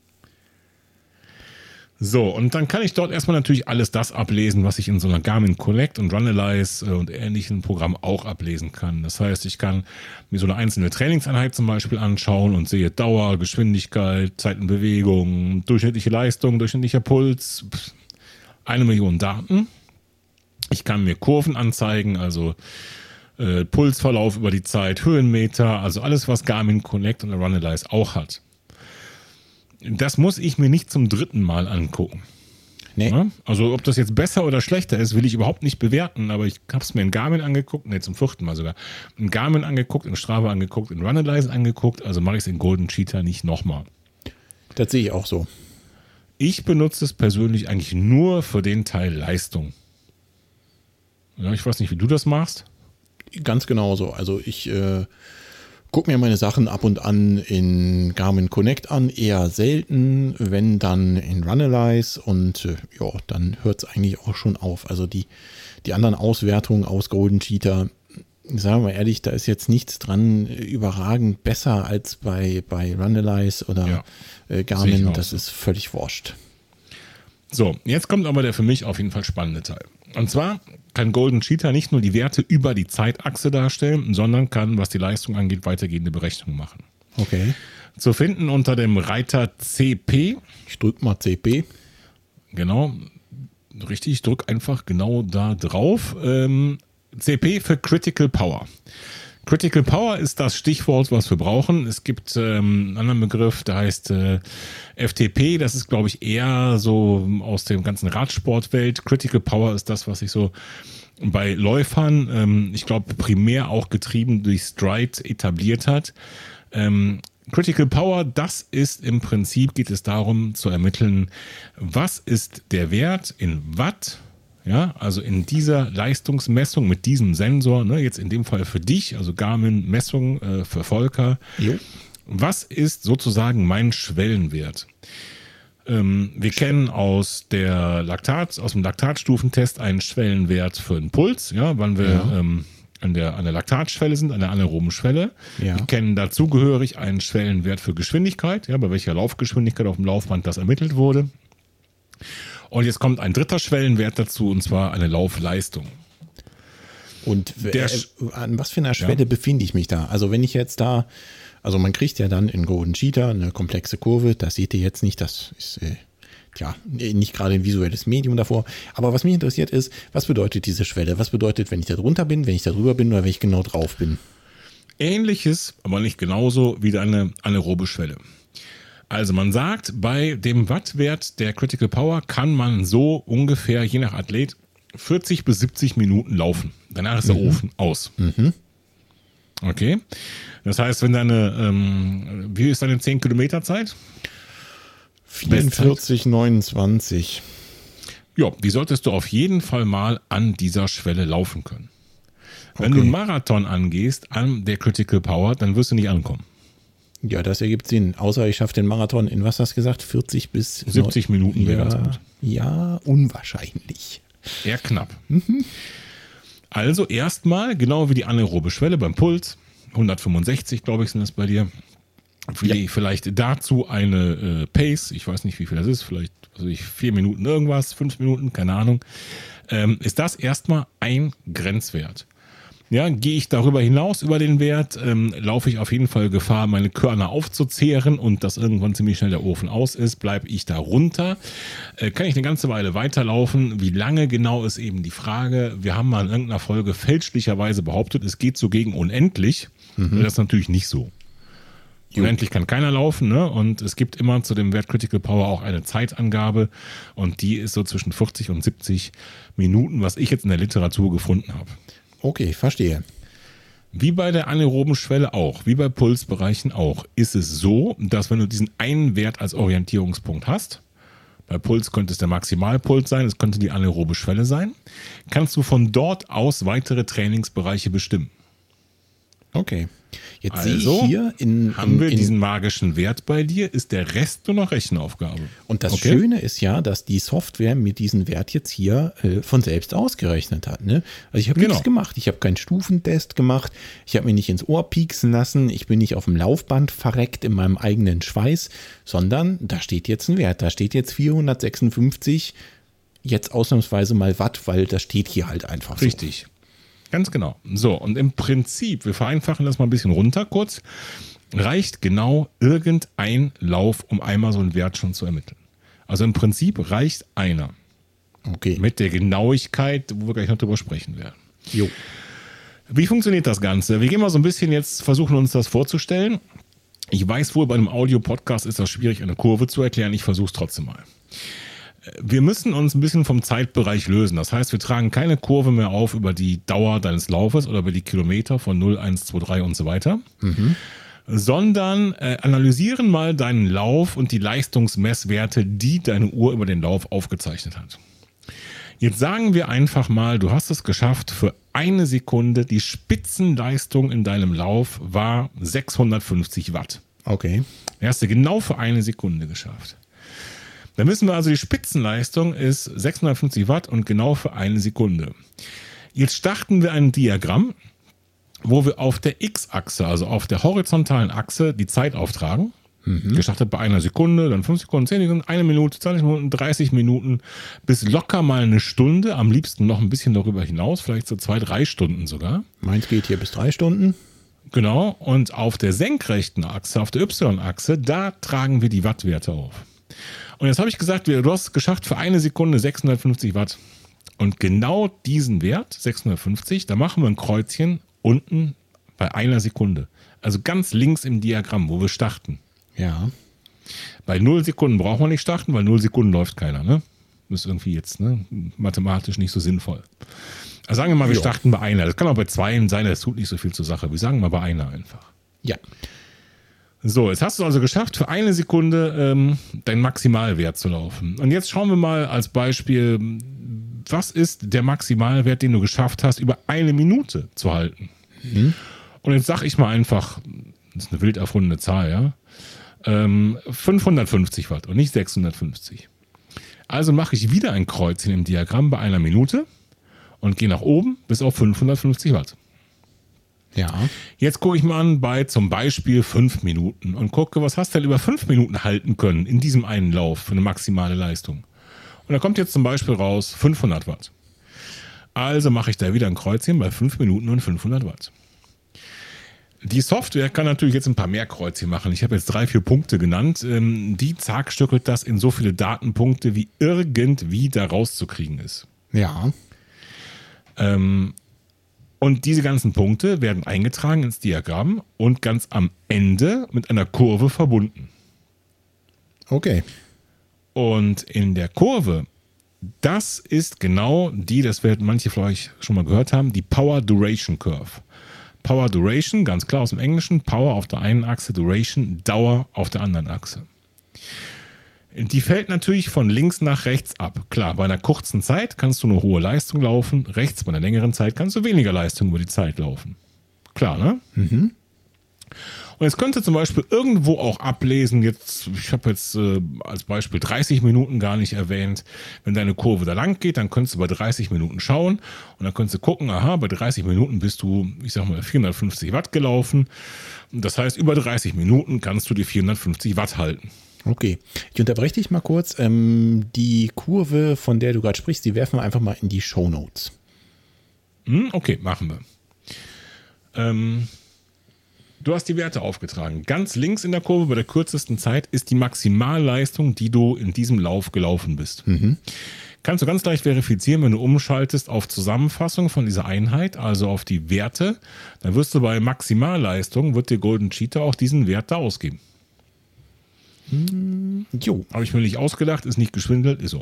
So, und dann kann ich dort erstmal natürlich alles das ablesen, was ich in so einer Garmin Connect und Runalyze und ähnlichen Programmen auch ablesen kann. Das heißt, ich kann mir so eine einzelne Trainingseinheit zum Beispiel anschauen und sehe Dauer, Geschwindigkeit, Zeit in Bewegung, durchschnittliche Leistung, durchschnittlicher Puls, 1 Million Daten. Ich kann mir Kurven anzeigen, also Pulsverlauf über die Zeit, Höhenmeter, also alles, was Garmin Connect und Runalyze auch hat. Das muss ich mir nicht zum 3. Mal angucken. Nee. Ja? Also ob das jetzt besser oder schlechter ist, will ich überhaupt nicht bewerten, aber ich habe es mir in Garmin angeguckt, zum 4. Mal sogar, in Garmin angeguckt, in Strava angeguckt, in Runalyze angeguckt, also mache ich es in Golden Cheetah nicht nochmal. Das sehe ich auch so. Ich benutze es persönlich eigentlich nur für den Teil Leistung. Ja, ich weiß nicht, wie du das machst. Ganz genauso. Also ich gucke mir meine Sachen ab und an in Garmin Connect an, eher selten, wenn dann in Runalyze und ja, dann hört es eigentlich auch schon auf. Also die anderen Auswertungen aus Golden Cheetah, sagen wir mal ehrlich, da ist jetzt nichts dran überragend besser als bei Runalyze oder Garmin. Das ist völlig wurscht. So, jetzt kommt aber der für mich auf jeden Fall spannende Teil. Und zwar kann Golden Cheetah nicht nur die Werte über die Zeitachse darstellen, sondern kann, was die Leistung angeht, weitergehende Berechnungen machen. Okay. Zu finden unter dem Reiter CP. Ich drücke mal CP. Genau, richtig, ich drücke einfach genau da drauf. CP für Critical Power. Critical Power ist das Stichwort, was wir brauchen. Es gibt einen anderen Begriff, der heißt FTP. Das ist, glaube ich, eher so aus dem ganzen Radsportwelt. Critical Power ist das, was ich so bei Läufern, ich glaube, primär auch getrieben durch Stride etabliert hat. Critical Power, das ist im Prinzip, geht es darum zu ermitteln, was ist der Wert in Watt. Ja, also in dieser Leistungsmessung mit diesem Sensor, ne, jetzt in dem Fall für dich, also Garmin-Messung für Volker. Jo. Was ist sozusagen mein Schwellenwert? Wir kennen aus dem Laktatstufentest einen Schwellenwert für einen Puls, ja, wann wir an der Laktatschwelle sind, an der anaeroben Schwelle. Ja. Wir kennen dazugehörig einen Schwellenwert für Geschwindigkeit, ja, bei welcher Laufgeschwindigkeit auf dem Laufband das ermittelt wurde. Und jetzt kommt ein dritter Schwellenwert dazu, und zwar eine Laufleistung. Und an was für einer Schwelle befinde ich mich da? Also wenn ich jetzt da, also man kriegt ja dann in Golden Cheetah eine komplexe Kurve, das seht ihr jetzt nicht, das ist nicht gerade ein visuelles Medium davor. Aber was mich interessiert ist, was bedeutet diese Schwelle? Was bedeutet, wenn ich da drunter bin, wenn ich da drüber bin oder wenn ich genau drauf bin? Ähnliches, aber nicht genauso wie eine anaerobe Schwelle. Also man sagt, bei dem Wattwert der Critical Power kann man so ungefähr, je nach Athlet, 40 bis 70 Minuten laufen. Danach ist der Ofen aus. Okay. Das heißt, wenn wie ist deine 10 Kilometer Zeit? 44,29. Ja, die solltest du auf jeden Fall mal an dieser Schwelle laufen können. Wenn du einen Marathon angehst an der Critical Power, dann wirst du nicht ankommen. Ja, das ergibt Sinn. Außer ich schaffe den Marathon in, was hast du gesagt, 40 bis 70 Minuten wäre ganz gut. Ja, unwahrscheinlich. Eher knapp. Also erstmal, genau wie die anaerobe Schwelle beim Puls, 165, glaube ich, sind das bei dir. Vielleicht dazu eine Pace, ich weiß nicht, wie viel das ist, vielleicht 4 Minuten irgendwas, 5 Minuten, keine Ahnung. Ist das erstmal ein Grenzwert. Ja, gehe ich darüber hinaus über den Wert, laufe ich auf jeden Fall Gefahr, meine Körner aufzuzehren und dass irgendwann ziemlich schnell der Ofen aus ist, bleibe ich da runter. Kann ich eine ganze Weile weiterlaufen? Wie lange genau ist eben die Frage. Wir haben mal in irgendeiner Folge fälschlicherweise behauptet, es geht so gegen unendlich. Das ist natürlich nicht so. Unendlich kann keiner laufen, ne? Und es gibt immer zu dem Wert Critical Power auch eine Zeitangabe und die ist so zwischen 40 und 70 Minuten, was ich jetzt in der Literatur gefunden habe. Okay, verstehe. Wie bei der anaeroben Schwelle auch, wie bei Pulsbereichen auch, ist es so, dass wenn du diesen einen Wert als Orientierungspunkt hast, bei Puls könnte es der Maximalpuls sein, es könnte die anaerobe Schwelle sein, kannst du von dort aus weitere Trainingsbereiche bestimmen. Okay. Jetzt also, sehe ich hier haben wir diesen magischen Wert bei dir, ist der Rest nur noch Rechenaufgabe. Und das Schöne ist ja, dass die Software mir diesen Wert jetzt hier von selbst ausgerechnet hat. Ne? Also ich habe nichts gemacht, ich habe keinen Stufentest gemacht, ich habe mir nicht ins Ohr pieksen lassen, ich bin nicht auf dem Laufband verreckt in meinem eigenen Schweiß, sondern da steht jetzt ein Wert, da steht jetzt 456, jetzt ausnahmsweise mal Watt, weil das steht hier halt einfach so. Richtig. Ganz genau. So, und im Prinzip, wir vereinfachen das mal ein bisschen runter kurz, reicht genau irgendein Lauf, um einmal so einen Wert schon zu ermitteln. Also im Prinzip reicht einer. Okay. Mit der Genauigkeit, wo wir gleich noch drüber sprechen werden. Jo. Wie funktioniert das Ganze? Wir gehen mal so ein bisschen jetzt, versuchen uns das vorzustellen. Ich weiß wohl, bei einem Audio-Podcast ist das schwierig, eine Kurve zu erklären. Ich versuche es trotzdem mal. Wir müssen uns ein bisschen vom Zeitbereich lösen. Das heißt, wir tragen keine Kurve mehr auf über die Dauer deines Laufes oder über die Kilometer von 0, 1, 2, 3 und so weiter. sondern analysieren mal deinen Lauf und die Leistungsmesswerte, die deine Uhr über den Lauf aufgezeichnet hat. Jetzt sagen wir einfach mal, du hast es geschafft für 1 Sekunde. Die Spitzenleistung in deinem Lauf war 650 Watt. Okay. Hast du genau für 1 Sekunde geschafft. Dann wissen wir also, die Spitzenleistung ist 650 Watt und genau für 1 Sekunde. Jetzt starten wir ein Diagramm, wo wir auf der X-Achse, also auf der horizontalen Achse, die Zeit auftragen. Gestartet bei 1 Sekunde, dann 5 Sekunden, 10 Sekunden, 1 Minute, 20 Minuten, 30 Minuten, bis locker mal 1 Stunde, am liebsten noch ein bisschen darüber hinaus, vielleicht so 2-3 Stunden sogar. Meins geht hier bis 3 Stunden. Genau, und auf der senkrechten Achse, auf der Y-Achse, da tragen wir die Wattwerte auf. Und jetzt habe ich gesagt, du hast es geschafft für 1 Sekunde 650 Watt. Und genau diesen Wert, 650, da machen wir ein Kreuzchen unten bei 1 Sekunde. Also ganz links im Diagramm, wo wir starten. Ja. Bei 0 Sekunden brauchen wir nicht starten, weil 0 Sekunden läuft keiner. Ne? Das ist irgendwie jetzt mathematisch nicht so sinnvoll. Also sagen wir mal, wir starten bei 1. Das kann auch bei 2 sein, das tut nicht so viel zur Sache. Wir sagen mal bei 1 einfach. Ja. So, jetzt hast du also geschafft, für 1 Sekunde deinen Maximalwert zu laufen. Und jetzt schauen wir mal als Beispiel, was ist der Maximalwert, den du geschafft hast, über 1 Minute zu halten. Und jetzt sage ich mal einfach, das ist eine wild erfundene Zahl, ja, 550 Watt und nicht 650. Also mache ich wieder ein Kreuzchen im Diagramm bei 1 Minute und gehe nach oben bis auf 550 Watt. Ja. Jetzt gucke ich mal an bei zum Beispiel 5 Minuten und gucke, was hast du denn über 5 Minuten halten können in diesem einen Lauf für eine maximale Leistung. Und da kommt jetzt zum Beispiel raus 500 Watt. Also mache ich da wieder ein Kreuzchen bei 5 Minuten und 500 Watt. Die Software kann natürlich jetzt ein paar mehr Kreuzchen machen. Ich habe jetzt 3-4 Punkte genannt. Die zerstückelt das in so viele Datenpunkte, wie irgendwie da rauszukriegen ist. Ja. Und diese ganzen Punkte werden eingetragen ins Diagramm und ganz am Ende mit einer Kurve verbunden. Okay. Und in der Kurve, das ist genau die, das werden manche vielleicht schon mal gehört haben, die Power Duration Curve. Power Duration, ganz klar aus dem Englischen, Power auf der einen Achse, Duration, Dauer auf der anderen Achse. Die fällt natürlich von links nach rechts ab. Klar, bei einer kurzen Zeit kannst du eine hohe Leistung laufen, rechts bei einer längeren Zeit kannst du weniger Leistung über die Zeit laufen. Klar, ne? Mhm. Und jetzt könnt ihr zum Beispiel irgendwo auch ablesen, ich habe jetzt als Beispiel 30 Minuten gar nicht erwähnt, wenn deine Kurve da lang geht, dann könntest du bei 30 Minuten schauen und dann könntest du gucken, aha, bei 30 Minuten bist du, ich sag mal, 450 Watt gelaufen. Das heißt, über 30 Minuten kannst du die 450 Watt halten. Okay, ich unterbreche dich mal kurz. Die Kurve, von der du gerade sprichst, die werfen wir einfach mal in die Shownotes. Okay, machen wir. Du hast die Werte aufgetragen. Ganz links in der Kurve bei der kürzesten Zeit ist die Maximalleistung, die du in diesem Lauf gelaufen bist. Mhm. Kannst du ganz leicht verifizieren, wenn du umschaltest auf Zusammenfassung von dieser Einheit, also auf die Werte. Dann wirst du bei Maximalleistung, wird dir Golden Cheetah auch diesen Wert da ausgeben. Jo. Habe ich mir nicht ausgedacht, ist nicht geschwindelt, ist so.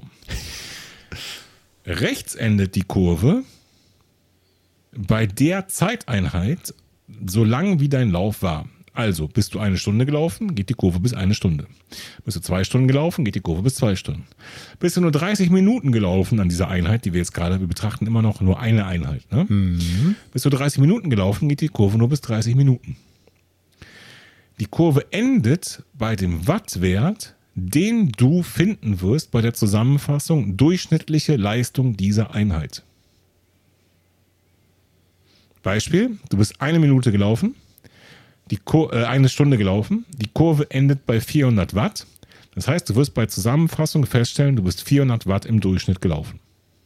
Rechts endet die Kurve bei der Zeiteinheit, so lang wie dein Lauf war. Also, bist du 1 Stunde gelaufen, geht die Kurve bis 1 Stunde. Bist du 2 Stunden gelaufen, geht die Kurve bis 2 Stunden. Bist du nur 30 Minuten gelaufen an dieser Einheit, die wir jetzt gerade, wir betrachten immer noch nur eine Einheit. Ne? Mhm. Bist du 30 Minuten gelaufen, geht die Kurve nur bis 30 Minuten. Die Kurve endet bei dem Wattwert, den du finden wirst bei der Zusammenfassung durchschnittliche Leistung dieser Einheit. Beispiel, du bist 1 Minute gelaufen, 1 Stunde gelaufen, die Kurve endet bei 400 Watt. Das heißt, du wirst bei Zusammenfassung feststellen, du bist 400 Watt im Durchschnitt gelaufen.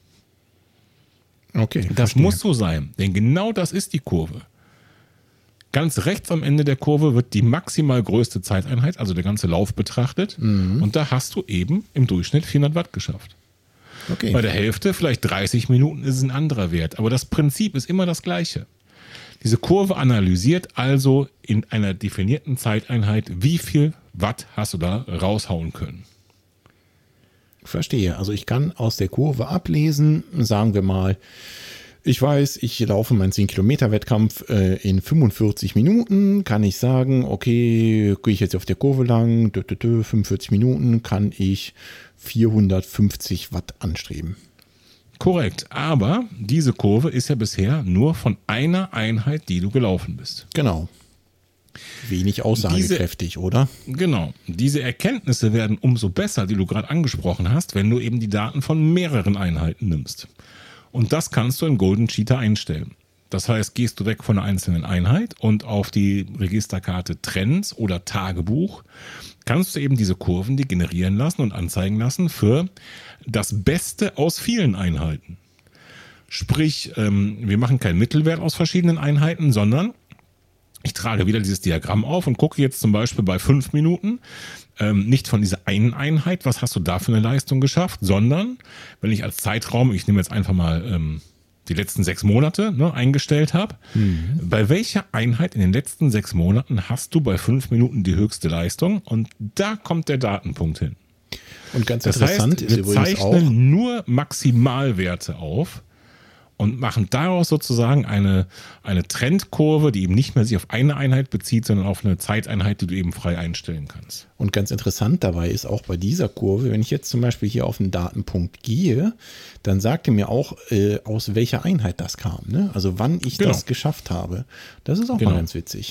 Okay. Das muss so sein, denn genau das ist die Kurve. Ganz rechts am Ende der Kurve wird die maximal größte Zeiteinheit, also der ganze Lauf betrachtet. Mhm. Und da hast du eben im Durchschnitt 400 Watt geschafft. Okay. Bei der Hälfte, vielleicht 30 Minuten, ist es ein anderer Wert. Aber das Prinzip ist immer das gleiche. Diese Kurve analysiert also in einer definierten Zeiteinheit, wie viel Watt hast du da raushauen können. Verstehe. Also ich kann aus der Kurve ablesen, sagen wir mal, Ich weiß, ich laufe meinen 10-Kilometer-Wettkampf in 45 Minuten. Kann ich sagen, okay, gehe ich jetzt auf der Kurve lang, 45 Minuten, kann ich 450 Watt anstreben. Korrekt, aber diese Kurve ist ja bisher nur von einer Einheit, die du gelaufen bist. Genau. Wenig aussagekräftig, oder? Genau. Diese Erkenntnisse werden umso besser, die du gerade angesprochen hast, wenn du eben die Daten von mehreren Einheiten nimmst. Und das kannst du in Golden Cheetah einstellen. Das heißt, gehst du weg von einer einzelnen Einheit und auf die Registerkarte Trends oder Tagebuch, kannst du eben diese Kurven die generieren lassen und anzeigen lassen für das Beste aus vielen Einheiten. Sprich, wir machen keinen Mittelwert aus verschiedenen Einheiten, sondern ich trage wieder dieses Diagramm auf und gucke jetzt zum Beispiel bei 5 Minuten nicht von dieser einen Einheit, was hast du da für eine Leistung geschafft, sondern wenn ich als Zeitraum, ich nehme jetzt einfach mal die letzten 6 Monate eingestellt habe, bei welcher Einheit in den letzten 6 Monaten hast du bei 5 Minuten die höchste Leistung und da kommt der Datenpunkt hin. Und ganz Das interessant heißt, ist wir übrigens zeichnen auch, nur Maximalwerte auf und machen daraus sozusagen eine Trendkurve, die eben nicht mehr sich auf eine Einheit bezieht, sondern auf eine Zeiteinheit, die du eben frei einstellen kannst. und ganz interessant dabei ist auch bei dieser Kurve, wenn ich jetzt zum Beispiel hier auf einen Datenpunkt gehe, dann sagt er mir auch, aus welcher Einheit das kam. Ne? Also wann ich das geschafft habe. Das ist auch mal ganz witzig.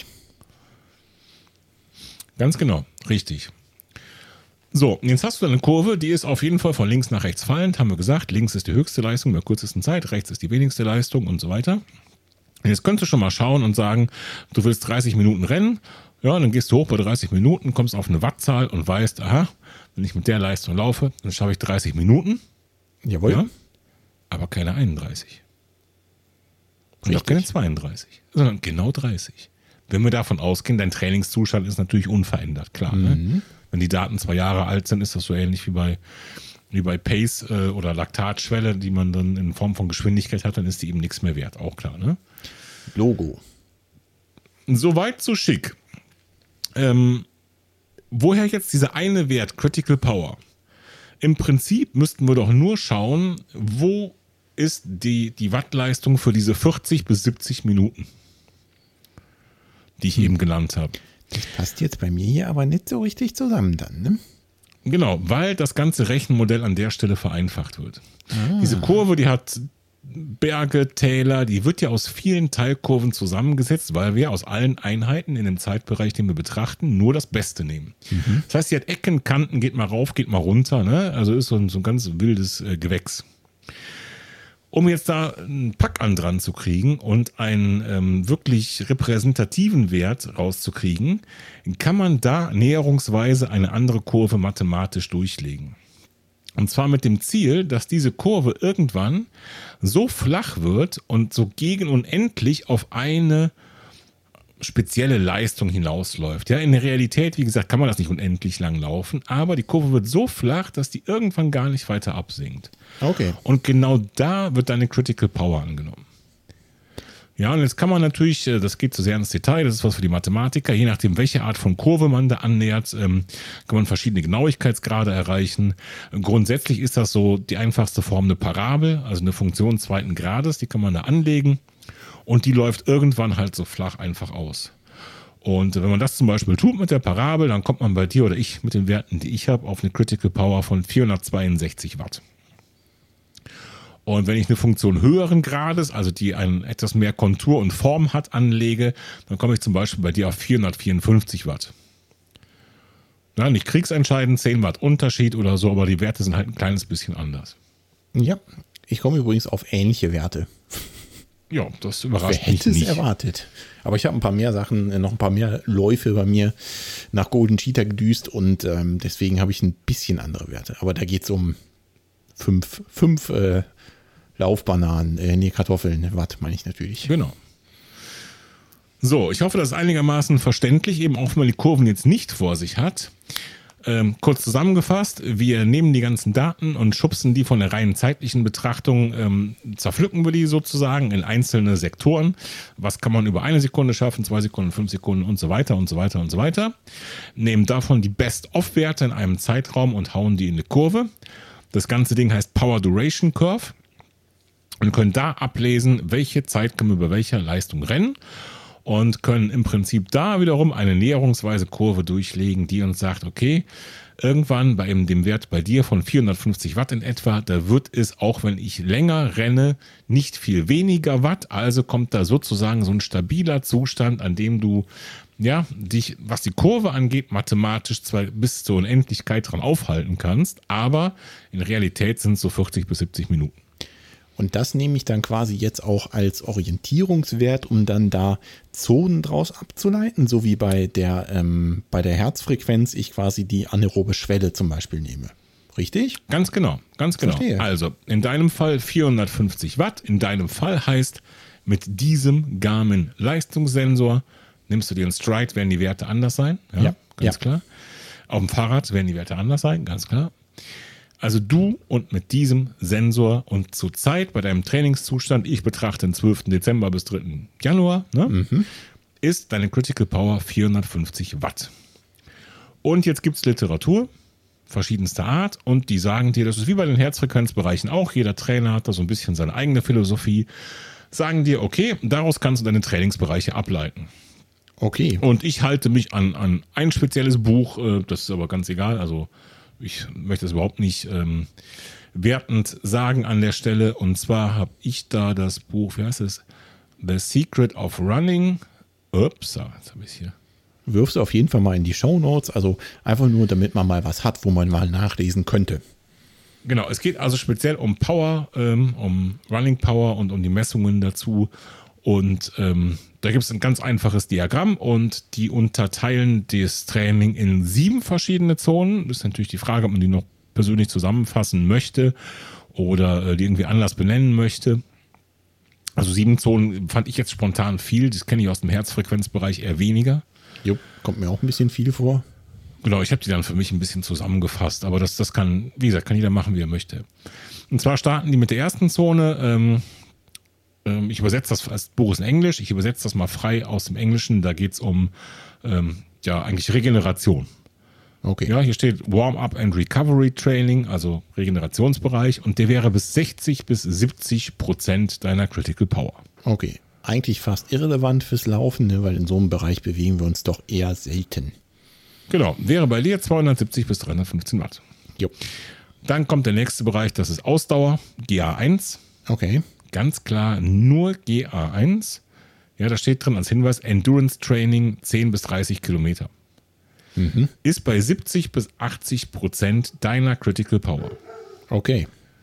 Ganz genau, richtig. So, jetzt hast du eine Kurve, die ist auf jeden Fall von links nach rechts fallend, haben wir gesagt. Links ist die höchste Leistung mit der kürzesten Zeit, rechts ist die wenigste Leistung und so weiter. Und jetzt könntest du schon mal schauen und sagen, du willst 30 Minuten rennen, ja, und dann gehst du hoch bei 30 Minuten, kommst auf eine Wattzahl und weißt, aha, wenn ich mit der Leistung laufe, dann schaffe ich 30 Minuten. Jawohl. Ja, aber keine 31. Und auch keine 32, sondern genau 30. Wenn wir davon ausgehen, dein Trainingszustand ist natürlich unverändert, klar. Ne? Wenn die Daten 2 Jahre alt sind, ist das so ähnlich wie bei Pace oder Laktatschwelle, die man dann in Form von Geschwindigkeit hat, dann ist die eben nichts mehr wert, auch klar. Ne? Logo. Soweit so schick. Woher jetzt dieser eine Wert, Critical Power? Im Prinzip müssten wir doch nur schauen, wo ist die Wattleistung für diese 40 bis 70 Minuten, die ich eben genannt habe. Das passt jetzt bei mir hier aber nicht so richtig zusammen dann, ne? Genau, weil das ganze Rechenmodell an der Stelle vereinfacht wird. Diese Kurve, die hat Berge, Täler, die wird ja aus vielen Teilkurven zusammengesetzt, weil wir aus allen Einheiten in dem Zeitbereich, den wir betrachten, nur das Beste nehmen. Das heißt, sie hat Ecken, Kanten, geht mal rauf, geht mal runter, ne? Also ist so ein ganz wildes Gewächs. Um jetzt da einen Pack an dran zu kriegen und einen wirklich repräsentativen Wert rauszukriegen, kann man da näherungsweise eine andere Kurve mathematisch durchlegen. Und zwar mit dem Ziel, dass diese Kurve irgendwann so flach wird und so gegen unendlich auf eine spezielle Leistung hinausläuft. Ja, in der Realität, wie gesagt, kann man das nicht unendlich lang laufen, aber die Kurve wird so flach, dass die irgendwann gar nicht weiter absinkt. Okay. Und genau da wird deine Critical Power angenommen. Ja, und jetzt kann man natürlich, das geht zu sehr ins Detail, das ist was für die Mathematiker, je nachdem, welche Art von Kurve man da annähert, kann man verschiedene Genauigkeitsgrade erreichen. Grundsätzlich ist das so die einfachste Form eine Parabel, also eine Funktion 2. Grades, die kann man da anlegen und die läuft irgendwann halt so flach einfach aus. Und wenn man das zum Beispiel tut mit der Parabel, dann kommt man bei dir oder ich mit den Werten, die ich habe, auf eine Critical Power von 462 Watt. Und wenn ich eine Funktion höheren Grades, also die etwas mehr Kontur und Form hat, anlege, dann komme ich zum Beispiel bei dir auf 454 Watt. Ja, nicht kriegsentscheidend, 10 Watt Unterschied oder so, aber die Werte sind halt ein kleines bisschen anders. Ja, ich komme übrigens auf ähnliche Werte. Ja, das überrascht Wer mich hätte es nicht. erwartet? Aber ich habe ein paar mehr Sachen, noch ein paar mehr Läufe bei mir nach Golden Cheetah gedüst und deswegen habe ich ein bisschen andere Werte. Aber da geht es um 5 Laufbananen, Kartoffeln, Watt meine ich natürlich. Genau. So, ich hoffe, das ist einigermaßen verständlich, eben auch wenn man die Kurven jetzt nicht vor sich hat. Kurz zusammengefasst, wir nehmen die ganzen Daten und schubsen die von der reinen zeitlichen Betrachtung, zerpflücken wir die sozusagen in einzelne Sektoren. Was kann man über 1 Sekunde schaffen, 2 Sekunden, 5 Sekunden und so weiter und so weiter und so weiter. Nehmen davon die Best-of-Werte in einem Zeitraum und hauen die in eine Kurve. Das ganze Ding heißt Power Duration Curve. und können da ablesen, welche Zeit können wir bei welcher Leistung rennen und können im Prinzip da wiederum eine näherungsweise Kurve durchlegen, die uns sagt, okay, irgendwann bei dem Wert bei dir von 450 Watt in etwa, da wird es, auch wenn ich länger renne, nicht viel weniger Watt. Also kommt da sozusagen so ein stabiler Zustand, an dem du dich, was die Kurve angeht, mathematisch zwar bis zur Unendlichkeit dran aufhalten kannst, aber in Realität sind es so 40 bis 70 Minuten. Und das nehme ich dann quasi jetzt auch als Orientierungswert, um dann da Zonen draus abzuleiten, so wie bei der Herzfrequenz ich quasi die anaerobe Schwelle zum Beispiel nehme. Richtig? Ganz genau, ganz genau. Verstehe. Also in deinem Fall 450 Watt. In deinem Fall heißt, mit diesem Garmin-Leistungssensor nimmst du dir einen Stride, werden die Werte anders sein. Ja, ganz klar. Auf dem Fahrrad werden die Werte anders sein, ganz klar. Also du und mit diesem Sensor und zur Zeit bei deinem Trainingszustand, ich betrachte den 12. Dezember bis 3. Januar, ist deine Critical Power 450 Watt. Und jetzt gibt es Literatur verschiedenster Art und die sagen dir, das ist wie bei den Herzfrequenzbereichen auch, jeder Trainer hat da so ein bisschen seine eigene Philosophie, sagen dir, okay, daraus kannst du deine Trainingsbereiche ableiten. Okay. Und ich halte mich an ein spezielles Buch, das ist aber ganz egal, also ich möchte es überhaupt nicht wertend sagen an der Stelle. Und zwar habe ich da das Buch, wie heißt es? The Secret of Running. Ups, jetzt habe ich es hier. Wirfst du auf jeden Fall mal in die Shownotes, also einfach nur, damit man mal was hat, wo man mal nachlesen könnte. Genau, es geht also speziell um Power, um Running Power und um die Messungen dazu. Und da gibt es ein ganz einfaches Diagramm und die unterteilen das Training in 7 verschiedene Zonen. Das ist natürlich die Frage, ob man die noch persönlich zusammenfassen möchte oder die irgendwie anders benennen möchte. Also 7 Zonen fand ich jetzt spontan viel. Das kenne ich aus dem Herzfrequenzbereich eher weniger. Jo, kommt mir auch ein bisschen viel vor. Genau, ich habe die dann für mich ein bisschen zusammengefasst. Aber das kann, wie gesagt, kann jeder machen, wie er möchte. Und zwar starten die mit der ersten Zone. Ich übersetze das als Buch ist in Englisch, ich übersetze das mal frei aus dem Englischen, da geht es um eigentlich Regeneration. Okay. Ja, hier steht Warm-up and Recovery Training, also Regenerationsbereich und der wäre bis 60 bis 70% deiner Critical Power. Okay, eigentlich fast irrelevant fürs Laufen, ne, weil in so einem Bereich bewegen wir uns doch eher selten. Genau, wäre bei dir 270 bis 315 Watt. Jo. Dann kommt der nächste Bereich, das ist Ausdauer, GA1. Okay. Ganz klar nur GA1. Ja, da steht drin als Hinweis Endurance Training 10 bis 30 Kilometer. Ist bei 70 bis 80% deiner Critical Power. Okay.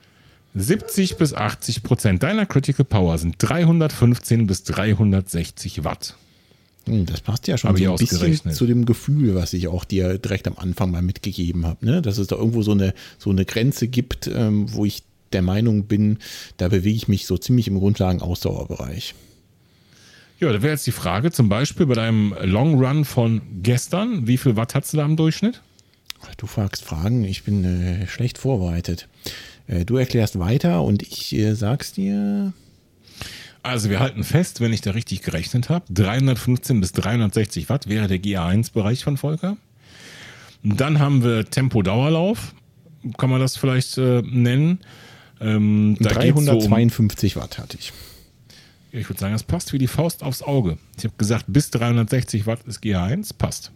70 bis 80% deiner Critical Power sind 315 bis 360 Watt. Das passt ja schon Hab so ich ein bisschen ausgerechnet. zu dem Gefühl, was ich auch dir direkt am Anfang mal mitgegeben habe, ne? Dass es da irgendwo so eine Grenze gibt, wo ich der Meinung bin, da bewege ich mich so ziemlich im Grundlagen-Ausdauerbereich. Ja, da wäre jetzt die Frage, zum Beispiel bei deinem Long Run von gestern, wie viel Watt hast du da im Durchschnitt? Du fragst Fragen, ich bin schlecht vorbereitet. Du erklärst weiter und ich sag's dir. Also wir halten fest, wenn ich da richtig gerechnet habe, 315 bis 360 Watt wäre der GA1-Bereich von Volker. Dann haben wir Tempo-Dauerlauf, kann man das vielleicht nennen. Da 352 Watt hatte ich. Ich würde sagen, das passt wie die Faust aufs Auge. Ich habe gesagt, bis 360 Watt ist GA1, passt.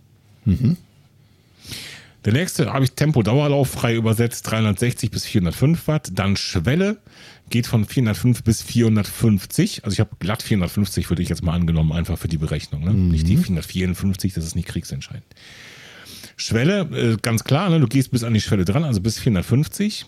Der nächste habe ich Tempo-Dauerlauf frei übersetzt, 360 bis 405 Watt. Dann Schwelle geht von 405 bis 450. Also ich habe glatt 450, würde ich jetzt mal angenommen, einfach für die Berechnung. Ne? Nicht die 454, das ist nicht kriegsentscheidend. Schwelle, ganz klar, ne? Du gehst bis an die Schwelle dran, also bis 450.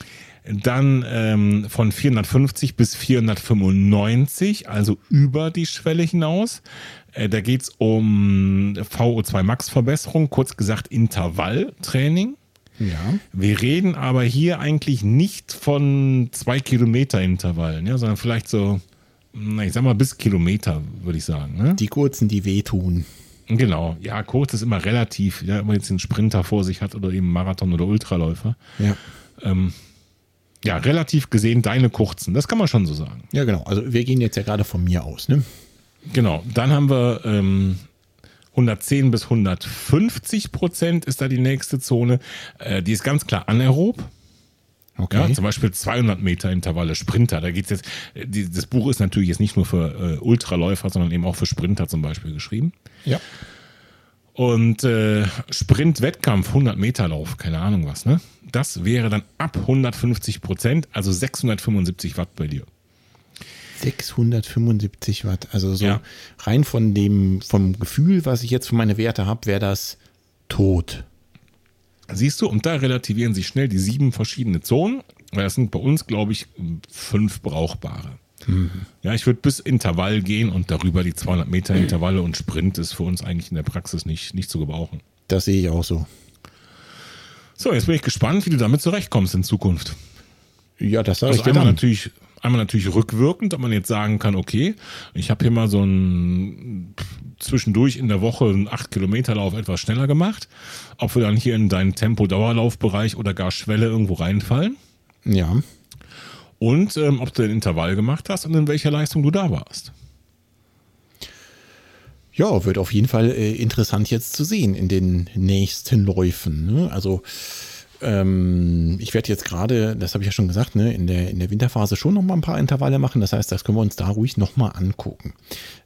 Dann von 450 bis 495, also über die Schwelle hinaus. Da geht es um VO2 Max Verbesserung, kurz gesagt Intervalltraining. Ja. Wir reden aber hier eigentlich nicht von 2 Kilometer Intervallen, ja, sondern vielleicht so, ich sag mal bis Kilometer, würde ich sagen. Ne? Die kurzen, die wehtun. Genau, ja, kurz ist immer relativ, ja, ob man jetzt einen Sprinter vor sich hat oder eben Marathon- oder Ultraläufer. Ja. Ja, relativ gesehen deine kurzen, das kann man schon so sagen. Ja, genau. Also wir gehen jetzt ja gerade von mir aus, ne? Genau, dann haben wir 110 bis 150% ist da die nächste Zone. Die ist ganz klar anaerob. Okay. Ja, zum Beispiel 200 Meter Intervalle, Sprinter. Da geht's jetzt, das Buch ist natürlich jetzt nicht nur für Ultraläufer, sondern eben auch für Sprinter zum Beispiel geschrieben. Ja. Und Sprint-Wettkampf, 100 Meter Lauf, keine Ahnung was, ne? Das wäre dann ab 150%, also 675 Watt bei dir. 675 Watt, also so Ja. rein vom Gefühl, was ich jetzt für meine Werte habe, wäre das tot. Siehst du, und da relativieren sich schnell die 7 verschiedene Zonen, weil das sind bei uns, glaube ich, 5 brauchbare. Ja, ich würde bis Intervall gehen und darüber die 200 Meter Intervalle und Sprint ist für uns eigentlich in der Praxis nicht zu gebrauchen. Das sehe ich auch so. So, jetzt bin ich gespannt, wie du damit zurechtkommst in Zukunft. Ja, das sage Also ich dir einmal dann. natürlich rückwirkend, ob man jetzt sagen kann, okay, ich habe hier mal so ein zwischendurch in der Woche einen 8-Kilometer-Lauf etwas schneller gemacht, ob wir dann hier in deinen Tempo-Dauerlaufbereich oder gar Schwelle irgendwo reinfallen Ja. und ob du den Intervall gemacht hast und in welcher Leistung du da warst. Ja, wird auf jeden Fall interessant jetzt zu sehen in den nächsten Läufen. Ne? Also ich werde jetzt gerade, das habe ich ja schon gesagt, ne, in der Winterphase schon noch mal ein paar Intervalle machen. Das heißt, das können wir uns da ruhig noch mal angucken.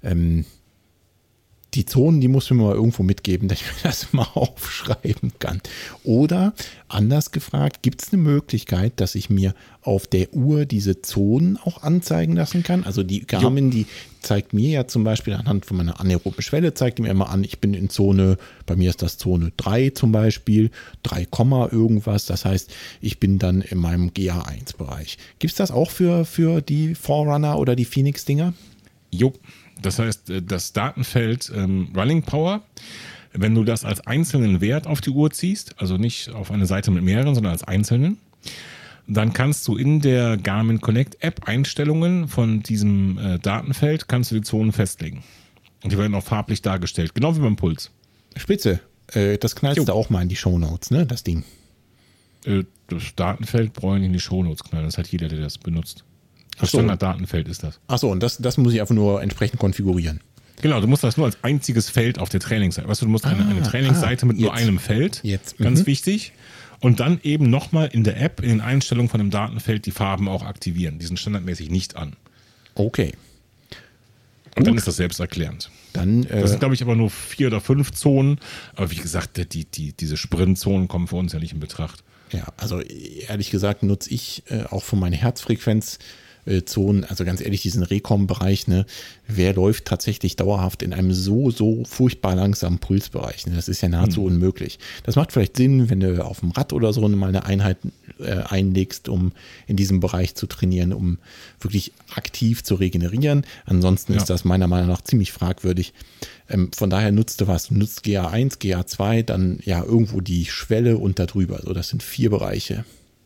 Die Zonen, die muss ich mir mal irgendwo mitgeben, dass ich mir das mal aufschreiben kann. Oder anders gefragt, gibt es eine Möglichkeit, dass ich mir auf der Uhr diese Zonen auch anzeigen lassen kann? Also die Garmin, die zeigt mir ja zum Beispiel anhand von meiner anaeroben Schwelle, zeigt die mir immer an, ich bin in Zone, bei mir ist das Zone 3 zum Beispiel, 3, irgendwas. Das heißt, ich bin dann in meinem GA1-Bereich. Gibt es das auch für die Forerunner oder die Phoenix-Dinger? Jo, das heißt, das Datenfeld Running Power, wenn du das als einzelnen Wert auf die Uhr ziehst, also nicht auf eine Seite mit mehreren, sondern als einzelnen, dann kannst du in der Garmin Connect App Einstellungen von diesem Datenfeld, kannst du die Zonen festlegen. Und die werden auch farblich dargestellt, genau wie beim Puls. Spitze. Das knallst du auch mal in die Shownotes, ne, das Ding. Das Datenfeld brauche ich nicht in die Shownotes knallen, das hat jeder, der das benutzt. Das Ach so. Standard-Datenfeld ist das. Achso, und das muss ich einfach nur entsprechend konfigurieren. Genau, du musst das nur als einziges Feld auf der Trainingsseite. Weißt du, du musst eine Trainingsseite mit nur jetzt. einem Feld. Jetzt, Ganz wichtig. Und dann eben nochmal in der App, in den Einstellungen von dem Datenfeld, die Farben auch aktivieren. Die sind standardmäßig nicht an. Okay. Und dann ist das selbsterklärend. Dann, Das sind, glaube ich, aber nur 4 oder 5 Zonen. Aber wie gesagt, diese Sprintzonen kommen für uns ja nicht in Betracht. ja, also ehrlich gesagt nutze ich auch für meine Herzfrequenz Zonen, also ganz ehrlich, diesen Recom-Bereich, ne, wer läuft tatsächlich dauerhaft in einem so furchtbar langsamen Pulsbereich? Ne? Das ist ja nahezu unmöglich. Das macht vielleicht Sinn, wenn du auf dem Rad oder so mal eine Einheit einlegst, um in diesem Bereich zu trainieren, um wirklich aktiv zu regenerieren. Ansonsten ist das meiner Meinung nach ziemlich fragwürdig. Von daher nutzt du was. Du nutzt GA1, GA2, dann ja irgendwo die Schwelle und da drüber. Also das sind 4 Bereiche.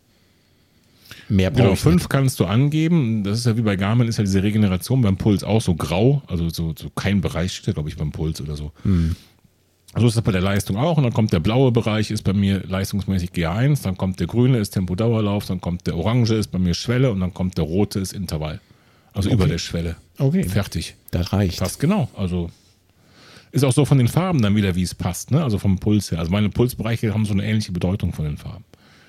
Mehr brauche Genau, ich 5 nicht. kannst du angeben. Das ist ja wie bei Garmin, ist ja diese Regeneration beim Puls auch so grau. Also so kein Bereich steht, glaube ich, beim Puls oder so. Also ist das bei der Leistung auch. Und dann kommt der blaue Bereich, ist bei mir leistungsmäßig GA1. Dann kommt der grüne, ist Tempo-Dauerlauf. Dann kommt der orange, ist bei mir Schwelle. Und dann kommt der rote, ist Intervall. Also über der Schwelle. Okay. Fertig. Das reicht. Passt genau. Also ist auch so von den Farben dann wieder, wie es passt. Ne? Also vom Puls her. Also meine Pulsbereiche haben so eine ähnliche Bedeutung von den Farben.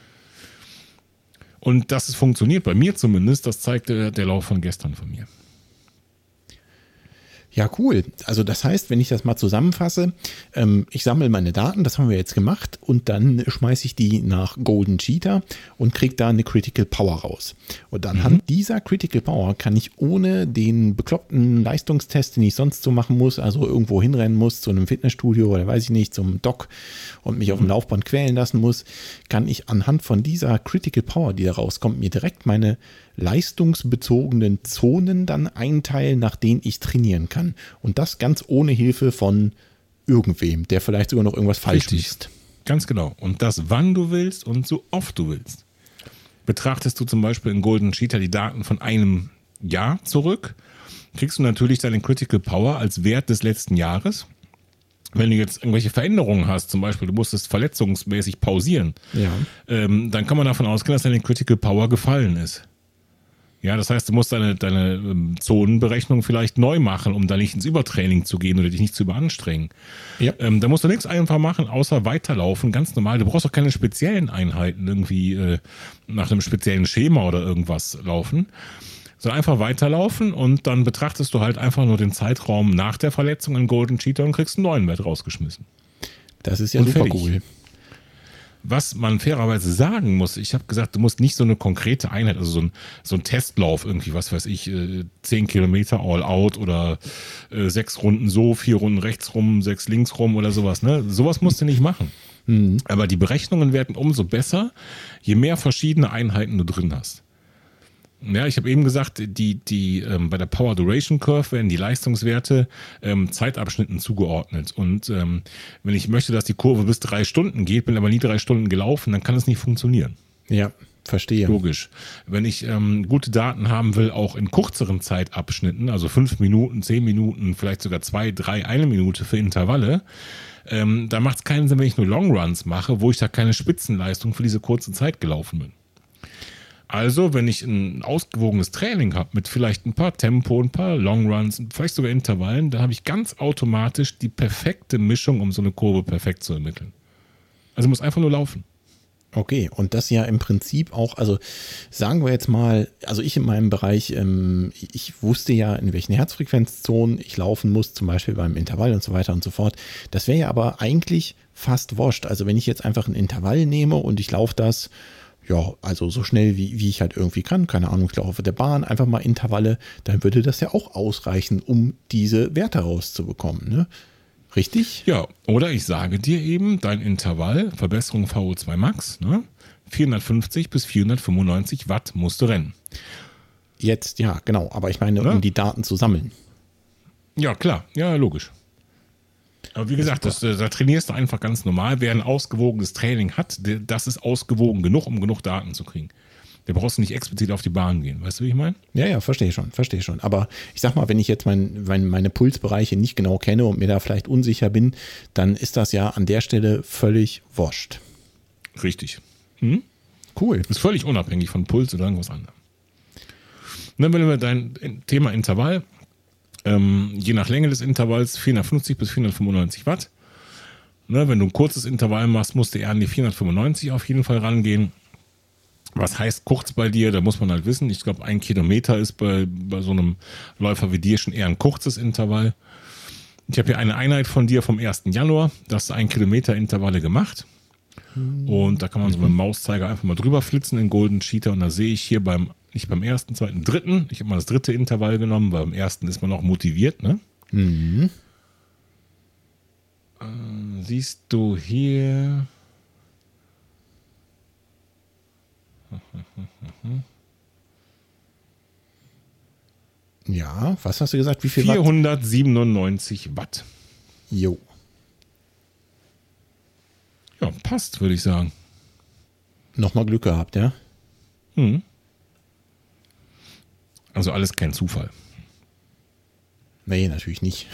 Und dass es funktioniert, bei mir zumindest, das zeigt der Lauf von gestern von mir. Ja, cool. Also das heißt, wenn ich das mal zusammenfasse, ich sammle meine Daten, das haben wir jetzt gemacht, und dann schmeiße ich die nach Golden Cheetah und kriege da eine Critical Power raus. Und anhand dieser Critical Power kann ich ohne den bekloppten Leistungstest, den ich sonst so machen muss, also irgendwo hinrennen muss zu einem Fitnessstudio oder weiß ich nicht, zum Doc und mich auf dem Laufband quälen lassen muss, kann ich anhand von dieser Critical Power, die da rauskommt, mir direkt meine leistungsbezogenen Zonen dann einteilen, nach denen ich trainieren kann. Und das ganz ohne Hilfe von irgendwem, der vielleicht sogar noch irgendwas falsch misst. Ganz genau. Und das, wann du willst und so oft du willst. Betrachtest du zum Beispiel in Golden Cheetah die Daten von einem Jahr zurück, kriegst du natürlich deine Critical Power als Wert des letzten Jahres. Wenn du jetzt irgendwelche Veränderungen hast, zum Beispiel du musstest verletzungsmäßig pausieren, dann kann man davon ausgehen, dass deine Critical Power gefallen ist. Ja, das heißt, du musst deine Zonenberechnung vielleicht neu machen, um da nicht ins Übertraining zu gehen oder dich nicht zu überanstrengen. Ja. Da musst du nichts einfach machen, außer weiterlaufen, ganz normal. Du brauchst auch keine speziellen Einheiten irgendwie nach einem speziellen Schema oder irgendwas laufen, sondern einfach weiterlaufen und dann betrachtest du halt einfach nur den Zeitraum nach der Verletzung in Golden Cheetah und kriegst einen neuen Wert rausgeschmissen. Das ist ja Und super fertig. cool. Was man fairerweise sagen muss, ich habe gesagt, du musst nicht so eine konkrete Einheit, also so ein Testlauf irgendwie, was weiß ich, 10 Kilometer all out oder 6 Runden so, 4 Runden rechts rum, 6 links rum oder sowas, ne? Sowas musst du nicht machen. Aber die Berechnungen werden umso besser, je mehr verschiedene Einheiten du drin hast. Ja, ich habe eben gesagt, bei der Power Duration Curve werden die Leistungswerte Zeitabschnitten zugeordnet. Und wenn ich möchte, dass die Kurve bis 3 Stunden geht, bin aber nie 3 Stunden gelaufen, dann kann es nicht funktionieren. Ja, verstehe. Logisch. Wenn ich gute Daten haben will, auch in kürzeren Zeitabschnitten, also 5 Minuten, 10 Minuten, vielleicht sogar 2, 3, 1 Minute für Intervalle, da macht es keinen Sinn, wenn ich nur Longruns mache, wo ich da keine Spitzenleistung für diese kurze Zeit gelaufen bin. Also, wenn ich ein ausgewogenes Training habe mit vielleicht ein paar Tempo, ein paar Longruns, vielleicht sogar Intervallen, dann habe ich ganz automatisch die perfekte Mischung, um so eine Kurve perfekt zu ermitteln. Also muss einfach nur laufen. Okay, und das ja im Prinzip auch, also sagen wir jetzt mal, also ich in meinem Bereich, ich wusste ja, in welchen Herzfrequenzzonen ich laufen muss, zum Beispiel beim Intervall und so weiter und so fort. Das wäre ja aber eigentlich fast wurscht. Also wenn ich jetzt einfach ein Intervall nehme und ich laufe das, ja, also so schnell wie ich halt irgendwie kann, keine Ahnung, ich laufe auf der Bahn, einfach mal Intervalle, dann würde das ja auch ausreichen, um diese Werte rauszubekommen, ne? Richtig? Ja, oder ich sage dir eben, dein Intervall, Verbesserung VO2 Max, ne? 450 bis 495 Watt musst du rennen. Jetzt, ja, genau, aber ich meine, Ja. um die Daten zu sammeln. Ja, klar, ja, logisch. Aber wie gesagt, da trainierst du einfach ganz normal. Wer ein ausgewogenes Training hat, das ist ausgewogen genug, um genug Daten zu kriegen. Der brauchst du nicht explizit auf die Bahn gehen. Weißt du, wie ich meine? Ja, verstehe schon. Aber ich sag mal, wenn ich jetzt meine Pulsbereiche nicht genau kenne und mir da vielleicht unsicher bin, dann ist das ja an der Stelle völlig wurscht. Richtig. Cool. Ist völlig unabhängig von Puls oder irgendwas anderem. Und dann, wenn wir dein Thema Intervall, je nach Länge des Intervalls 450 bis 495 Watt. Ne, wenn du ein kurzes Intervall machst, musst du eher an die 495 auf jeden Fall rangehen. Was heißt kurz bei dir? Da muss man halt wissen. Ich glaube, 1 Kilometer ist bei so einem Läufer wie dir schon eher ein kurzes Intervall. Ich habe hier eine Einheit von dir vom 1. Januar. Da hast du 1 Kilometer Intervalle gemacht. Und da kann man so mit dem Mauszeiger einfach mal drüber flitzen in Golden Cheetah. Und da sehe ich hier nicht beim ersten, zweiten, dritten. Ich habe mal das 3. Intervall genommen, weil beim ersten ist man noch motiviert, ne? Siehst du hier. Ja, was hast du gesagt? Wie viel 497 Watt. Jo. Ja, passt, würde ich sagen. Nochmal Glück gehabt, ja? Also alles kein Zufall. Nee, natürlich nicht.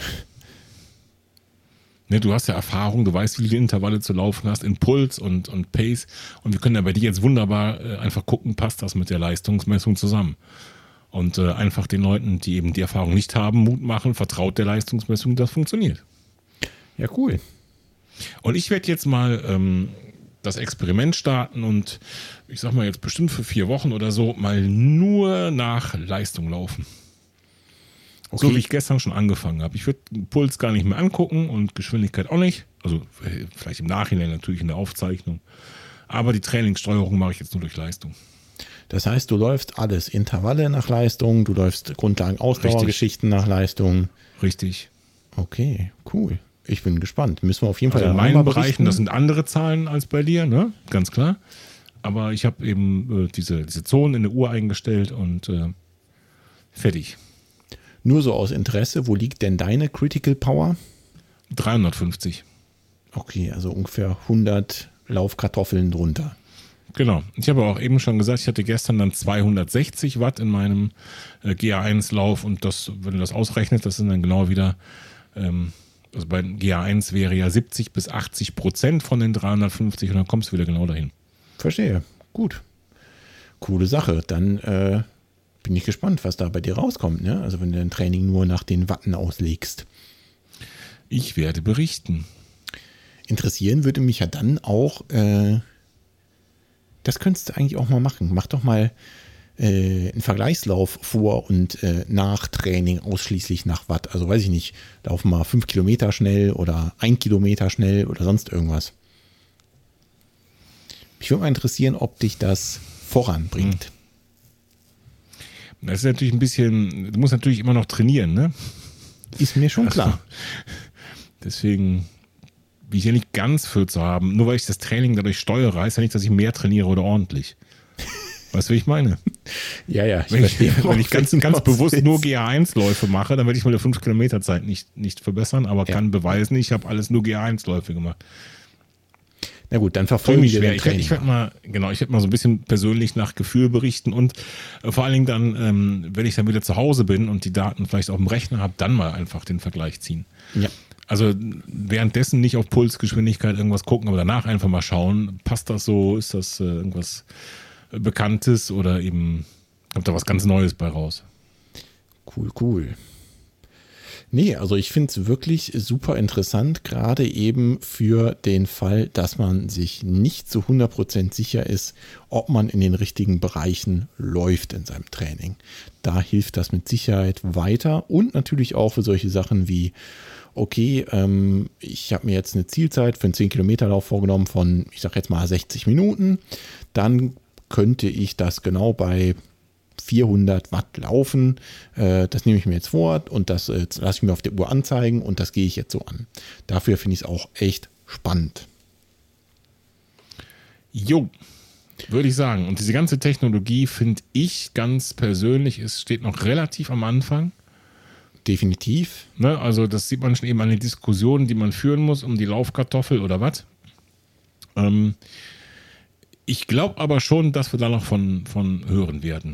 Ne, du hast ja Erfahrung, du weißt, wie viele Intervalle zu laufen hast, in Puls und Pace. Und wir können ja bei dir jetzt wunderbar einfach gucken, passt das mit der Leistungsmessung zusammen. Und einfach den Leuten, die eben die Erfahrung nicht haben, Mut machen, vertraut der Leistungsmessung, das funktioniert. Ja, cool. Und ich werde jetzt mal das Experiment starten und ich sag mal jetzt bestimmt für 4 Wochen oder so mal nur nach Leistung laufen. Okay. So wie ich gestern schon angefangen habe. Ich würde den Puls gar nicht mehr angucken und Geschwindigkeit auch nicht. Also vielleicht im Nachhinein natürlich in der Aufzeichnung. Aber die Trainingssteuerung mache ich jetzt nur durch Leistung. Das heißt, du läufst alles, Intervalle nach Leistung, du läufst Grundlagen-Ausdauergeschichten nach Leistung. Richtig. Okay, cool. Ich bin gespannt. Müssen wir auf jeden Also Fall in auch mal meinen Bereichen, berichten. das sind andere Zahlen als bei dir, ne? Ganz klar. Aber ich habe eben diese Zonen in der Uhr eingestellt und fertig. Nur so aus Interesse, wo liegt denn deine Critical Power? 350. Okay, also ungefähr 100 Laufkartoffeln drunter. Genau. Ich habe auch eben schon gesagt, ich hatte gestern dann 260 Watt in meinem GA1-Lauf und das, wenn du das ausrechnest, das sind dann genau wieder, also bei GA1 wäre ja 70 bis 80% von den 350 und dann kommst du wieder genau dahin. Verstehe. Gut. Coole Sache. Dann bin ich gespannt, was da bei dir rauskommt, ne? Also wenn du dein Training nur nach den Watten auslegst. Ich werde berichten. Interessieren würde mich ja dann auch, das könntest du eigentlich auch mal machen. Mach doch mal einen Vergleichslauf vor und nach Training ausschließlich nach Watt. Also weiß ich nicht, lauf mal 5 Kilometer schnell oder 1 Kilometer schnell oder sonst irgendwas. Mich würde mal interessieren, ob dich das voranbringt. Das ist natürlich ein bisschen, du musst natürlich immer noch trainieren, ne? Ist mir schon klar. Deswegen bin ich ja nicht ganz für zu haben. Nur weil ich das Training dadurch steuere, heißt ja nicht, dass ich mehr trainiere oder ordentlich. Weißt du, wie ich meine? Ja, Wenn ich ganz bewusst nur GA1-Läufe mache, dann werde ich meine 5-Kilometer-Zeit nicht verbessern, aber kann beweisen, ich habe alles nur GA1-Läufe gemacht. Na gut, dann verfolge ich schwer. Ich werde mal so ein bisschen persönlich nach Gefühl berichten und vor allen Dingen dann, wenn ich dann wieder zu Hause bin und die Daten vielleicht auf dem Rechner habe, dann mal einfach den Vergleich ziehen. Ja. Also währenddessen nicht auf Pulsgeschwindigkeit irgendwas gucken, aber danach einfach mal schauen, passt das so, ist das irgendwas Bekanntes oder eben kommt da was ganz Neues bei raus. Cool. Nee, also ich finde es wirklich super interessant, gerade eben für den Fall, dass man sich nicht zu 100% sicher ist, ob man in den richtigen Bereichen läuft in seinem Training. Da hilft das mit Sicherheit weiter und natürlich auch für solche Sachen wie, okay, ich habe mir jetzt eine Zielzeit für einen 10-Kilometer-Lauf vorgenommen von, ich sage jetzt mal 60 Minuten, dann könnte ich das genau bei 400 Watt laufen. Das nehme ich mir jetzt vor und das lasse ich mir auf der Uhr anzeigen und das gehe ich jetzt so an. Dafür finde ich es auch echt spannend. Jo, würde ich sagen. Und diese ganze Technologie finde ich ganz persönlich, es steht noch relativ am Anfang. Definitiv. Ne, also das sieht man schon eben an den Diskussionen, die man führen muss um die Laufkartoffel oder was. Ich glaube aber schon, dass wir da noch von hören werden.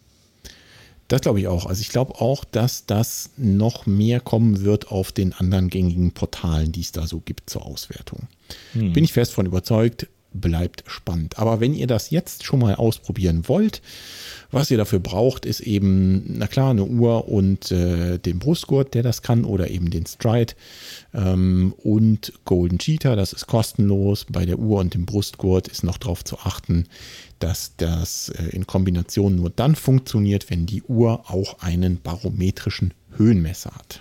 Das glaube ich auch. Also ich glaube auch, dass das noch mehr kommen wird auf den anderen gängigen Portalen, die es da so gibt zur Auswertung. Bin ich fest von überzeugt, bleibt spannend. Aber wenn ihr das jetzt schon mal ausprobieren wollt, was ihr dafür braucht, ist eben, na klar, eine Uhr und den Brustgurt, der das kann, oder eben den Stride und Golden Cheetah, das ist kostenlos. Bei der Uhr und dem Brustgurt ist noch darauf zu achten, dass das in Kombination nur dann funktioniert, wenn die Uhr auch einen barometrischen Höhenmesser hat.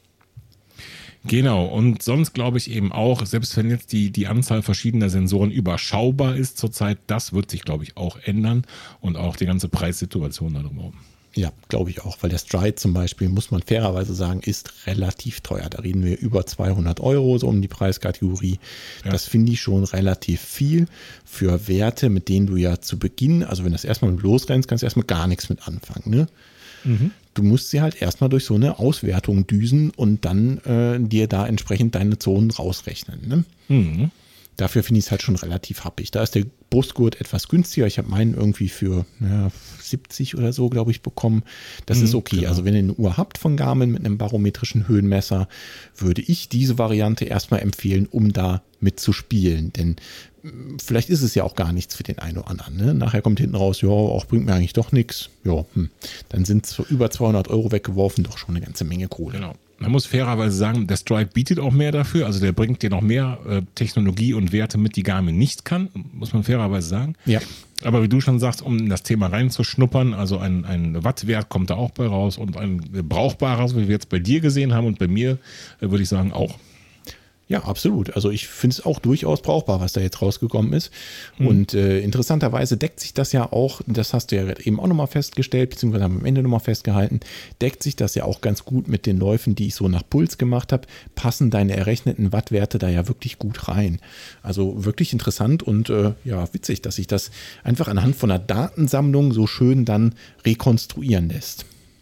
Genau, und sonst glaube ich eben auch, selbst wenn jetzt die Anzahl verschiedener Sensoren überschaubar ist zurzeit, das wird sich, glaube ich, auch ändern und auch die ganze Preissituation da drumherum. Ja, glaube ich auch, weil der Stride zum Beispiel, muss man fairerweise sagen, ist relativ teuer. Da reden wir über 200 € so um die Preiskategorie. Ja. Das finde ich schon relativ viel für Werte, mit denen du ja zu Beginn, also wenn du das erstmal mit losrennst, kannst du erstmal gar nichts mit anfangen, ne? Du musst sie halt erstmal durch so eine Auswertung düsen und dann dir da entsprechend deine Zonen rausrechnen. Ne? Dafür finde ich es halt schon relativ happig. Da ist der Brustgurt etwas günstiger. Ich habe meinen irgendwie für 70 oder so, glaube ich, bekommen. Das ist okay. Genau. Also wenn ihr eine Uhr habt von Garmin mit einem barometrischen Höhenmesser, würde ich diese Variante erstmal empfehlen, um da mitzuspielen. Denn vielleicht ist es ja auch gar nichts für den einen oder anderen. Ne? Nachher kommt hinten raus, ja, auch bringt mir eigentlich doch nichts. Ja, dann sind es über 200 € weggeworfen, doch schon eine ganze Menge Kohle. Genau. Man muss fairerweise sagen, der Stride bietet auch mehr dafür. Also der bringt dir noch mehr Technologie und Werte mit, die Garmin nicht kann, muss man fairerweise sagen. Ja. Aber wie du schon sagst, um in das Thema reinzuschnuppern, also ein Wattwert kommt da auch bei raus und ein brauchbarer, so wie wir jetzt bei dir gesehen haben und bei mir, würde ich sagen, auch. Ja, absolut. Also ich finde es auch durchaus brauchbar, was da jetzt rausgekommen ist. Und interessanterweise deckt sich das ja auch, das hast du ja eben auch nochmal festgestellt, beziehungsweise haben wir am Ende nochmal festgehalten, deckt sich das ja auch ganz gut mit den Läufen, die ich so nach Puls gemacht habe, passen deine errechneten Wattwerte da ja wirklich gut rein. Also wirklich interessant und witzig, dass sich das einfach anhand von einer Datensammlung so schön dann rekonstruieren lässt.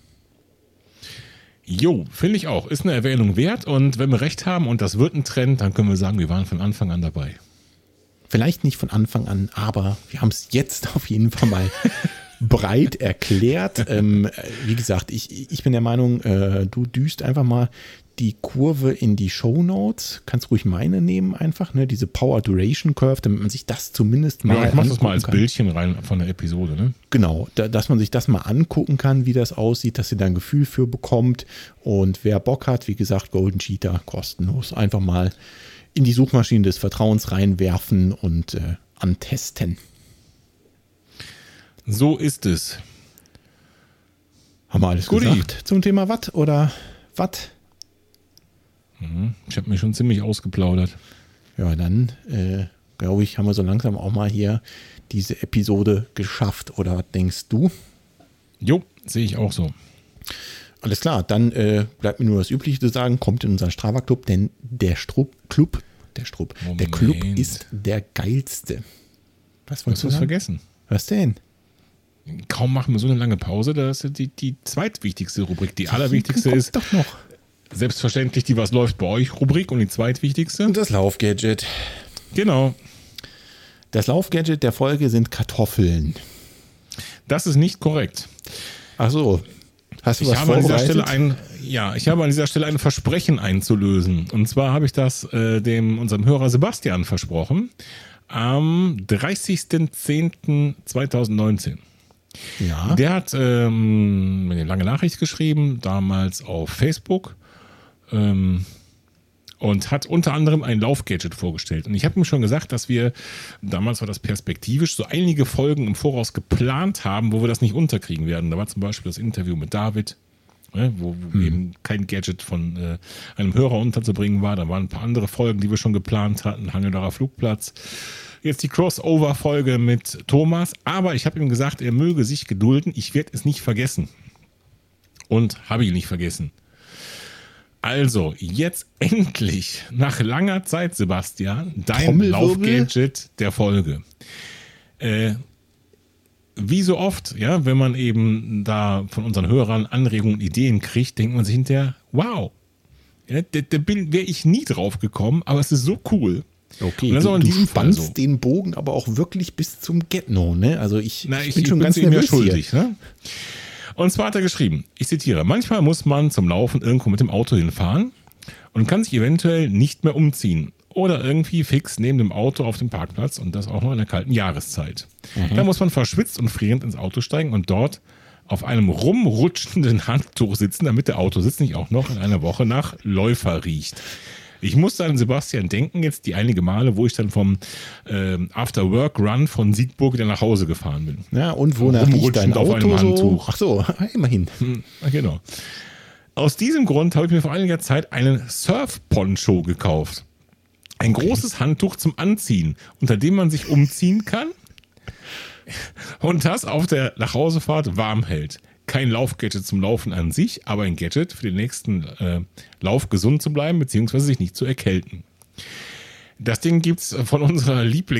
Jo, finde ich auch. Ist eine Erwähnung wert und wenn wir recht haben und das wird ein Trend, dann können wir sagen, wir waren von Anfang an dabei. Vielleicht nicht von Anfang an, aber wir haben es jetzt auf jeden Fall mal breit erklärt. Wie gesagt, ich bin der Meinung, du düst einfach mal die Kurve in die Shownotes. Kannst ruhig meine nehmen einfach, ne? Diese Power Duration Curve, damit man sich das zumindest mal Ja, ich mach das mal als kann. Bildchen rein von der Episode, ne? Genau, dass man sich das mal angucken kann, wie das aussieht, dass ihr da ein Gefühl für bekommt. Und wer Bock hat, wie gesagt, Golden Cheetah kostenlos. Einfach mal in die Suchmaschine des Vertrauens reinwerfen und antesten. So ist es. Haben wir alles gesagt zum Thema Watt oder Watt? Ich habe mich schon ziemlich ausgeplaudert. Ja, dann glaube ich, haben wir so langsam auch mal hier diese Episode geschafft. Oder was denkst du? Jo, sehe ich auch so. Alles klar, dann bleibt mir nur das Übliche zu sagen, kommt in unseren Strava-Club, denn der Club ist der geilste. Was wolltest du vergessen? Was denn? Kaum machen wir so eine lange Pause, das ist die zweitwichtigste Rubrik. Die allerwichtigste ist doch noch. Selbstverständlich die Was läuft bei euch Rubrik und die zweitwichtigste. Und das Laufgadget. Genau. Das Laufgadget der Folge sind Kartoffeln. Das ist nicht korrekt. Ach so. Hast du was vorbereitet? Ich habe an dieser Stelle ein Versprechen einzulösen. Und zwar habe ich das unserem Hörer Sebastian versprochen. Am 30.10.2019. Ja. Der hat mir eine lange Nachricht geschrieben, damals auf Facebook. Und hat unter anderem ein Laufgadget vorgestellt. Und ich habe ihm schon gesagt, dass wir, damals war das perspektivisch, so einige Folgen im Voraus geplant haben, wo wir das nicht unterkriegen werden. Da war zum Beispiel das Interview mit David, wo eben kein Gadget von einem Hörer unterzubringen war. Da waren ein paar andere Folgen, die wir schon geplant hatten. Hangelarer Flugplatz. Jetzt die Crossover-Folge mit Thomas. Aber ich habe ihm gesagt, er möge sich gedulden. Ich werde es nicht vergessen. Und habe ihn nicht vergessen. Also, jetzt endlich, nach langer Zeit, Sebastian, dein Laufgadget der Folge. Wie so oft, ja, wenn man eben da von unseren Hörern Anregungen und Ideen kriegt, denkt man sich hinterher, wow, ja, da wäre ich nie drauf gekommen, aber es ist so cool. Okay, du spannst den Bogen aber auch wirklich bis zum Get-No, ne? Also ich bin schon ganz nervös schuldig, ne? Und zwar hat er geschrieben, ich zitiere, manchmal muss man zum Laufen irgendwo mit dem Auto hinfahren und kann sich eventuell nicht mehr umziehen oder irgendwie fix neben dem Auto auf dem Parkplatz und das auch noch in der kalten Jahreszeit. Da muss man verschwitzt und frierend ins Auto steigen und dort auf einem rumrutschenden Handtuch sitzen, damit der Autositz nicht auch noch in einer Woche nach Läufer riecht. Ich musste an Sebastian denken, jetzt die einige Male, wo ich dann vom After-Work-Run von Siegburg wieder nach Hause gefahren bin. Ja, und wonach riecht dein Auto auf einem Handtuch. Ach so, immerhin. Genau. Aus diesem Grund habe ich mir vor einiger Zeit einen Surf-Poncho gekauft. Ein großes Handtuch zum Anziehen, unter dem man sich umziehen kann und das auf der Nachhausefahrt warm hält. Kein Laufgadget zum Laufen an sich, aber ein Gadget für den nächsten Lauf gesund zu bleiben, beziehungsweise sich nicht zu erkälten. Das Ding gibt's von unserer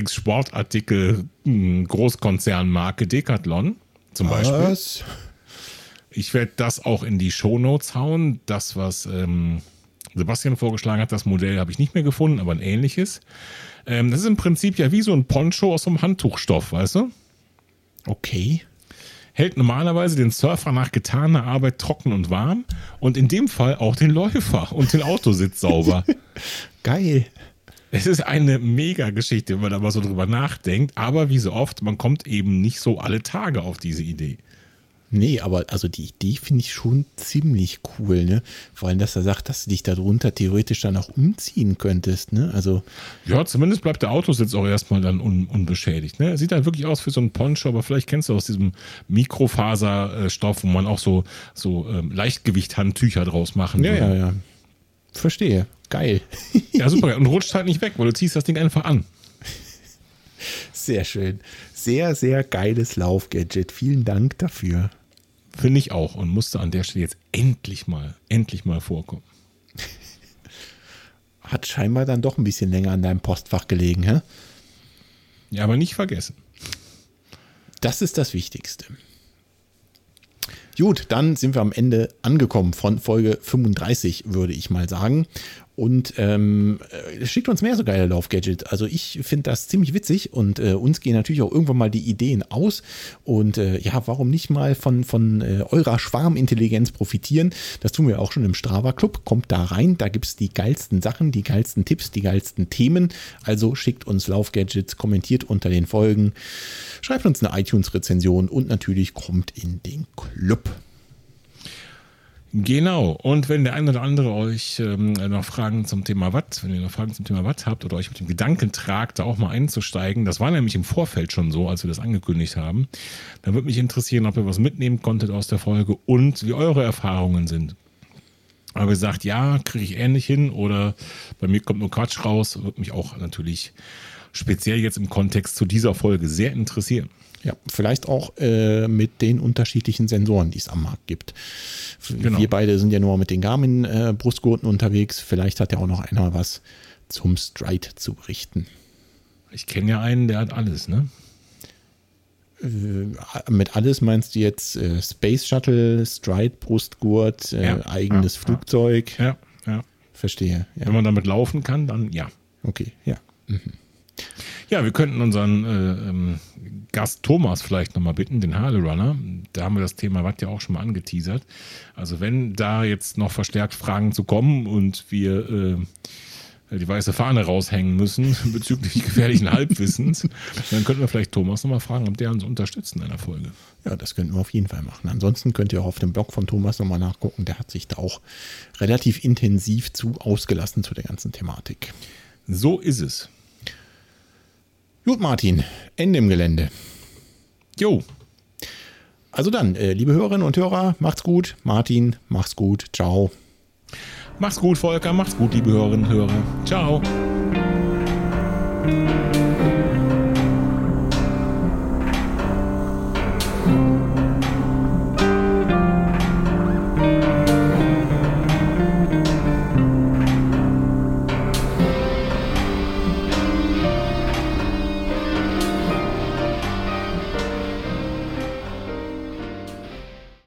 Lieblingssportartikel-Großkonzernmarke Decathlon zum Beispiel. Ich werde das auch in die Shownotes hauen. Das, was Sebastian vorgeschlagen hat, das Modell habe ich nicht mehr gefunden, aber ein ähnliches. Das ist im Prinzip ja wie so ein Poncho aus so einem Handtuchstoff, weißt du? Okay. Hält normalerweise den Surfer nach getaner Arbeit trocken und warm und in dem Fall auch den Läufer und den Autositz sauber. Geil. Es ist eine Mega-Geschichte, wenn man da mal so drüber nachdenkt, aber wie so oft, man kommt eben nicht so alle Tage auf diese Idee. Nee, aber also die Idee finde ich schon ziemlich cool, ne? Vor allem, dass er sagt, dass du dich darunter theoretisch dann auch umziehen könntest, ne? Also ja, zumindest bleibt der Autositz auch erstmal dann unbeschädigt, ne? Sieht halt wirklich aus wie so ein Poncho, aber vielleicht kennst du aus diesem Mikrofaserstoff, wo man auch so Leichtgewicht-Handtücher draus machen würde. Ja. Verstehe. Geil. Ja, super. Und rutscht halt nicht weg, weil du ziehst das Ding einfach an. Sehr schön. Sehr, sehr geiles Laufgadget. Vielen Dank dafür. Finde ich auch und musste an der Stelle jetzt endlich mal vorkommen. Hat scheinbar dann doch ein bisschen länger an deinem Postfach gelegen, hä? Ja, aber nicht vergessen. Das ist das Wichtigste. Gut, dann sind wir am Ende angekommen von Folge 35, würde ich mal sagen. Und schickt uns mehr so geile Lauf-Gadgets. Also ich finde das ziemlich witzig und uns gehen natürlich auch irgendwann mal die Ideen aus. Und warum nicht mal von eurer Schwarmintelligenz profitieren? Das tun wir auch schon im Strava-Club. Kommt da rein, da gibt es die geilsten Sachen, die geilsten Tipps, die geilsten Themen. Also schickt uns Lauf-Gadgets, kommentiert unter den Folgen, schreibt uns eine iTunes-Rezension und natürlich kommt in den Club. Genau. Und wenn der eine oder andere euch noch Fragen zum Thema Watt habt oder euch mit dem Gedanken tragt, da auch mal einzusteigen, das war nämlich im Vorfeld schon so, als wir das angekündigt haben, dann würde mich interessieren, ob ihr was mitnehmen konntet aus der Folge und wie eure Erfahrungen sind. Aber gesagt, ja, kriege ich ähnlich hin oder bei mir kommt nur Quatsch raus, würde mich auch natürlich speziell jetzt im Kontext zu dieser Folge sehr interessieren. Ja, vielleicht auch mit den unterschiedlichen Sensoren, die es am Markt gibt. Genau. Wir beide sind ja nur mit den Garmin-Brustgurten unterwegs. Vielleicht hat ja auch noch einer was zum Stride zu berichten. Ich kenne ja einen, der hat alles, ne? Mit alles meinst du jetzt Space Shuttle, Stride, Brustgurt, eigenes Flugzeug? Ja. Verstehe. Ja. Wenn man damit laufen kann, dann ja. Okay, ja. Mhm. Ja, wir könnten unseren Gast Thomas vielleicht nochmal bitten, den Harley Runner. Da haben wir das Thema Watt ja auch schon mal angeteasert. Also wenn da jetzt noch verstärkt Fragen zu kommen und wir die weiße Fahne raushängen müssen bezüglich gefährlichen Halbwissens, dann könnten wir vielleicht Thomas nochmal fragen, ob der uns unterstützt in einer Folge. Ja, das könnten wir auf jeden Fall machen. Ansonsten könnt ihr auch auf dem Blog von Thomas nochmal nachgucken. Der hat sich da auch relativ intensiv ausgelassen zu der ganzen Thematik. So ist es. Gut, Martin, Ende im Gelände. Jo. Also dann, liebe Hörerinnen und Hörer, macht's gut. Martin, mach's gut. Ciao. Macht's gut, Volker. Macht's gut, liebe Hörerinnen und Hörer. Ciao.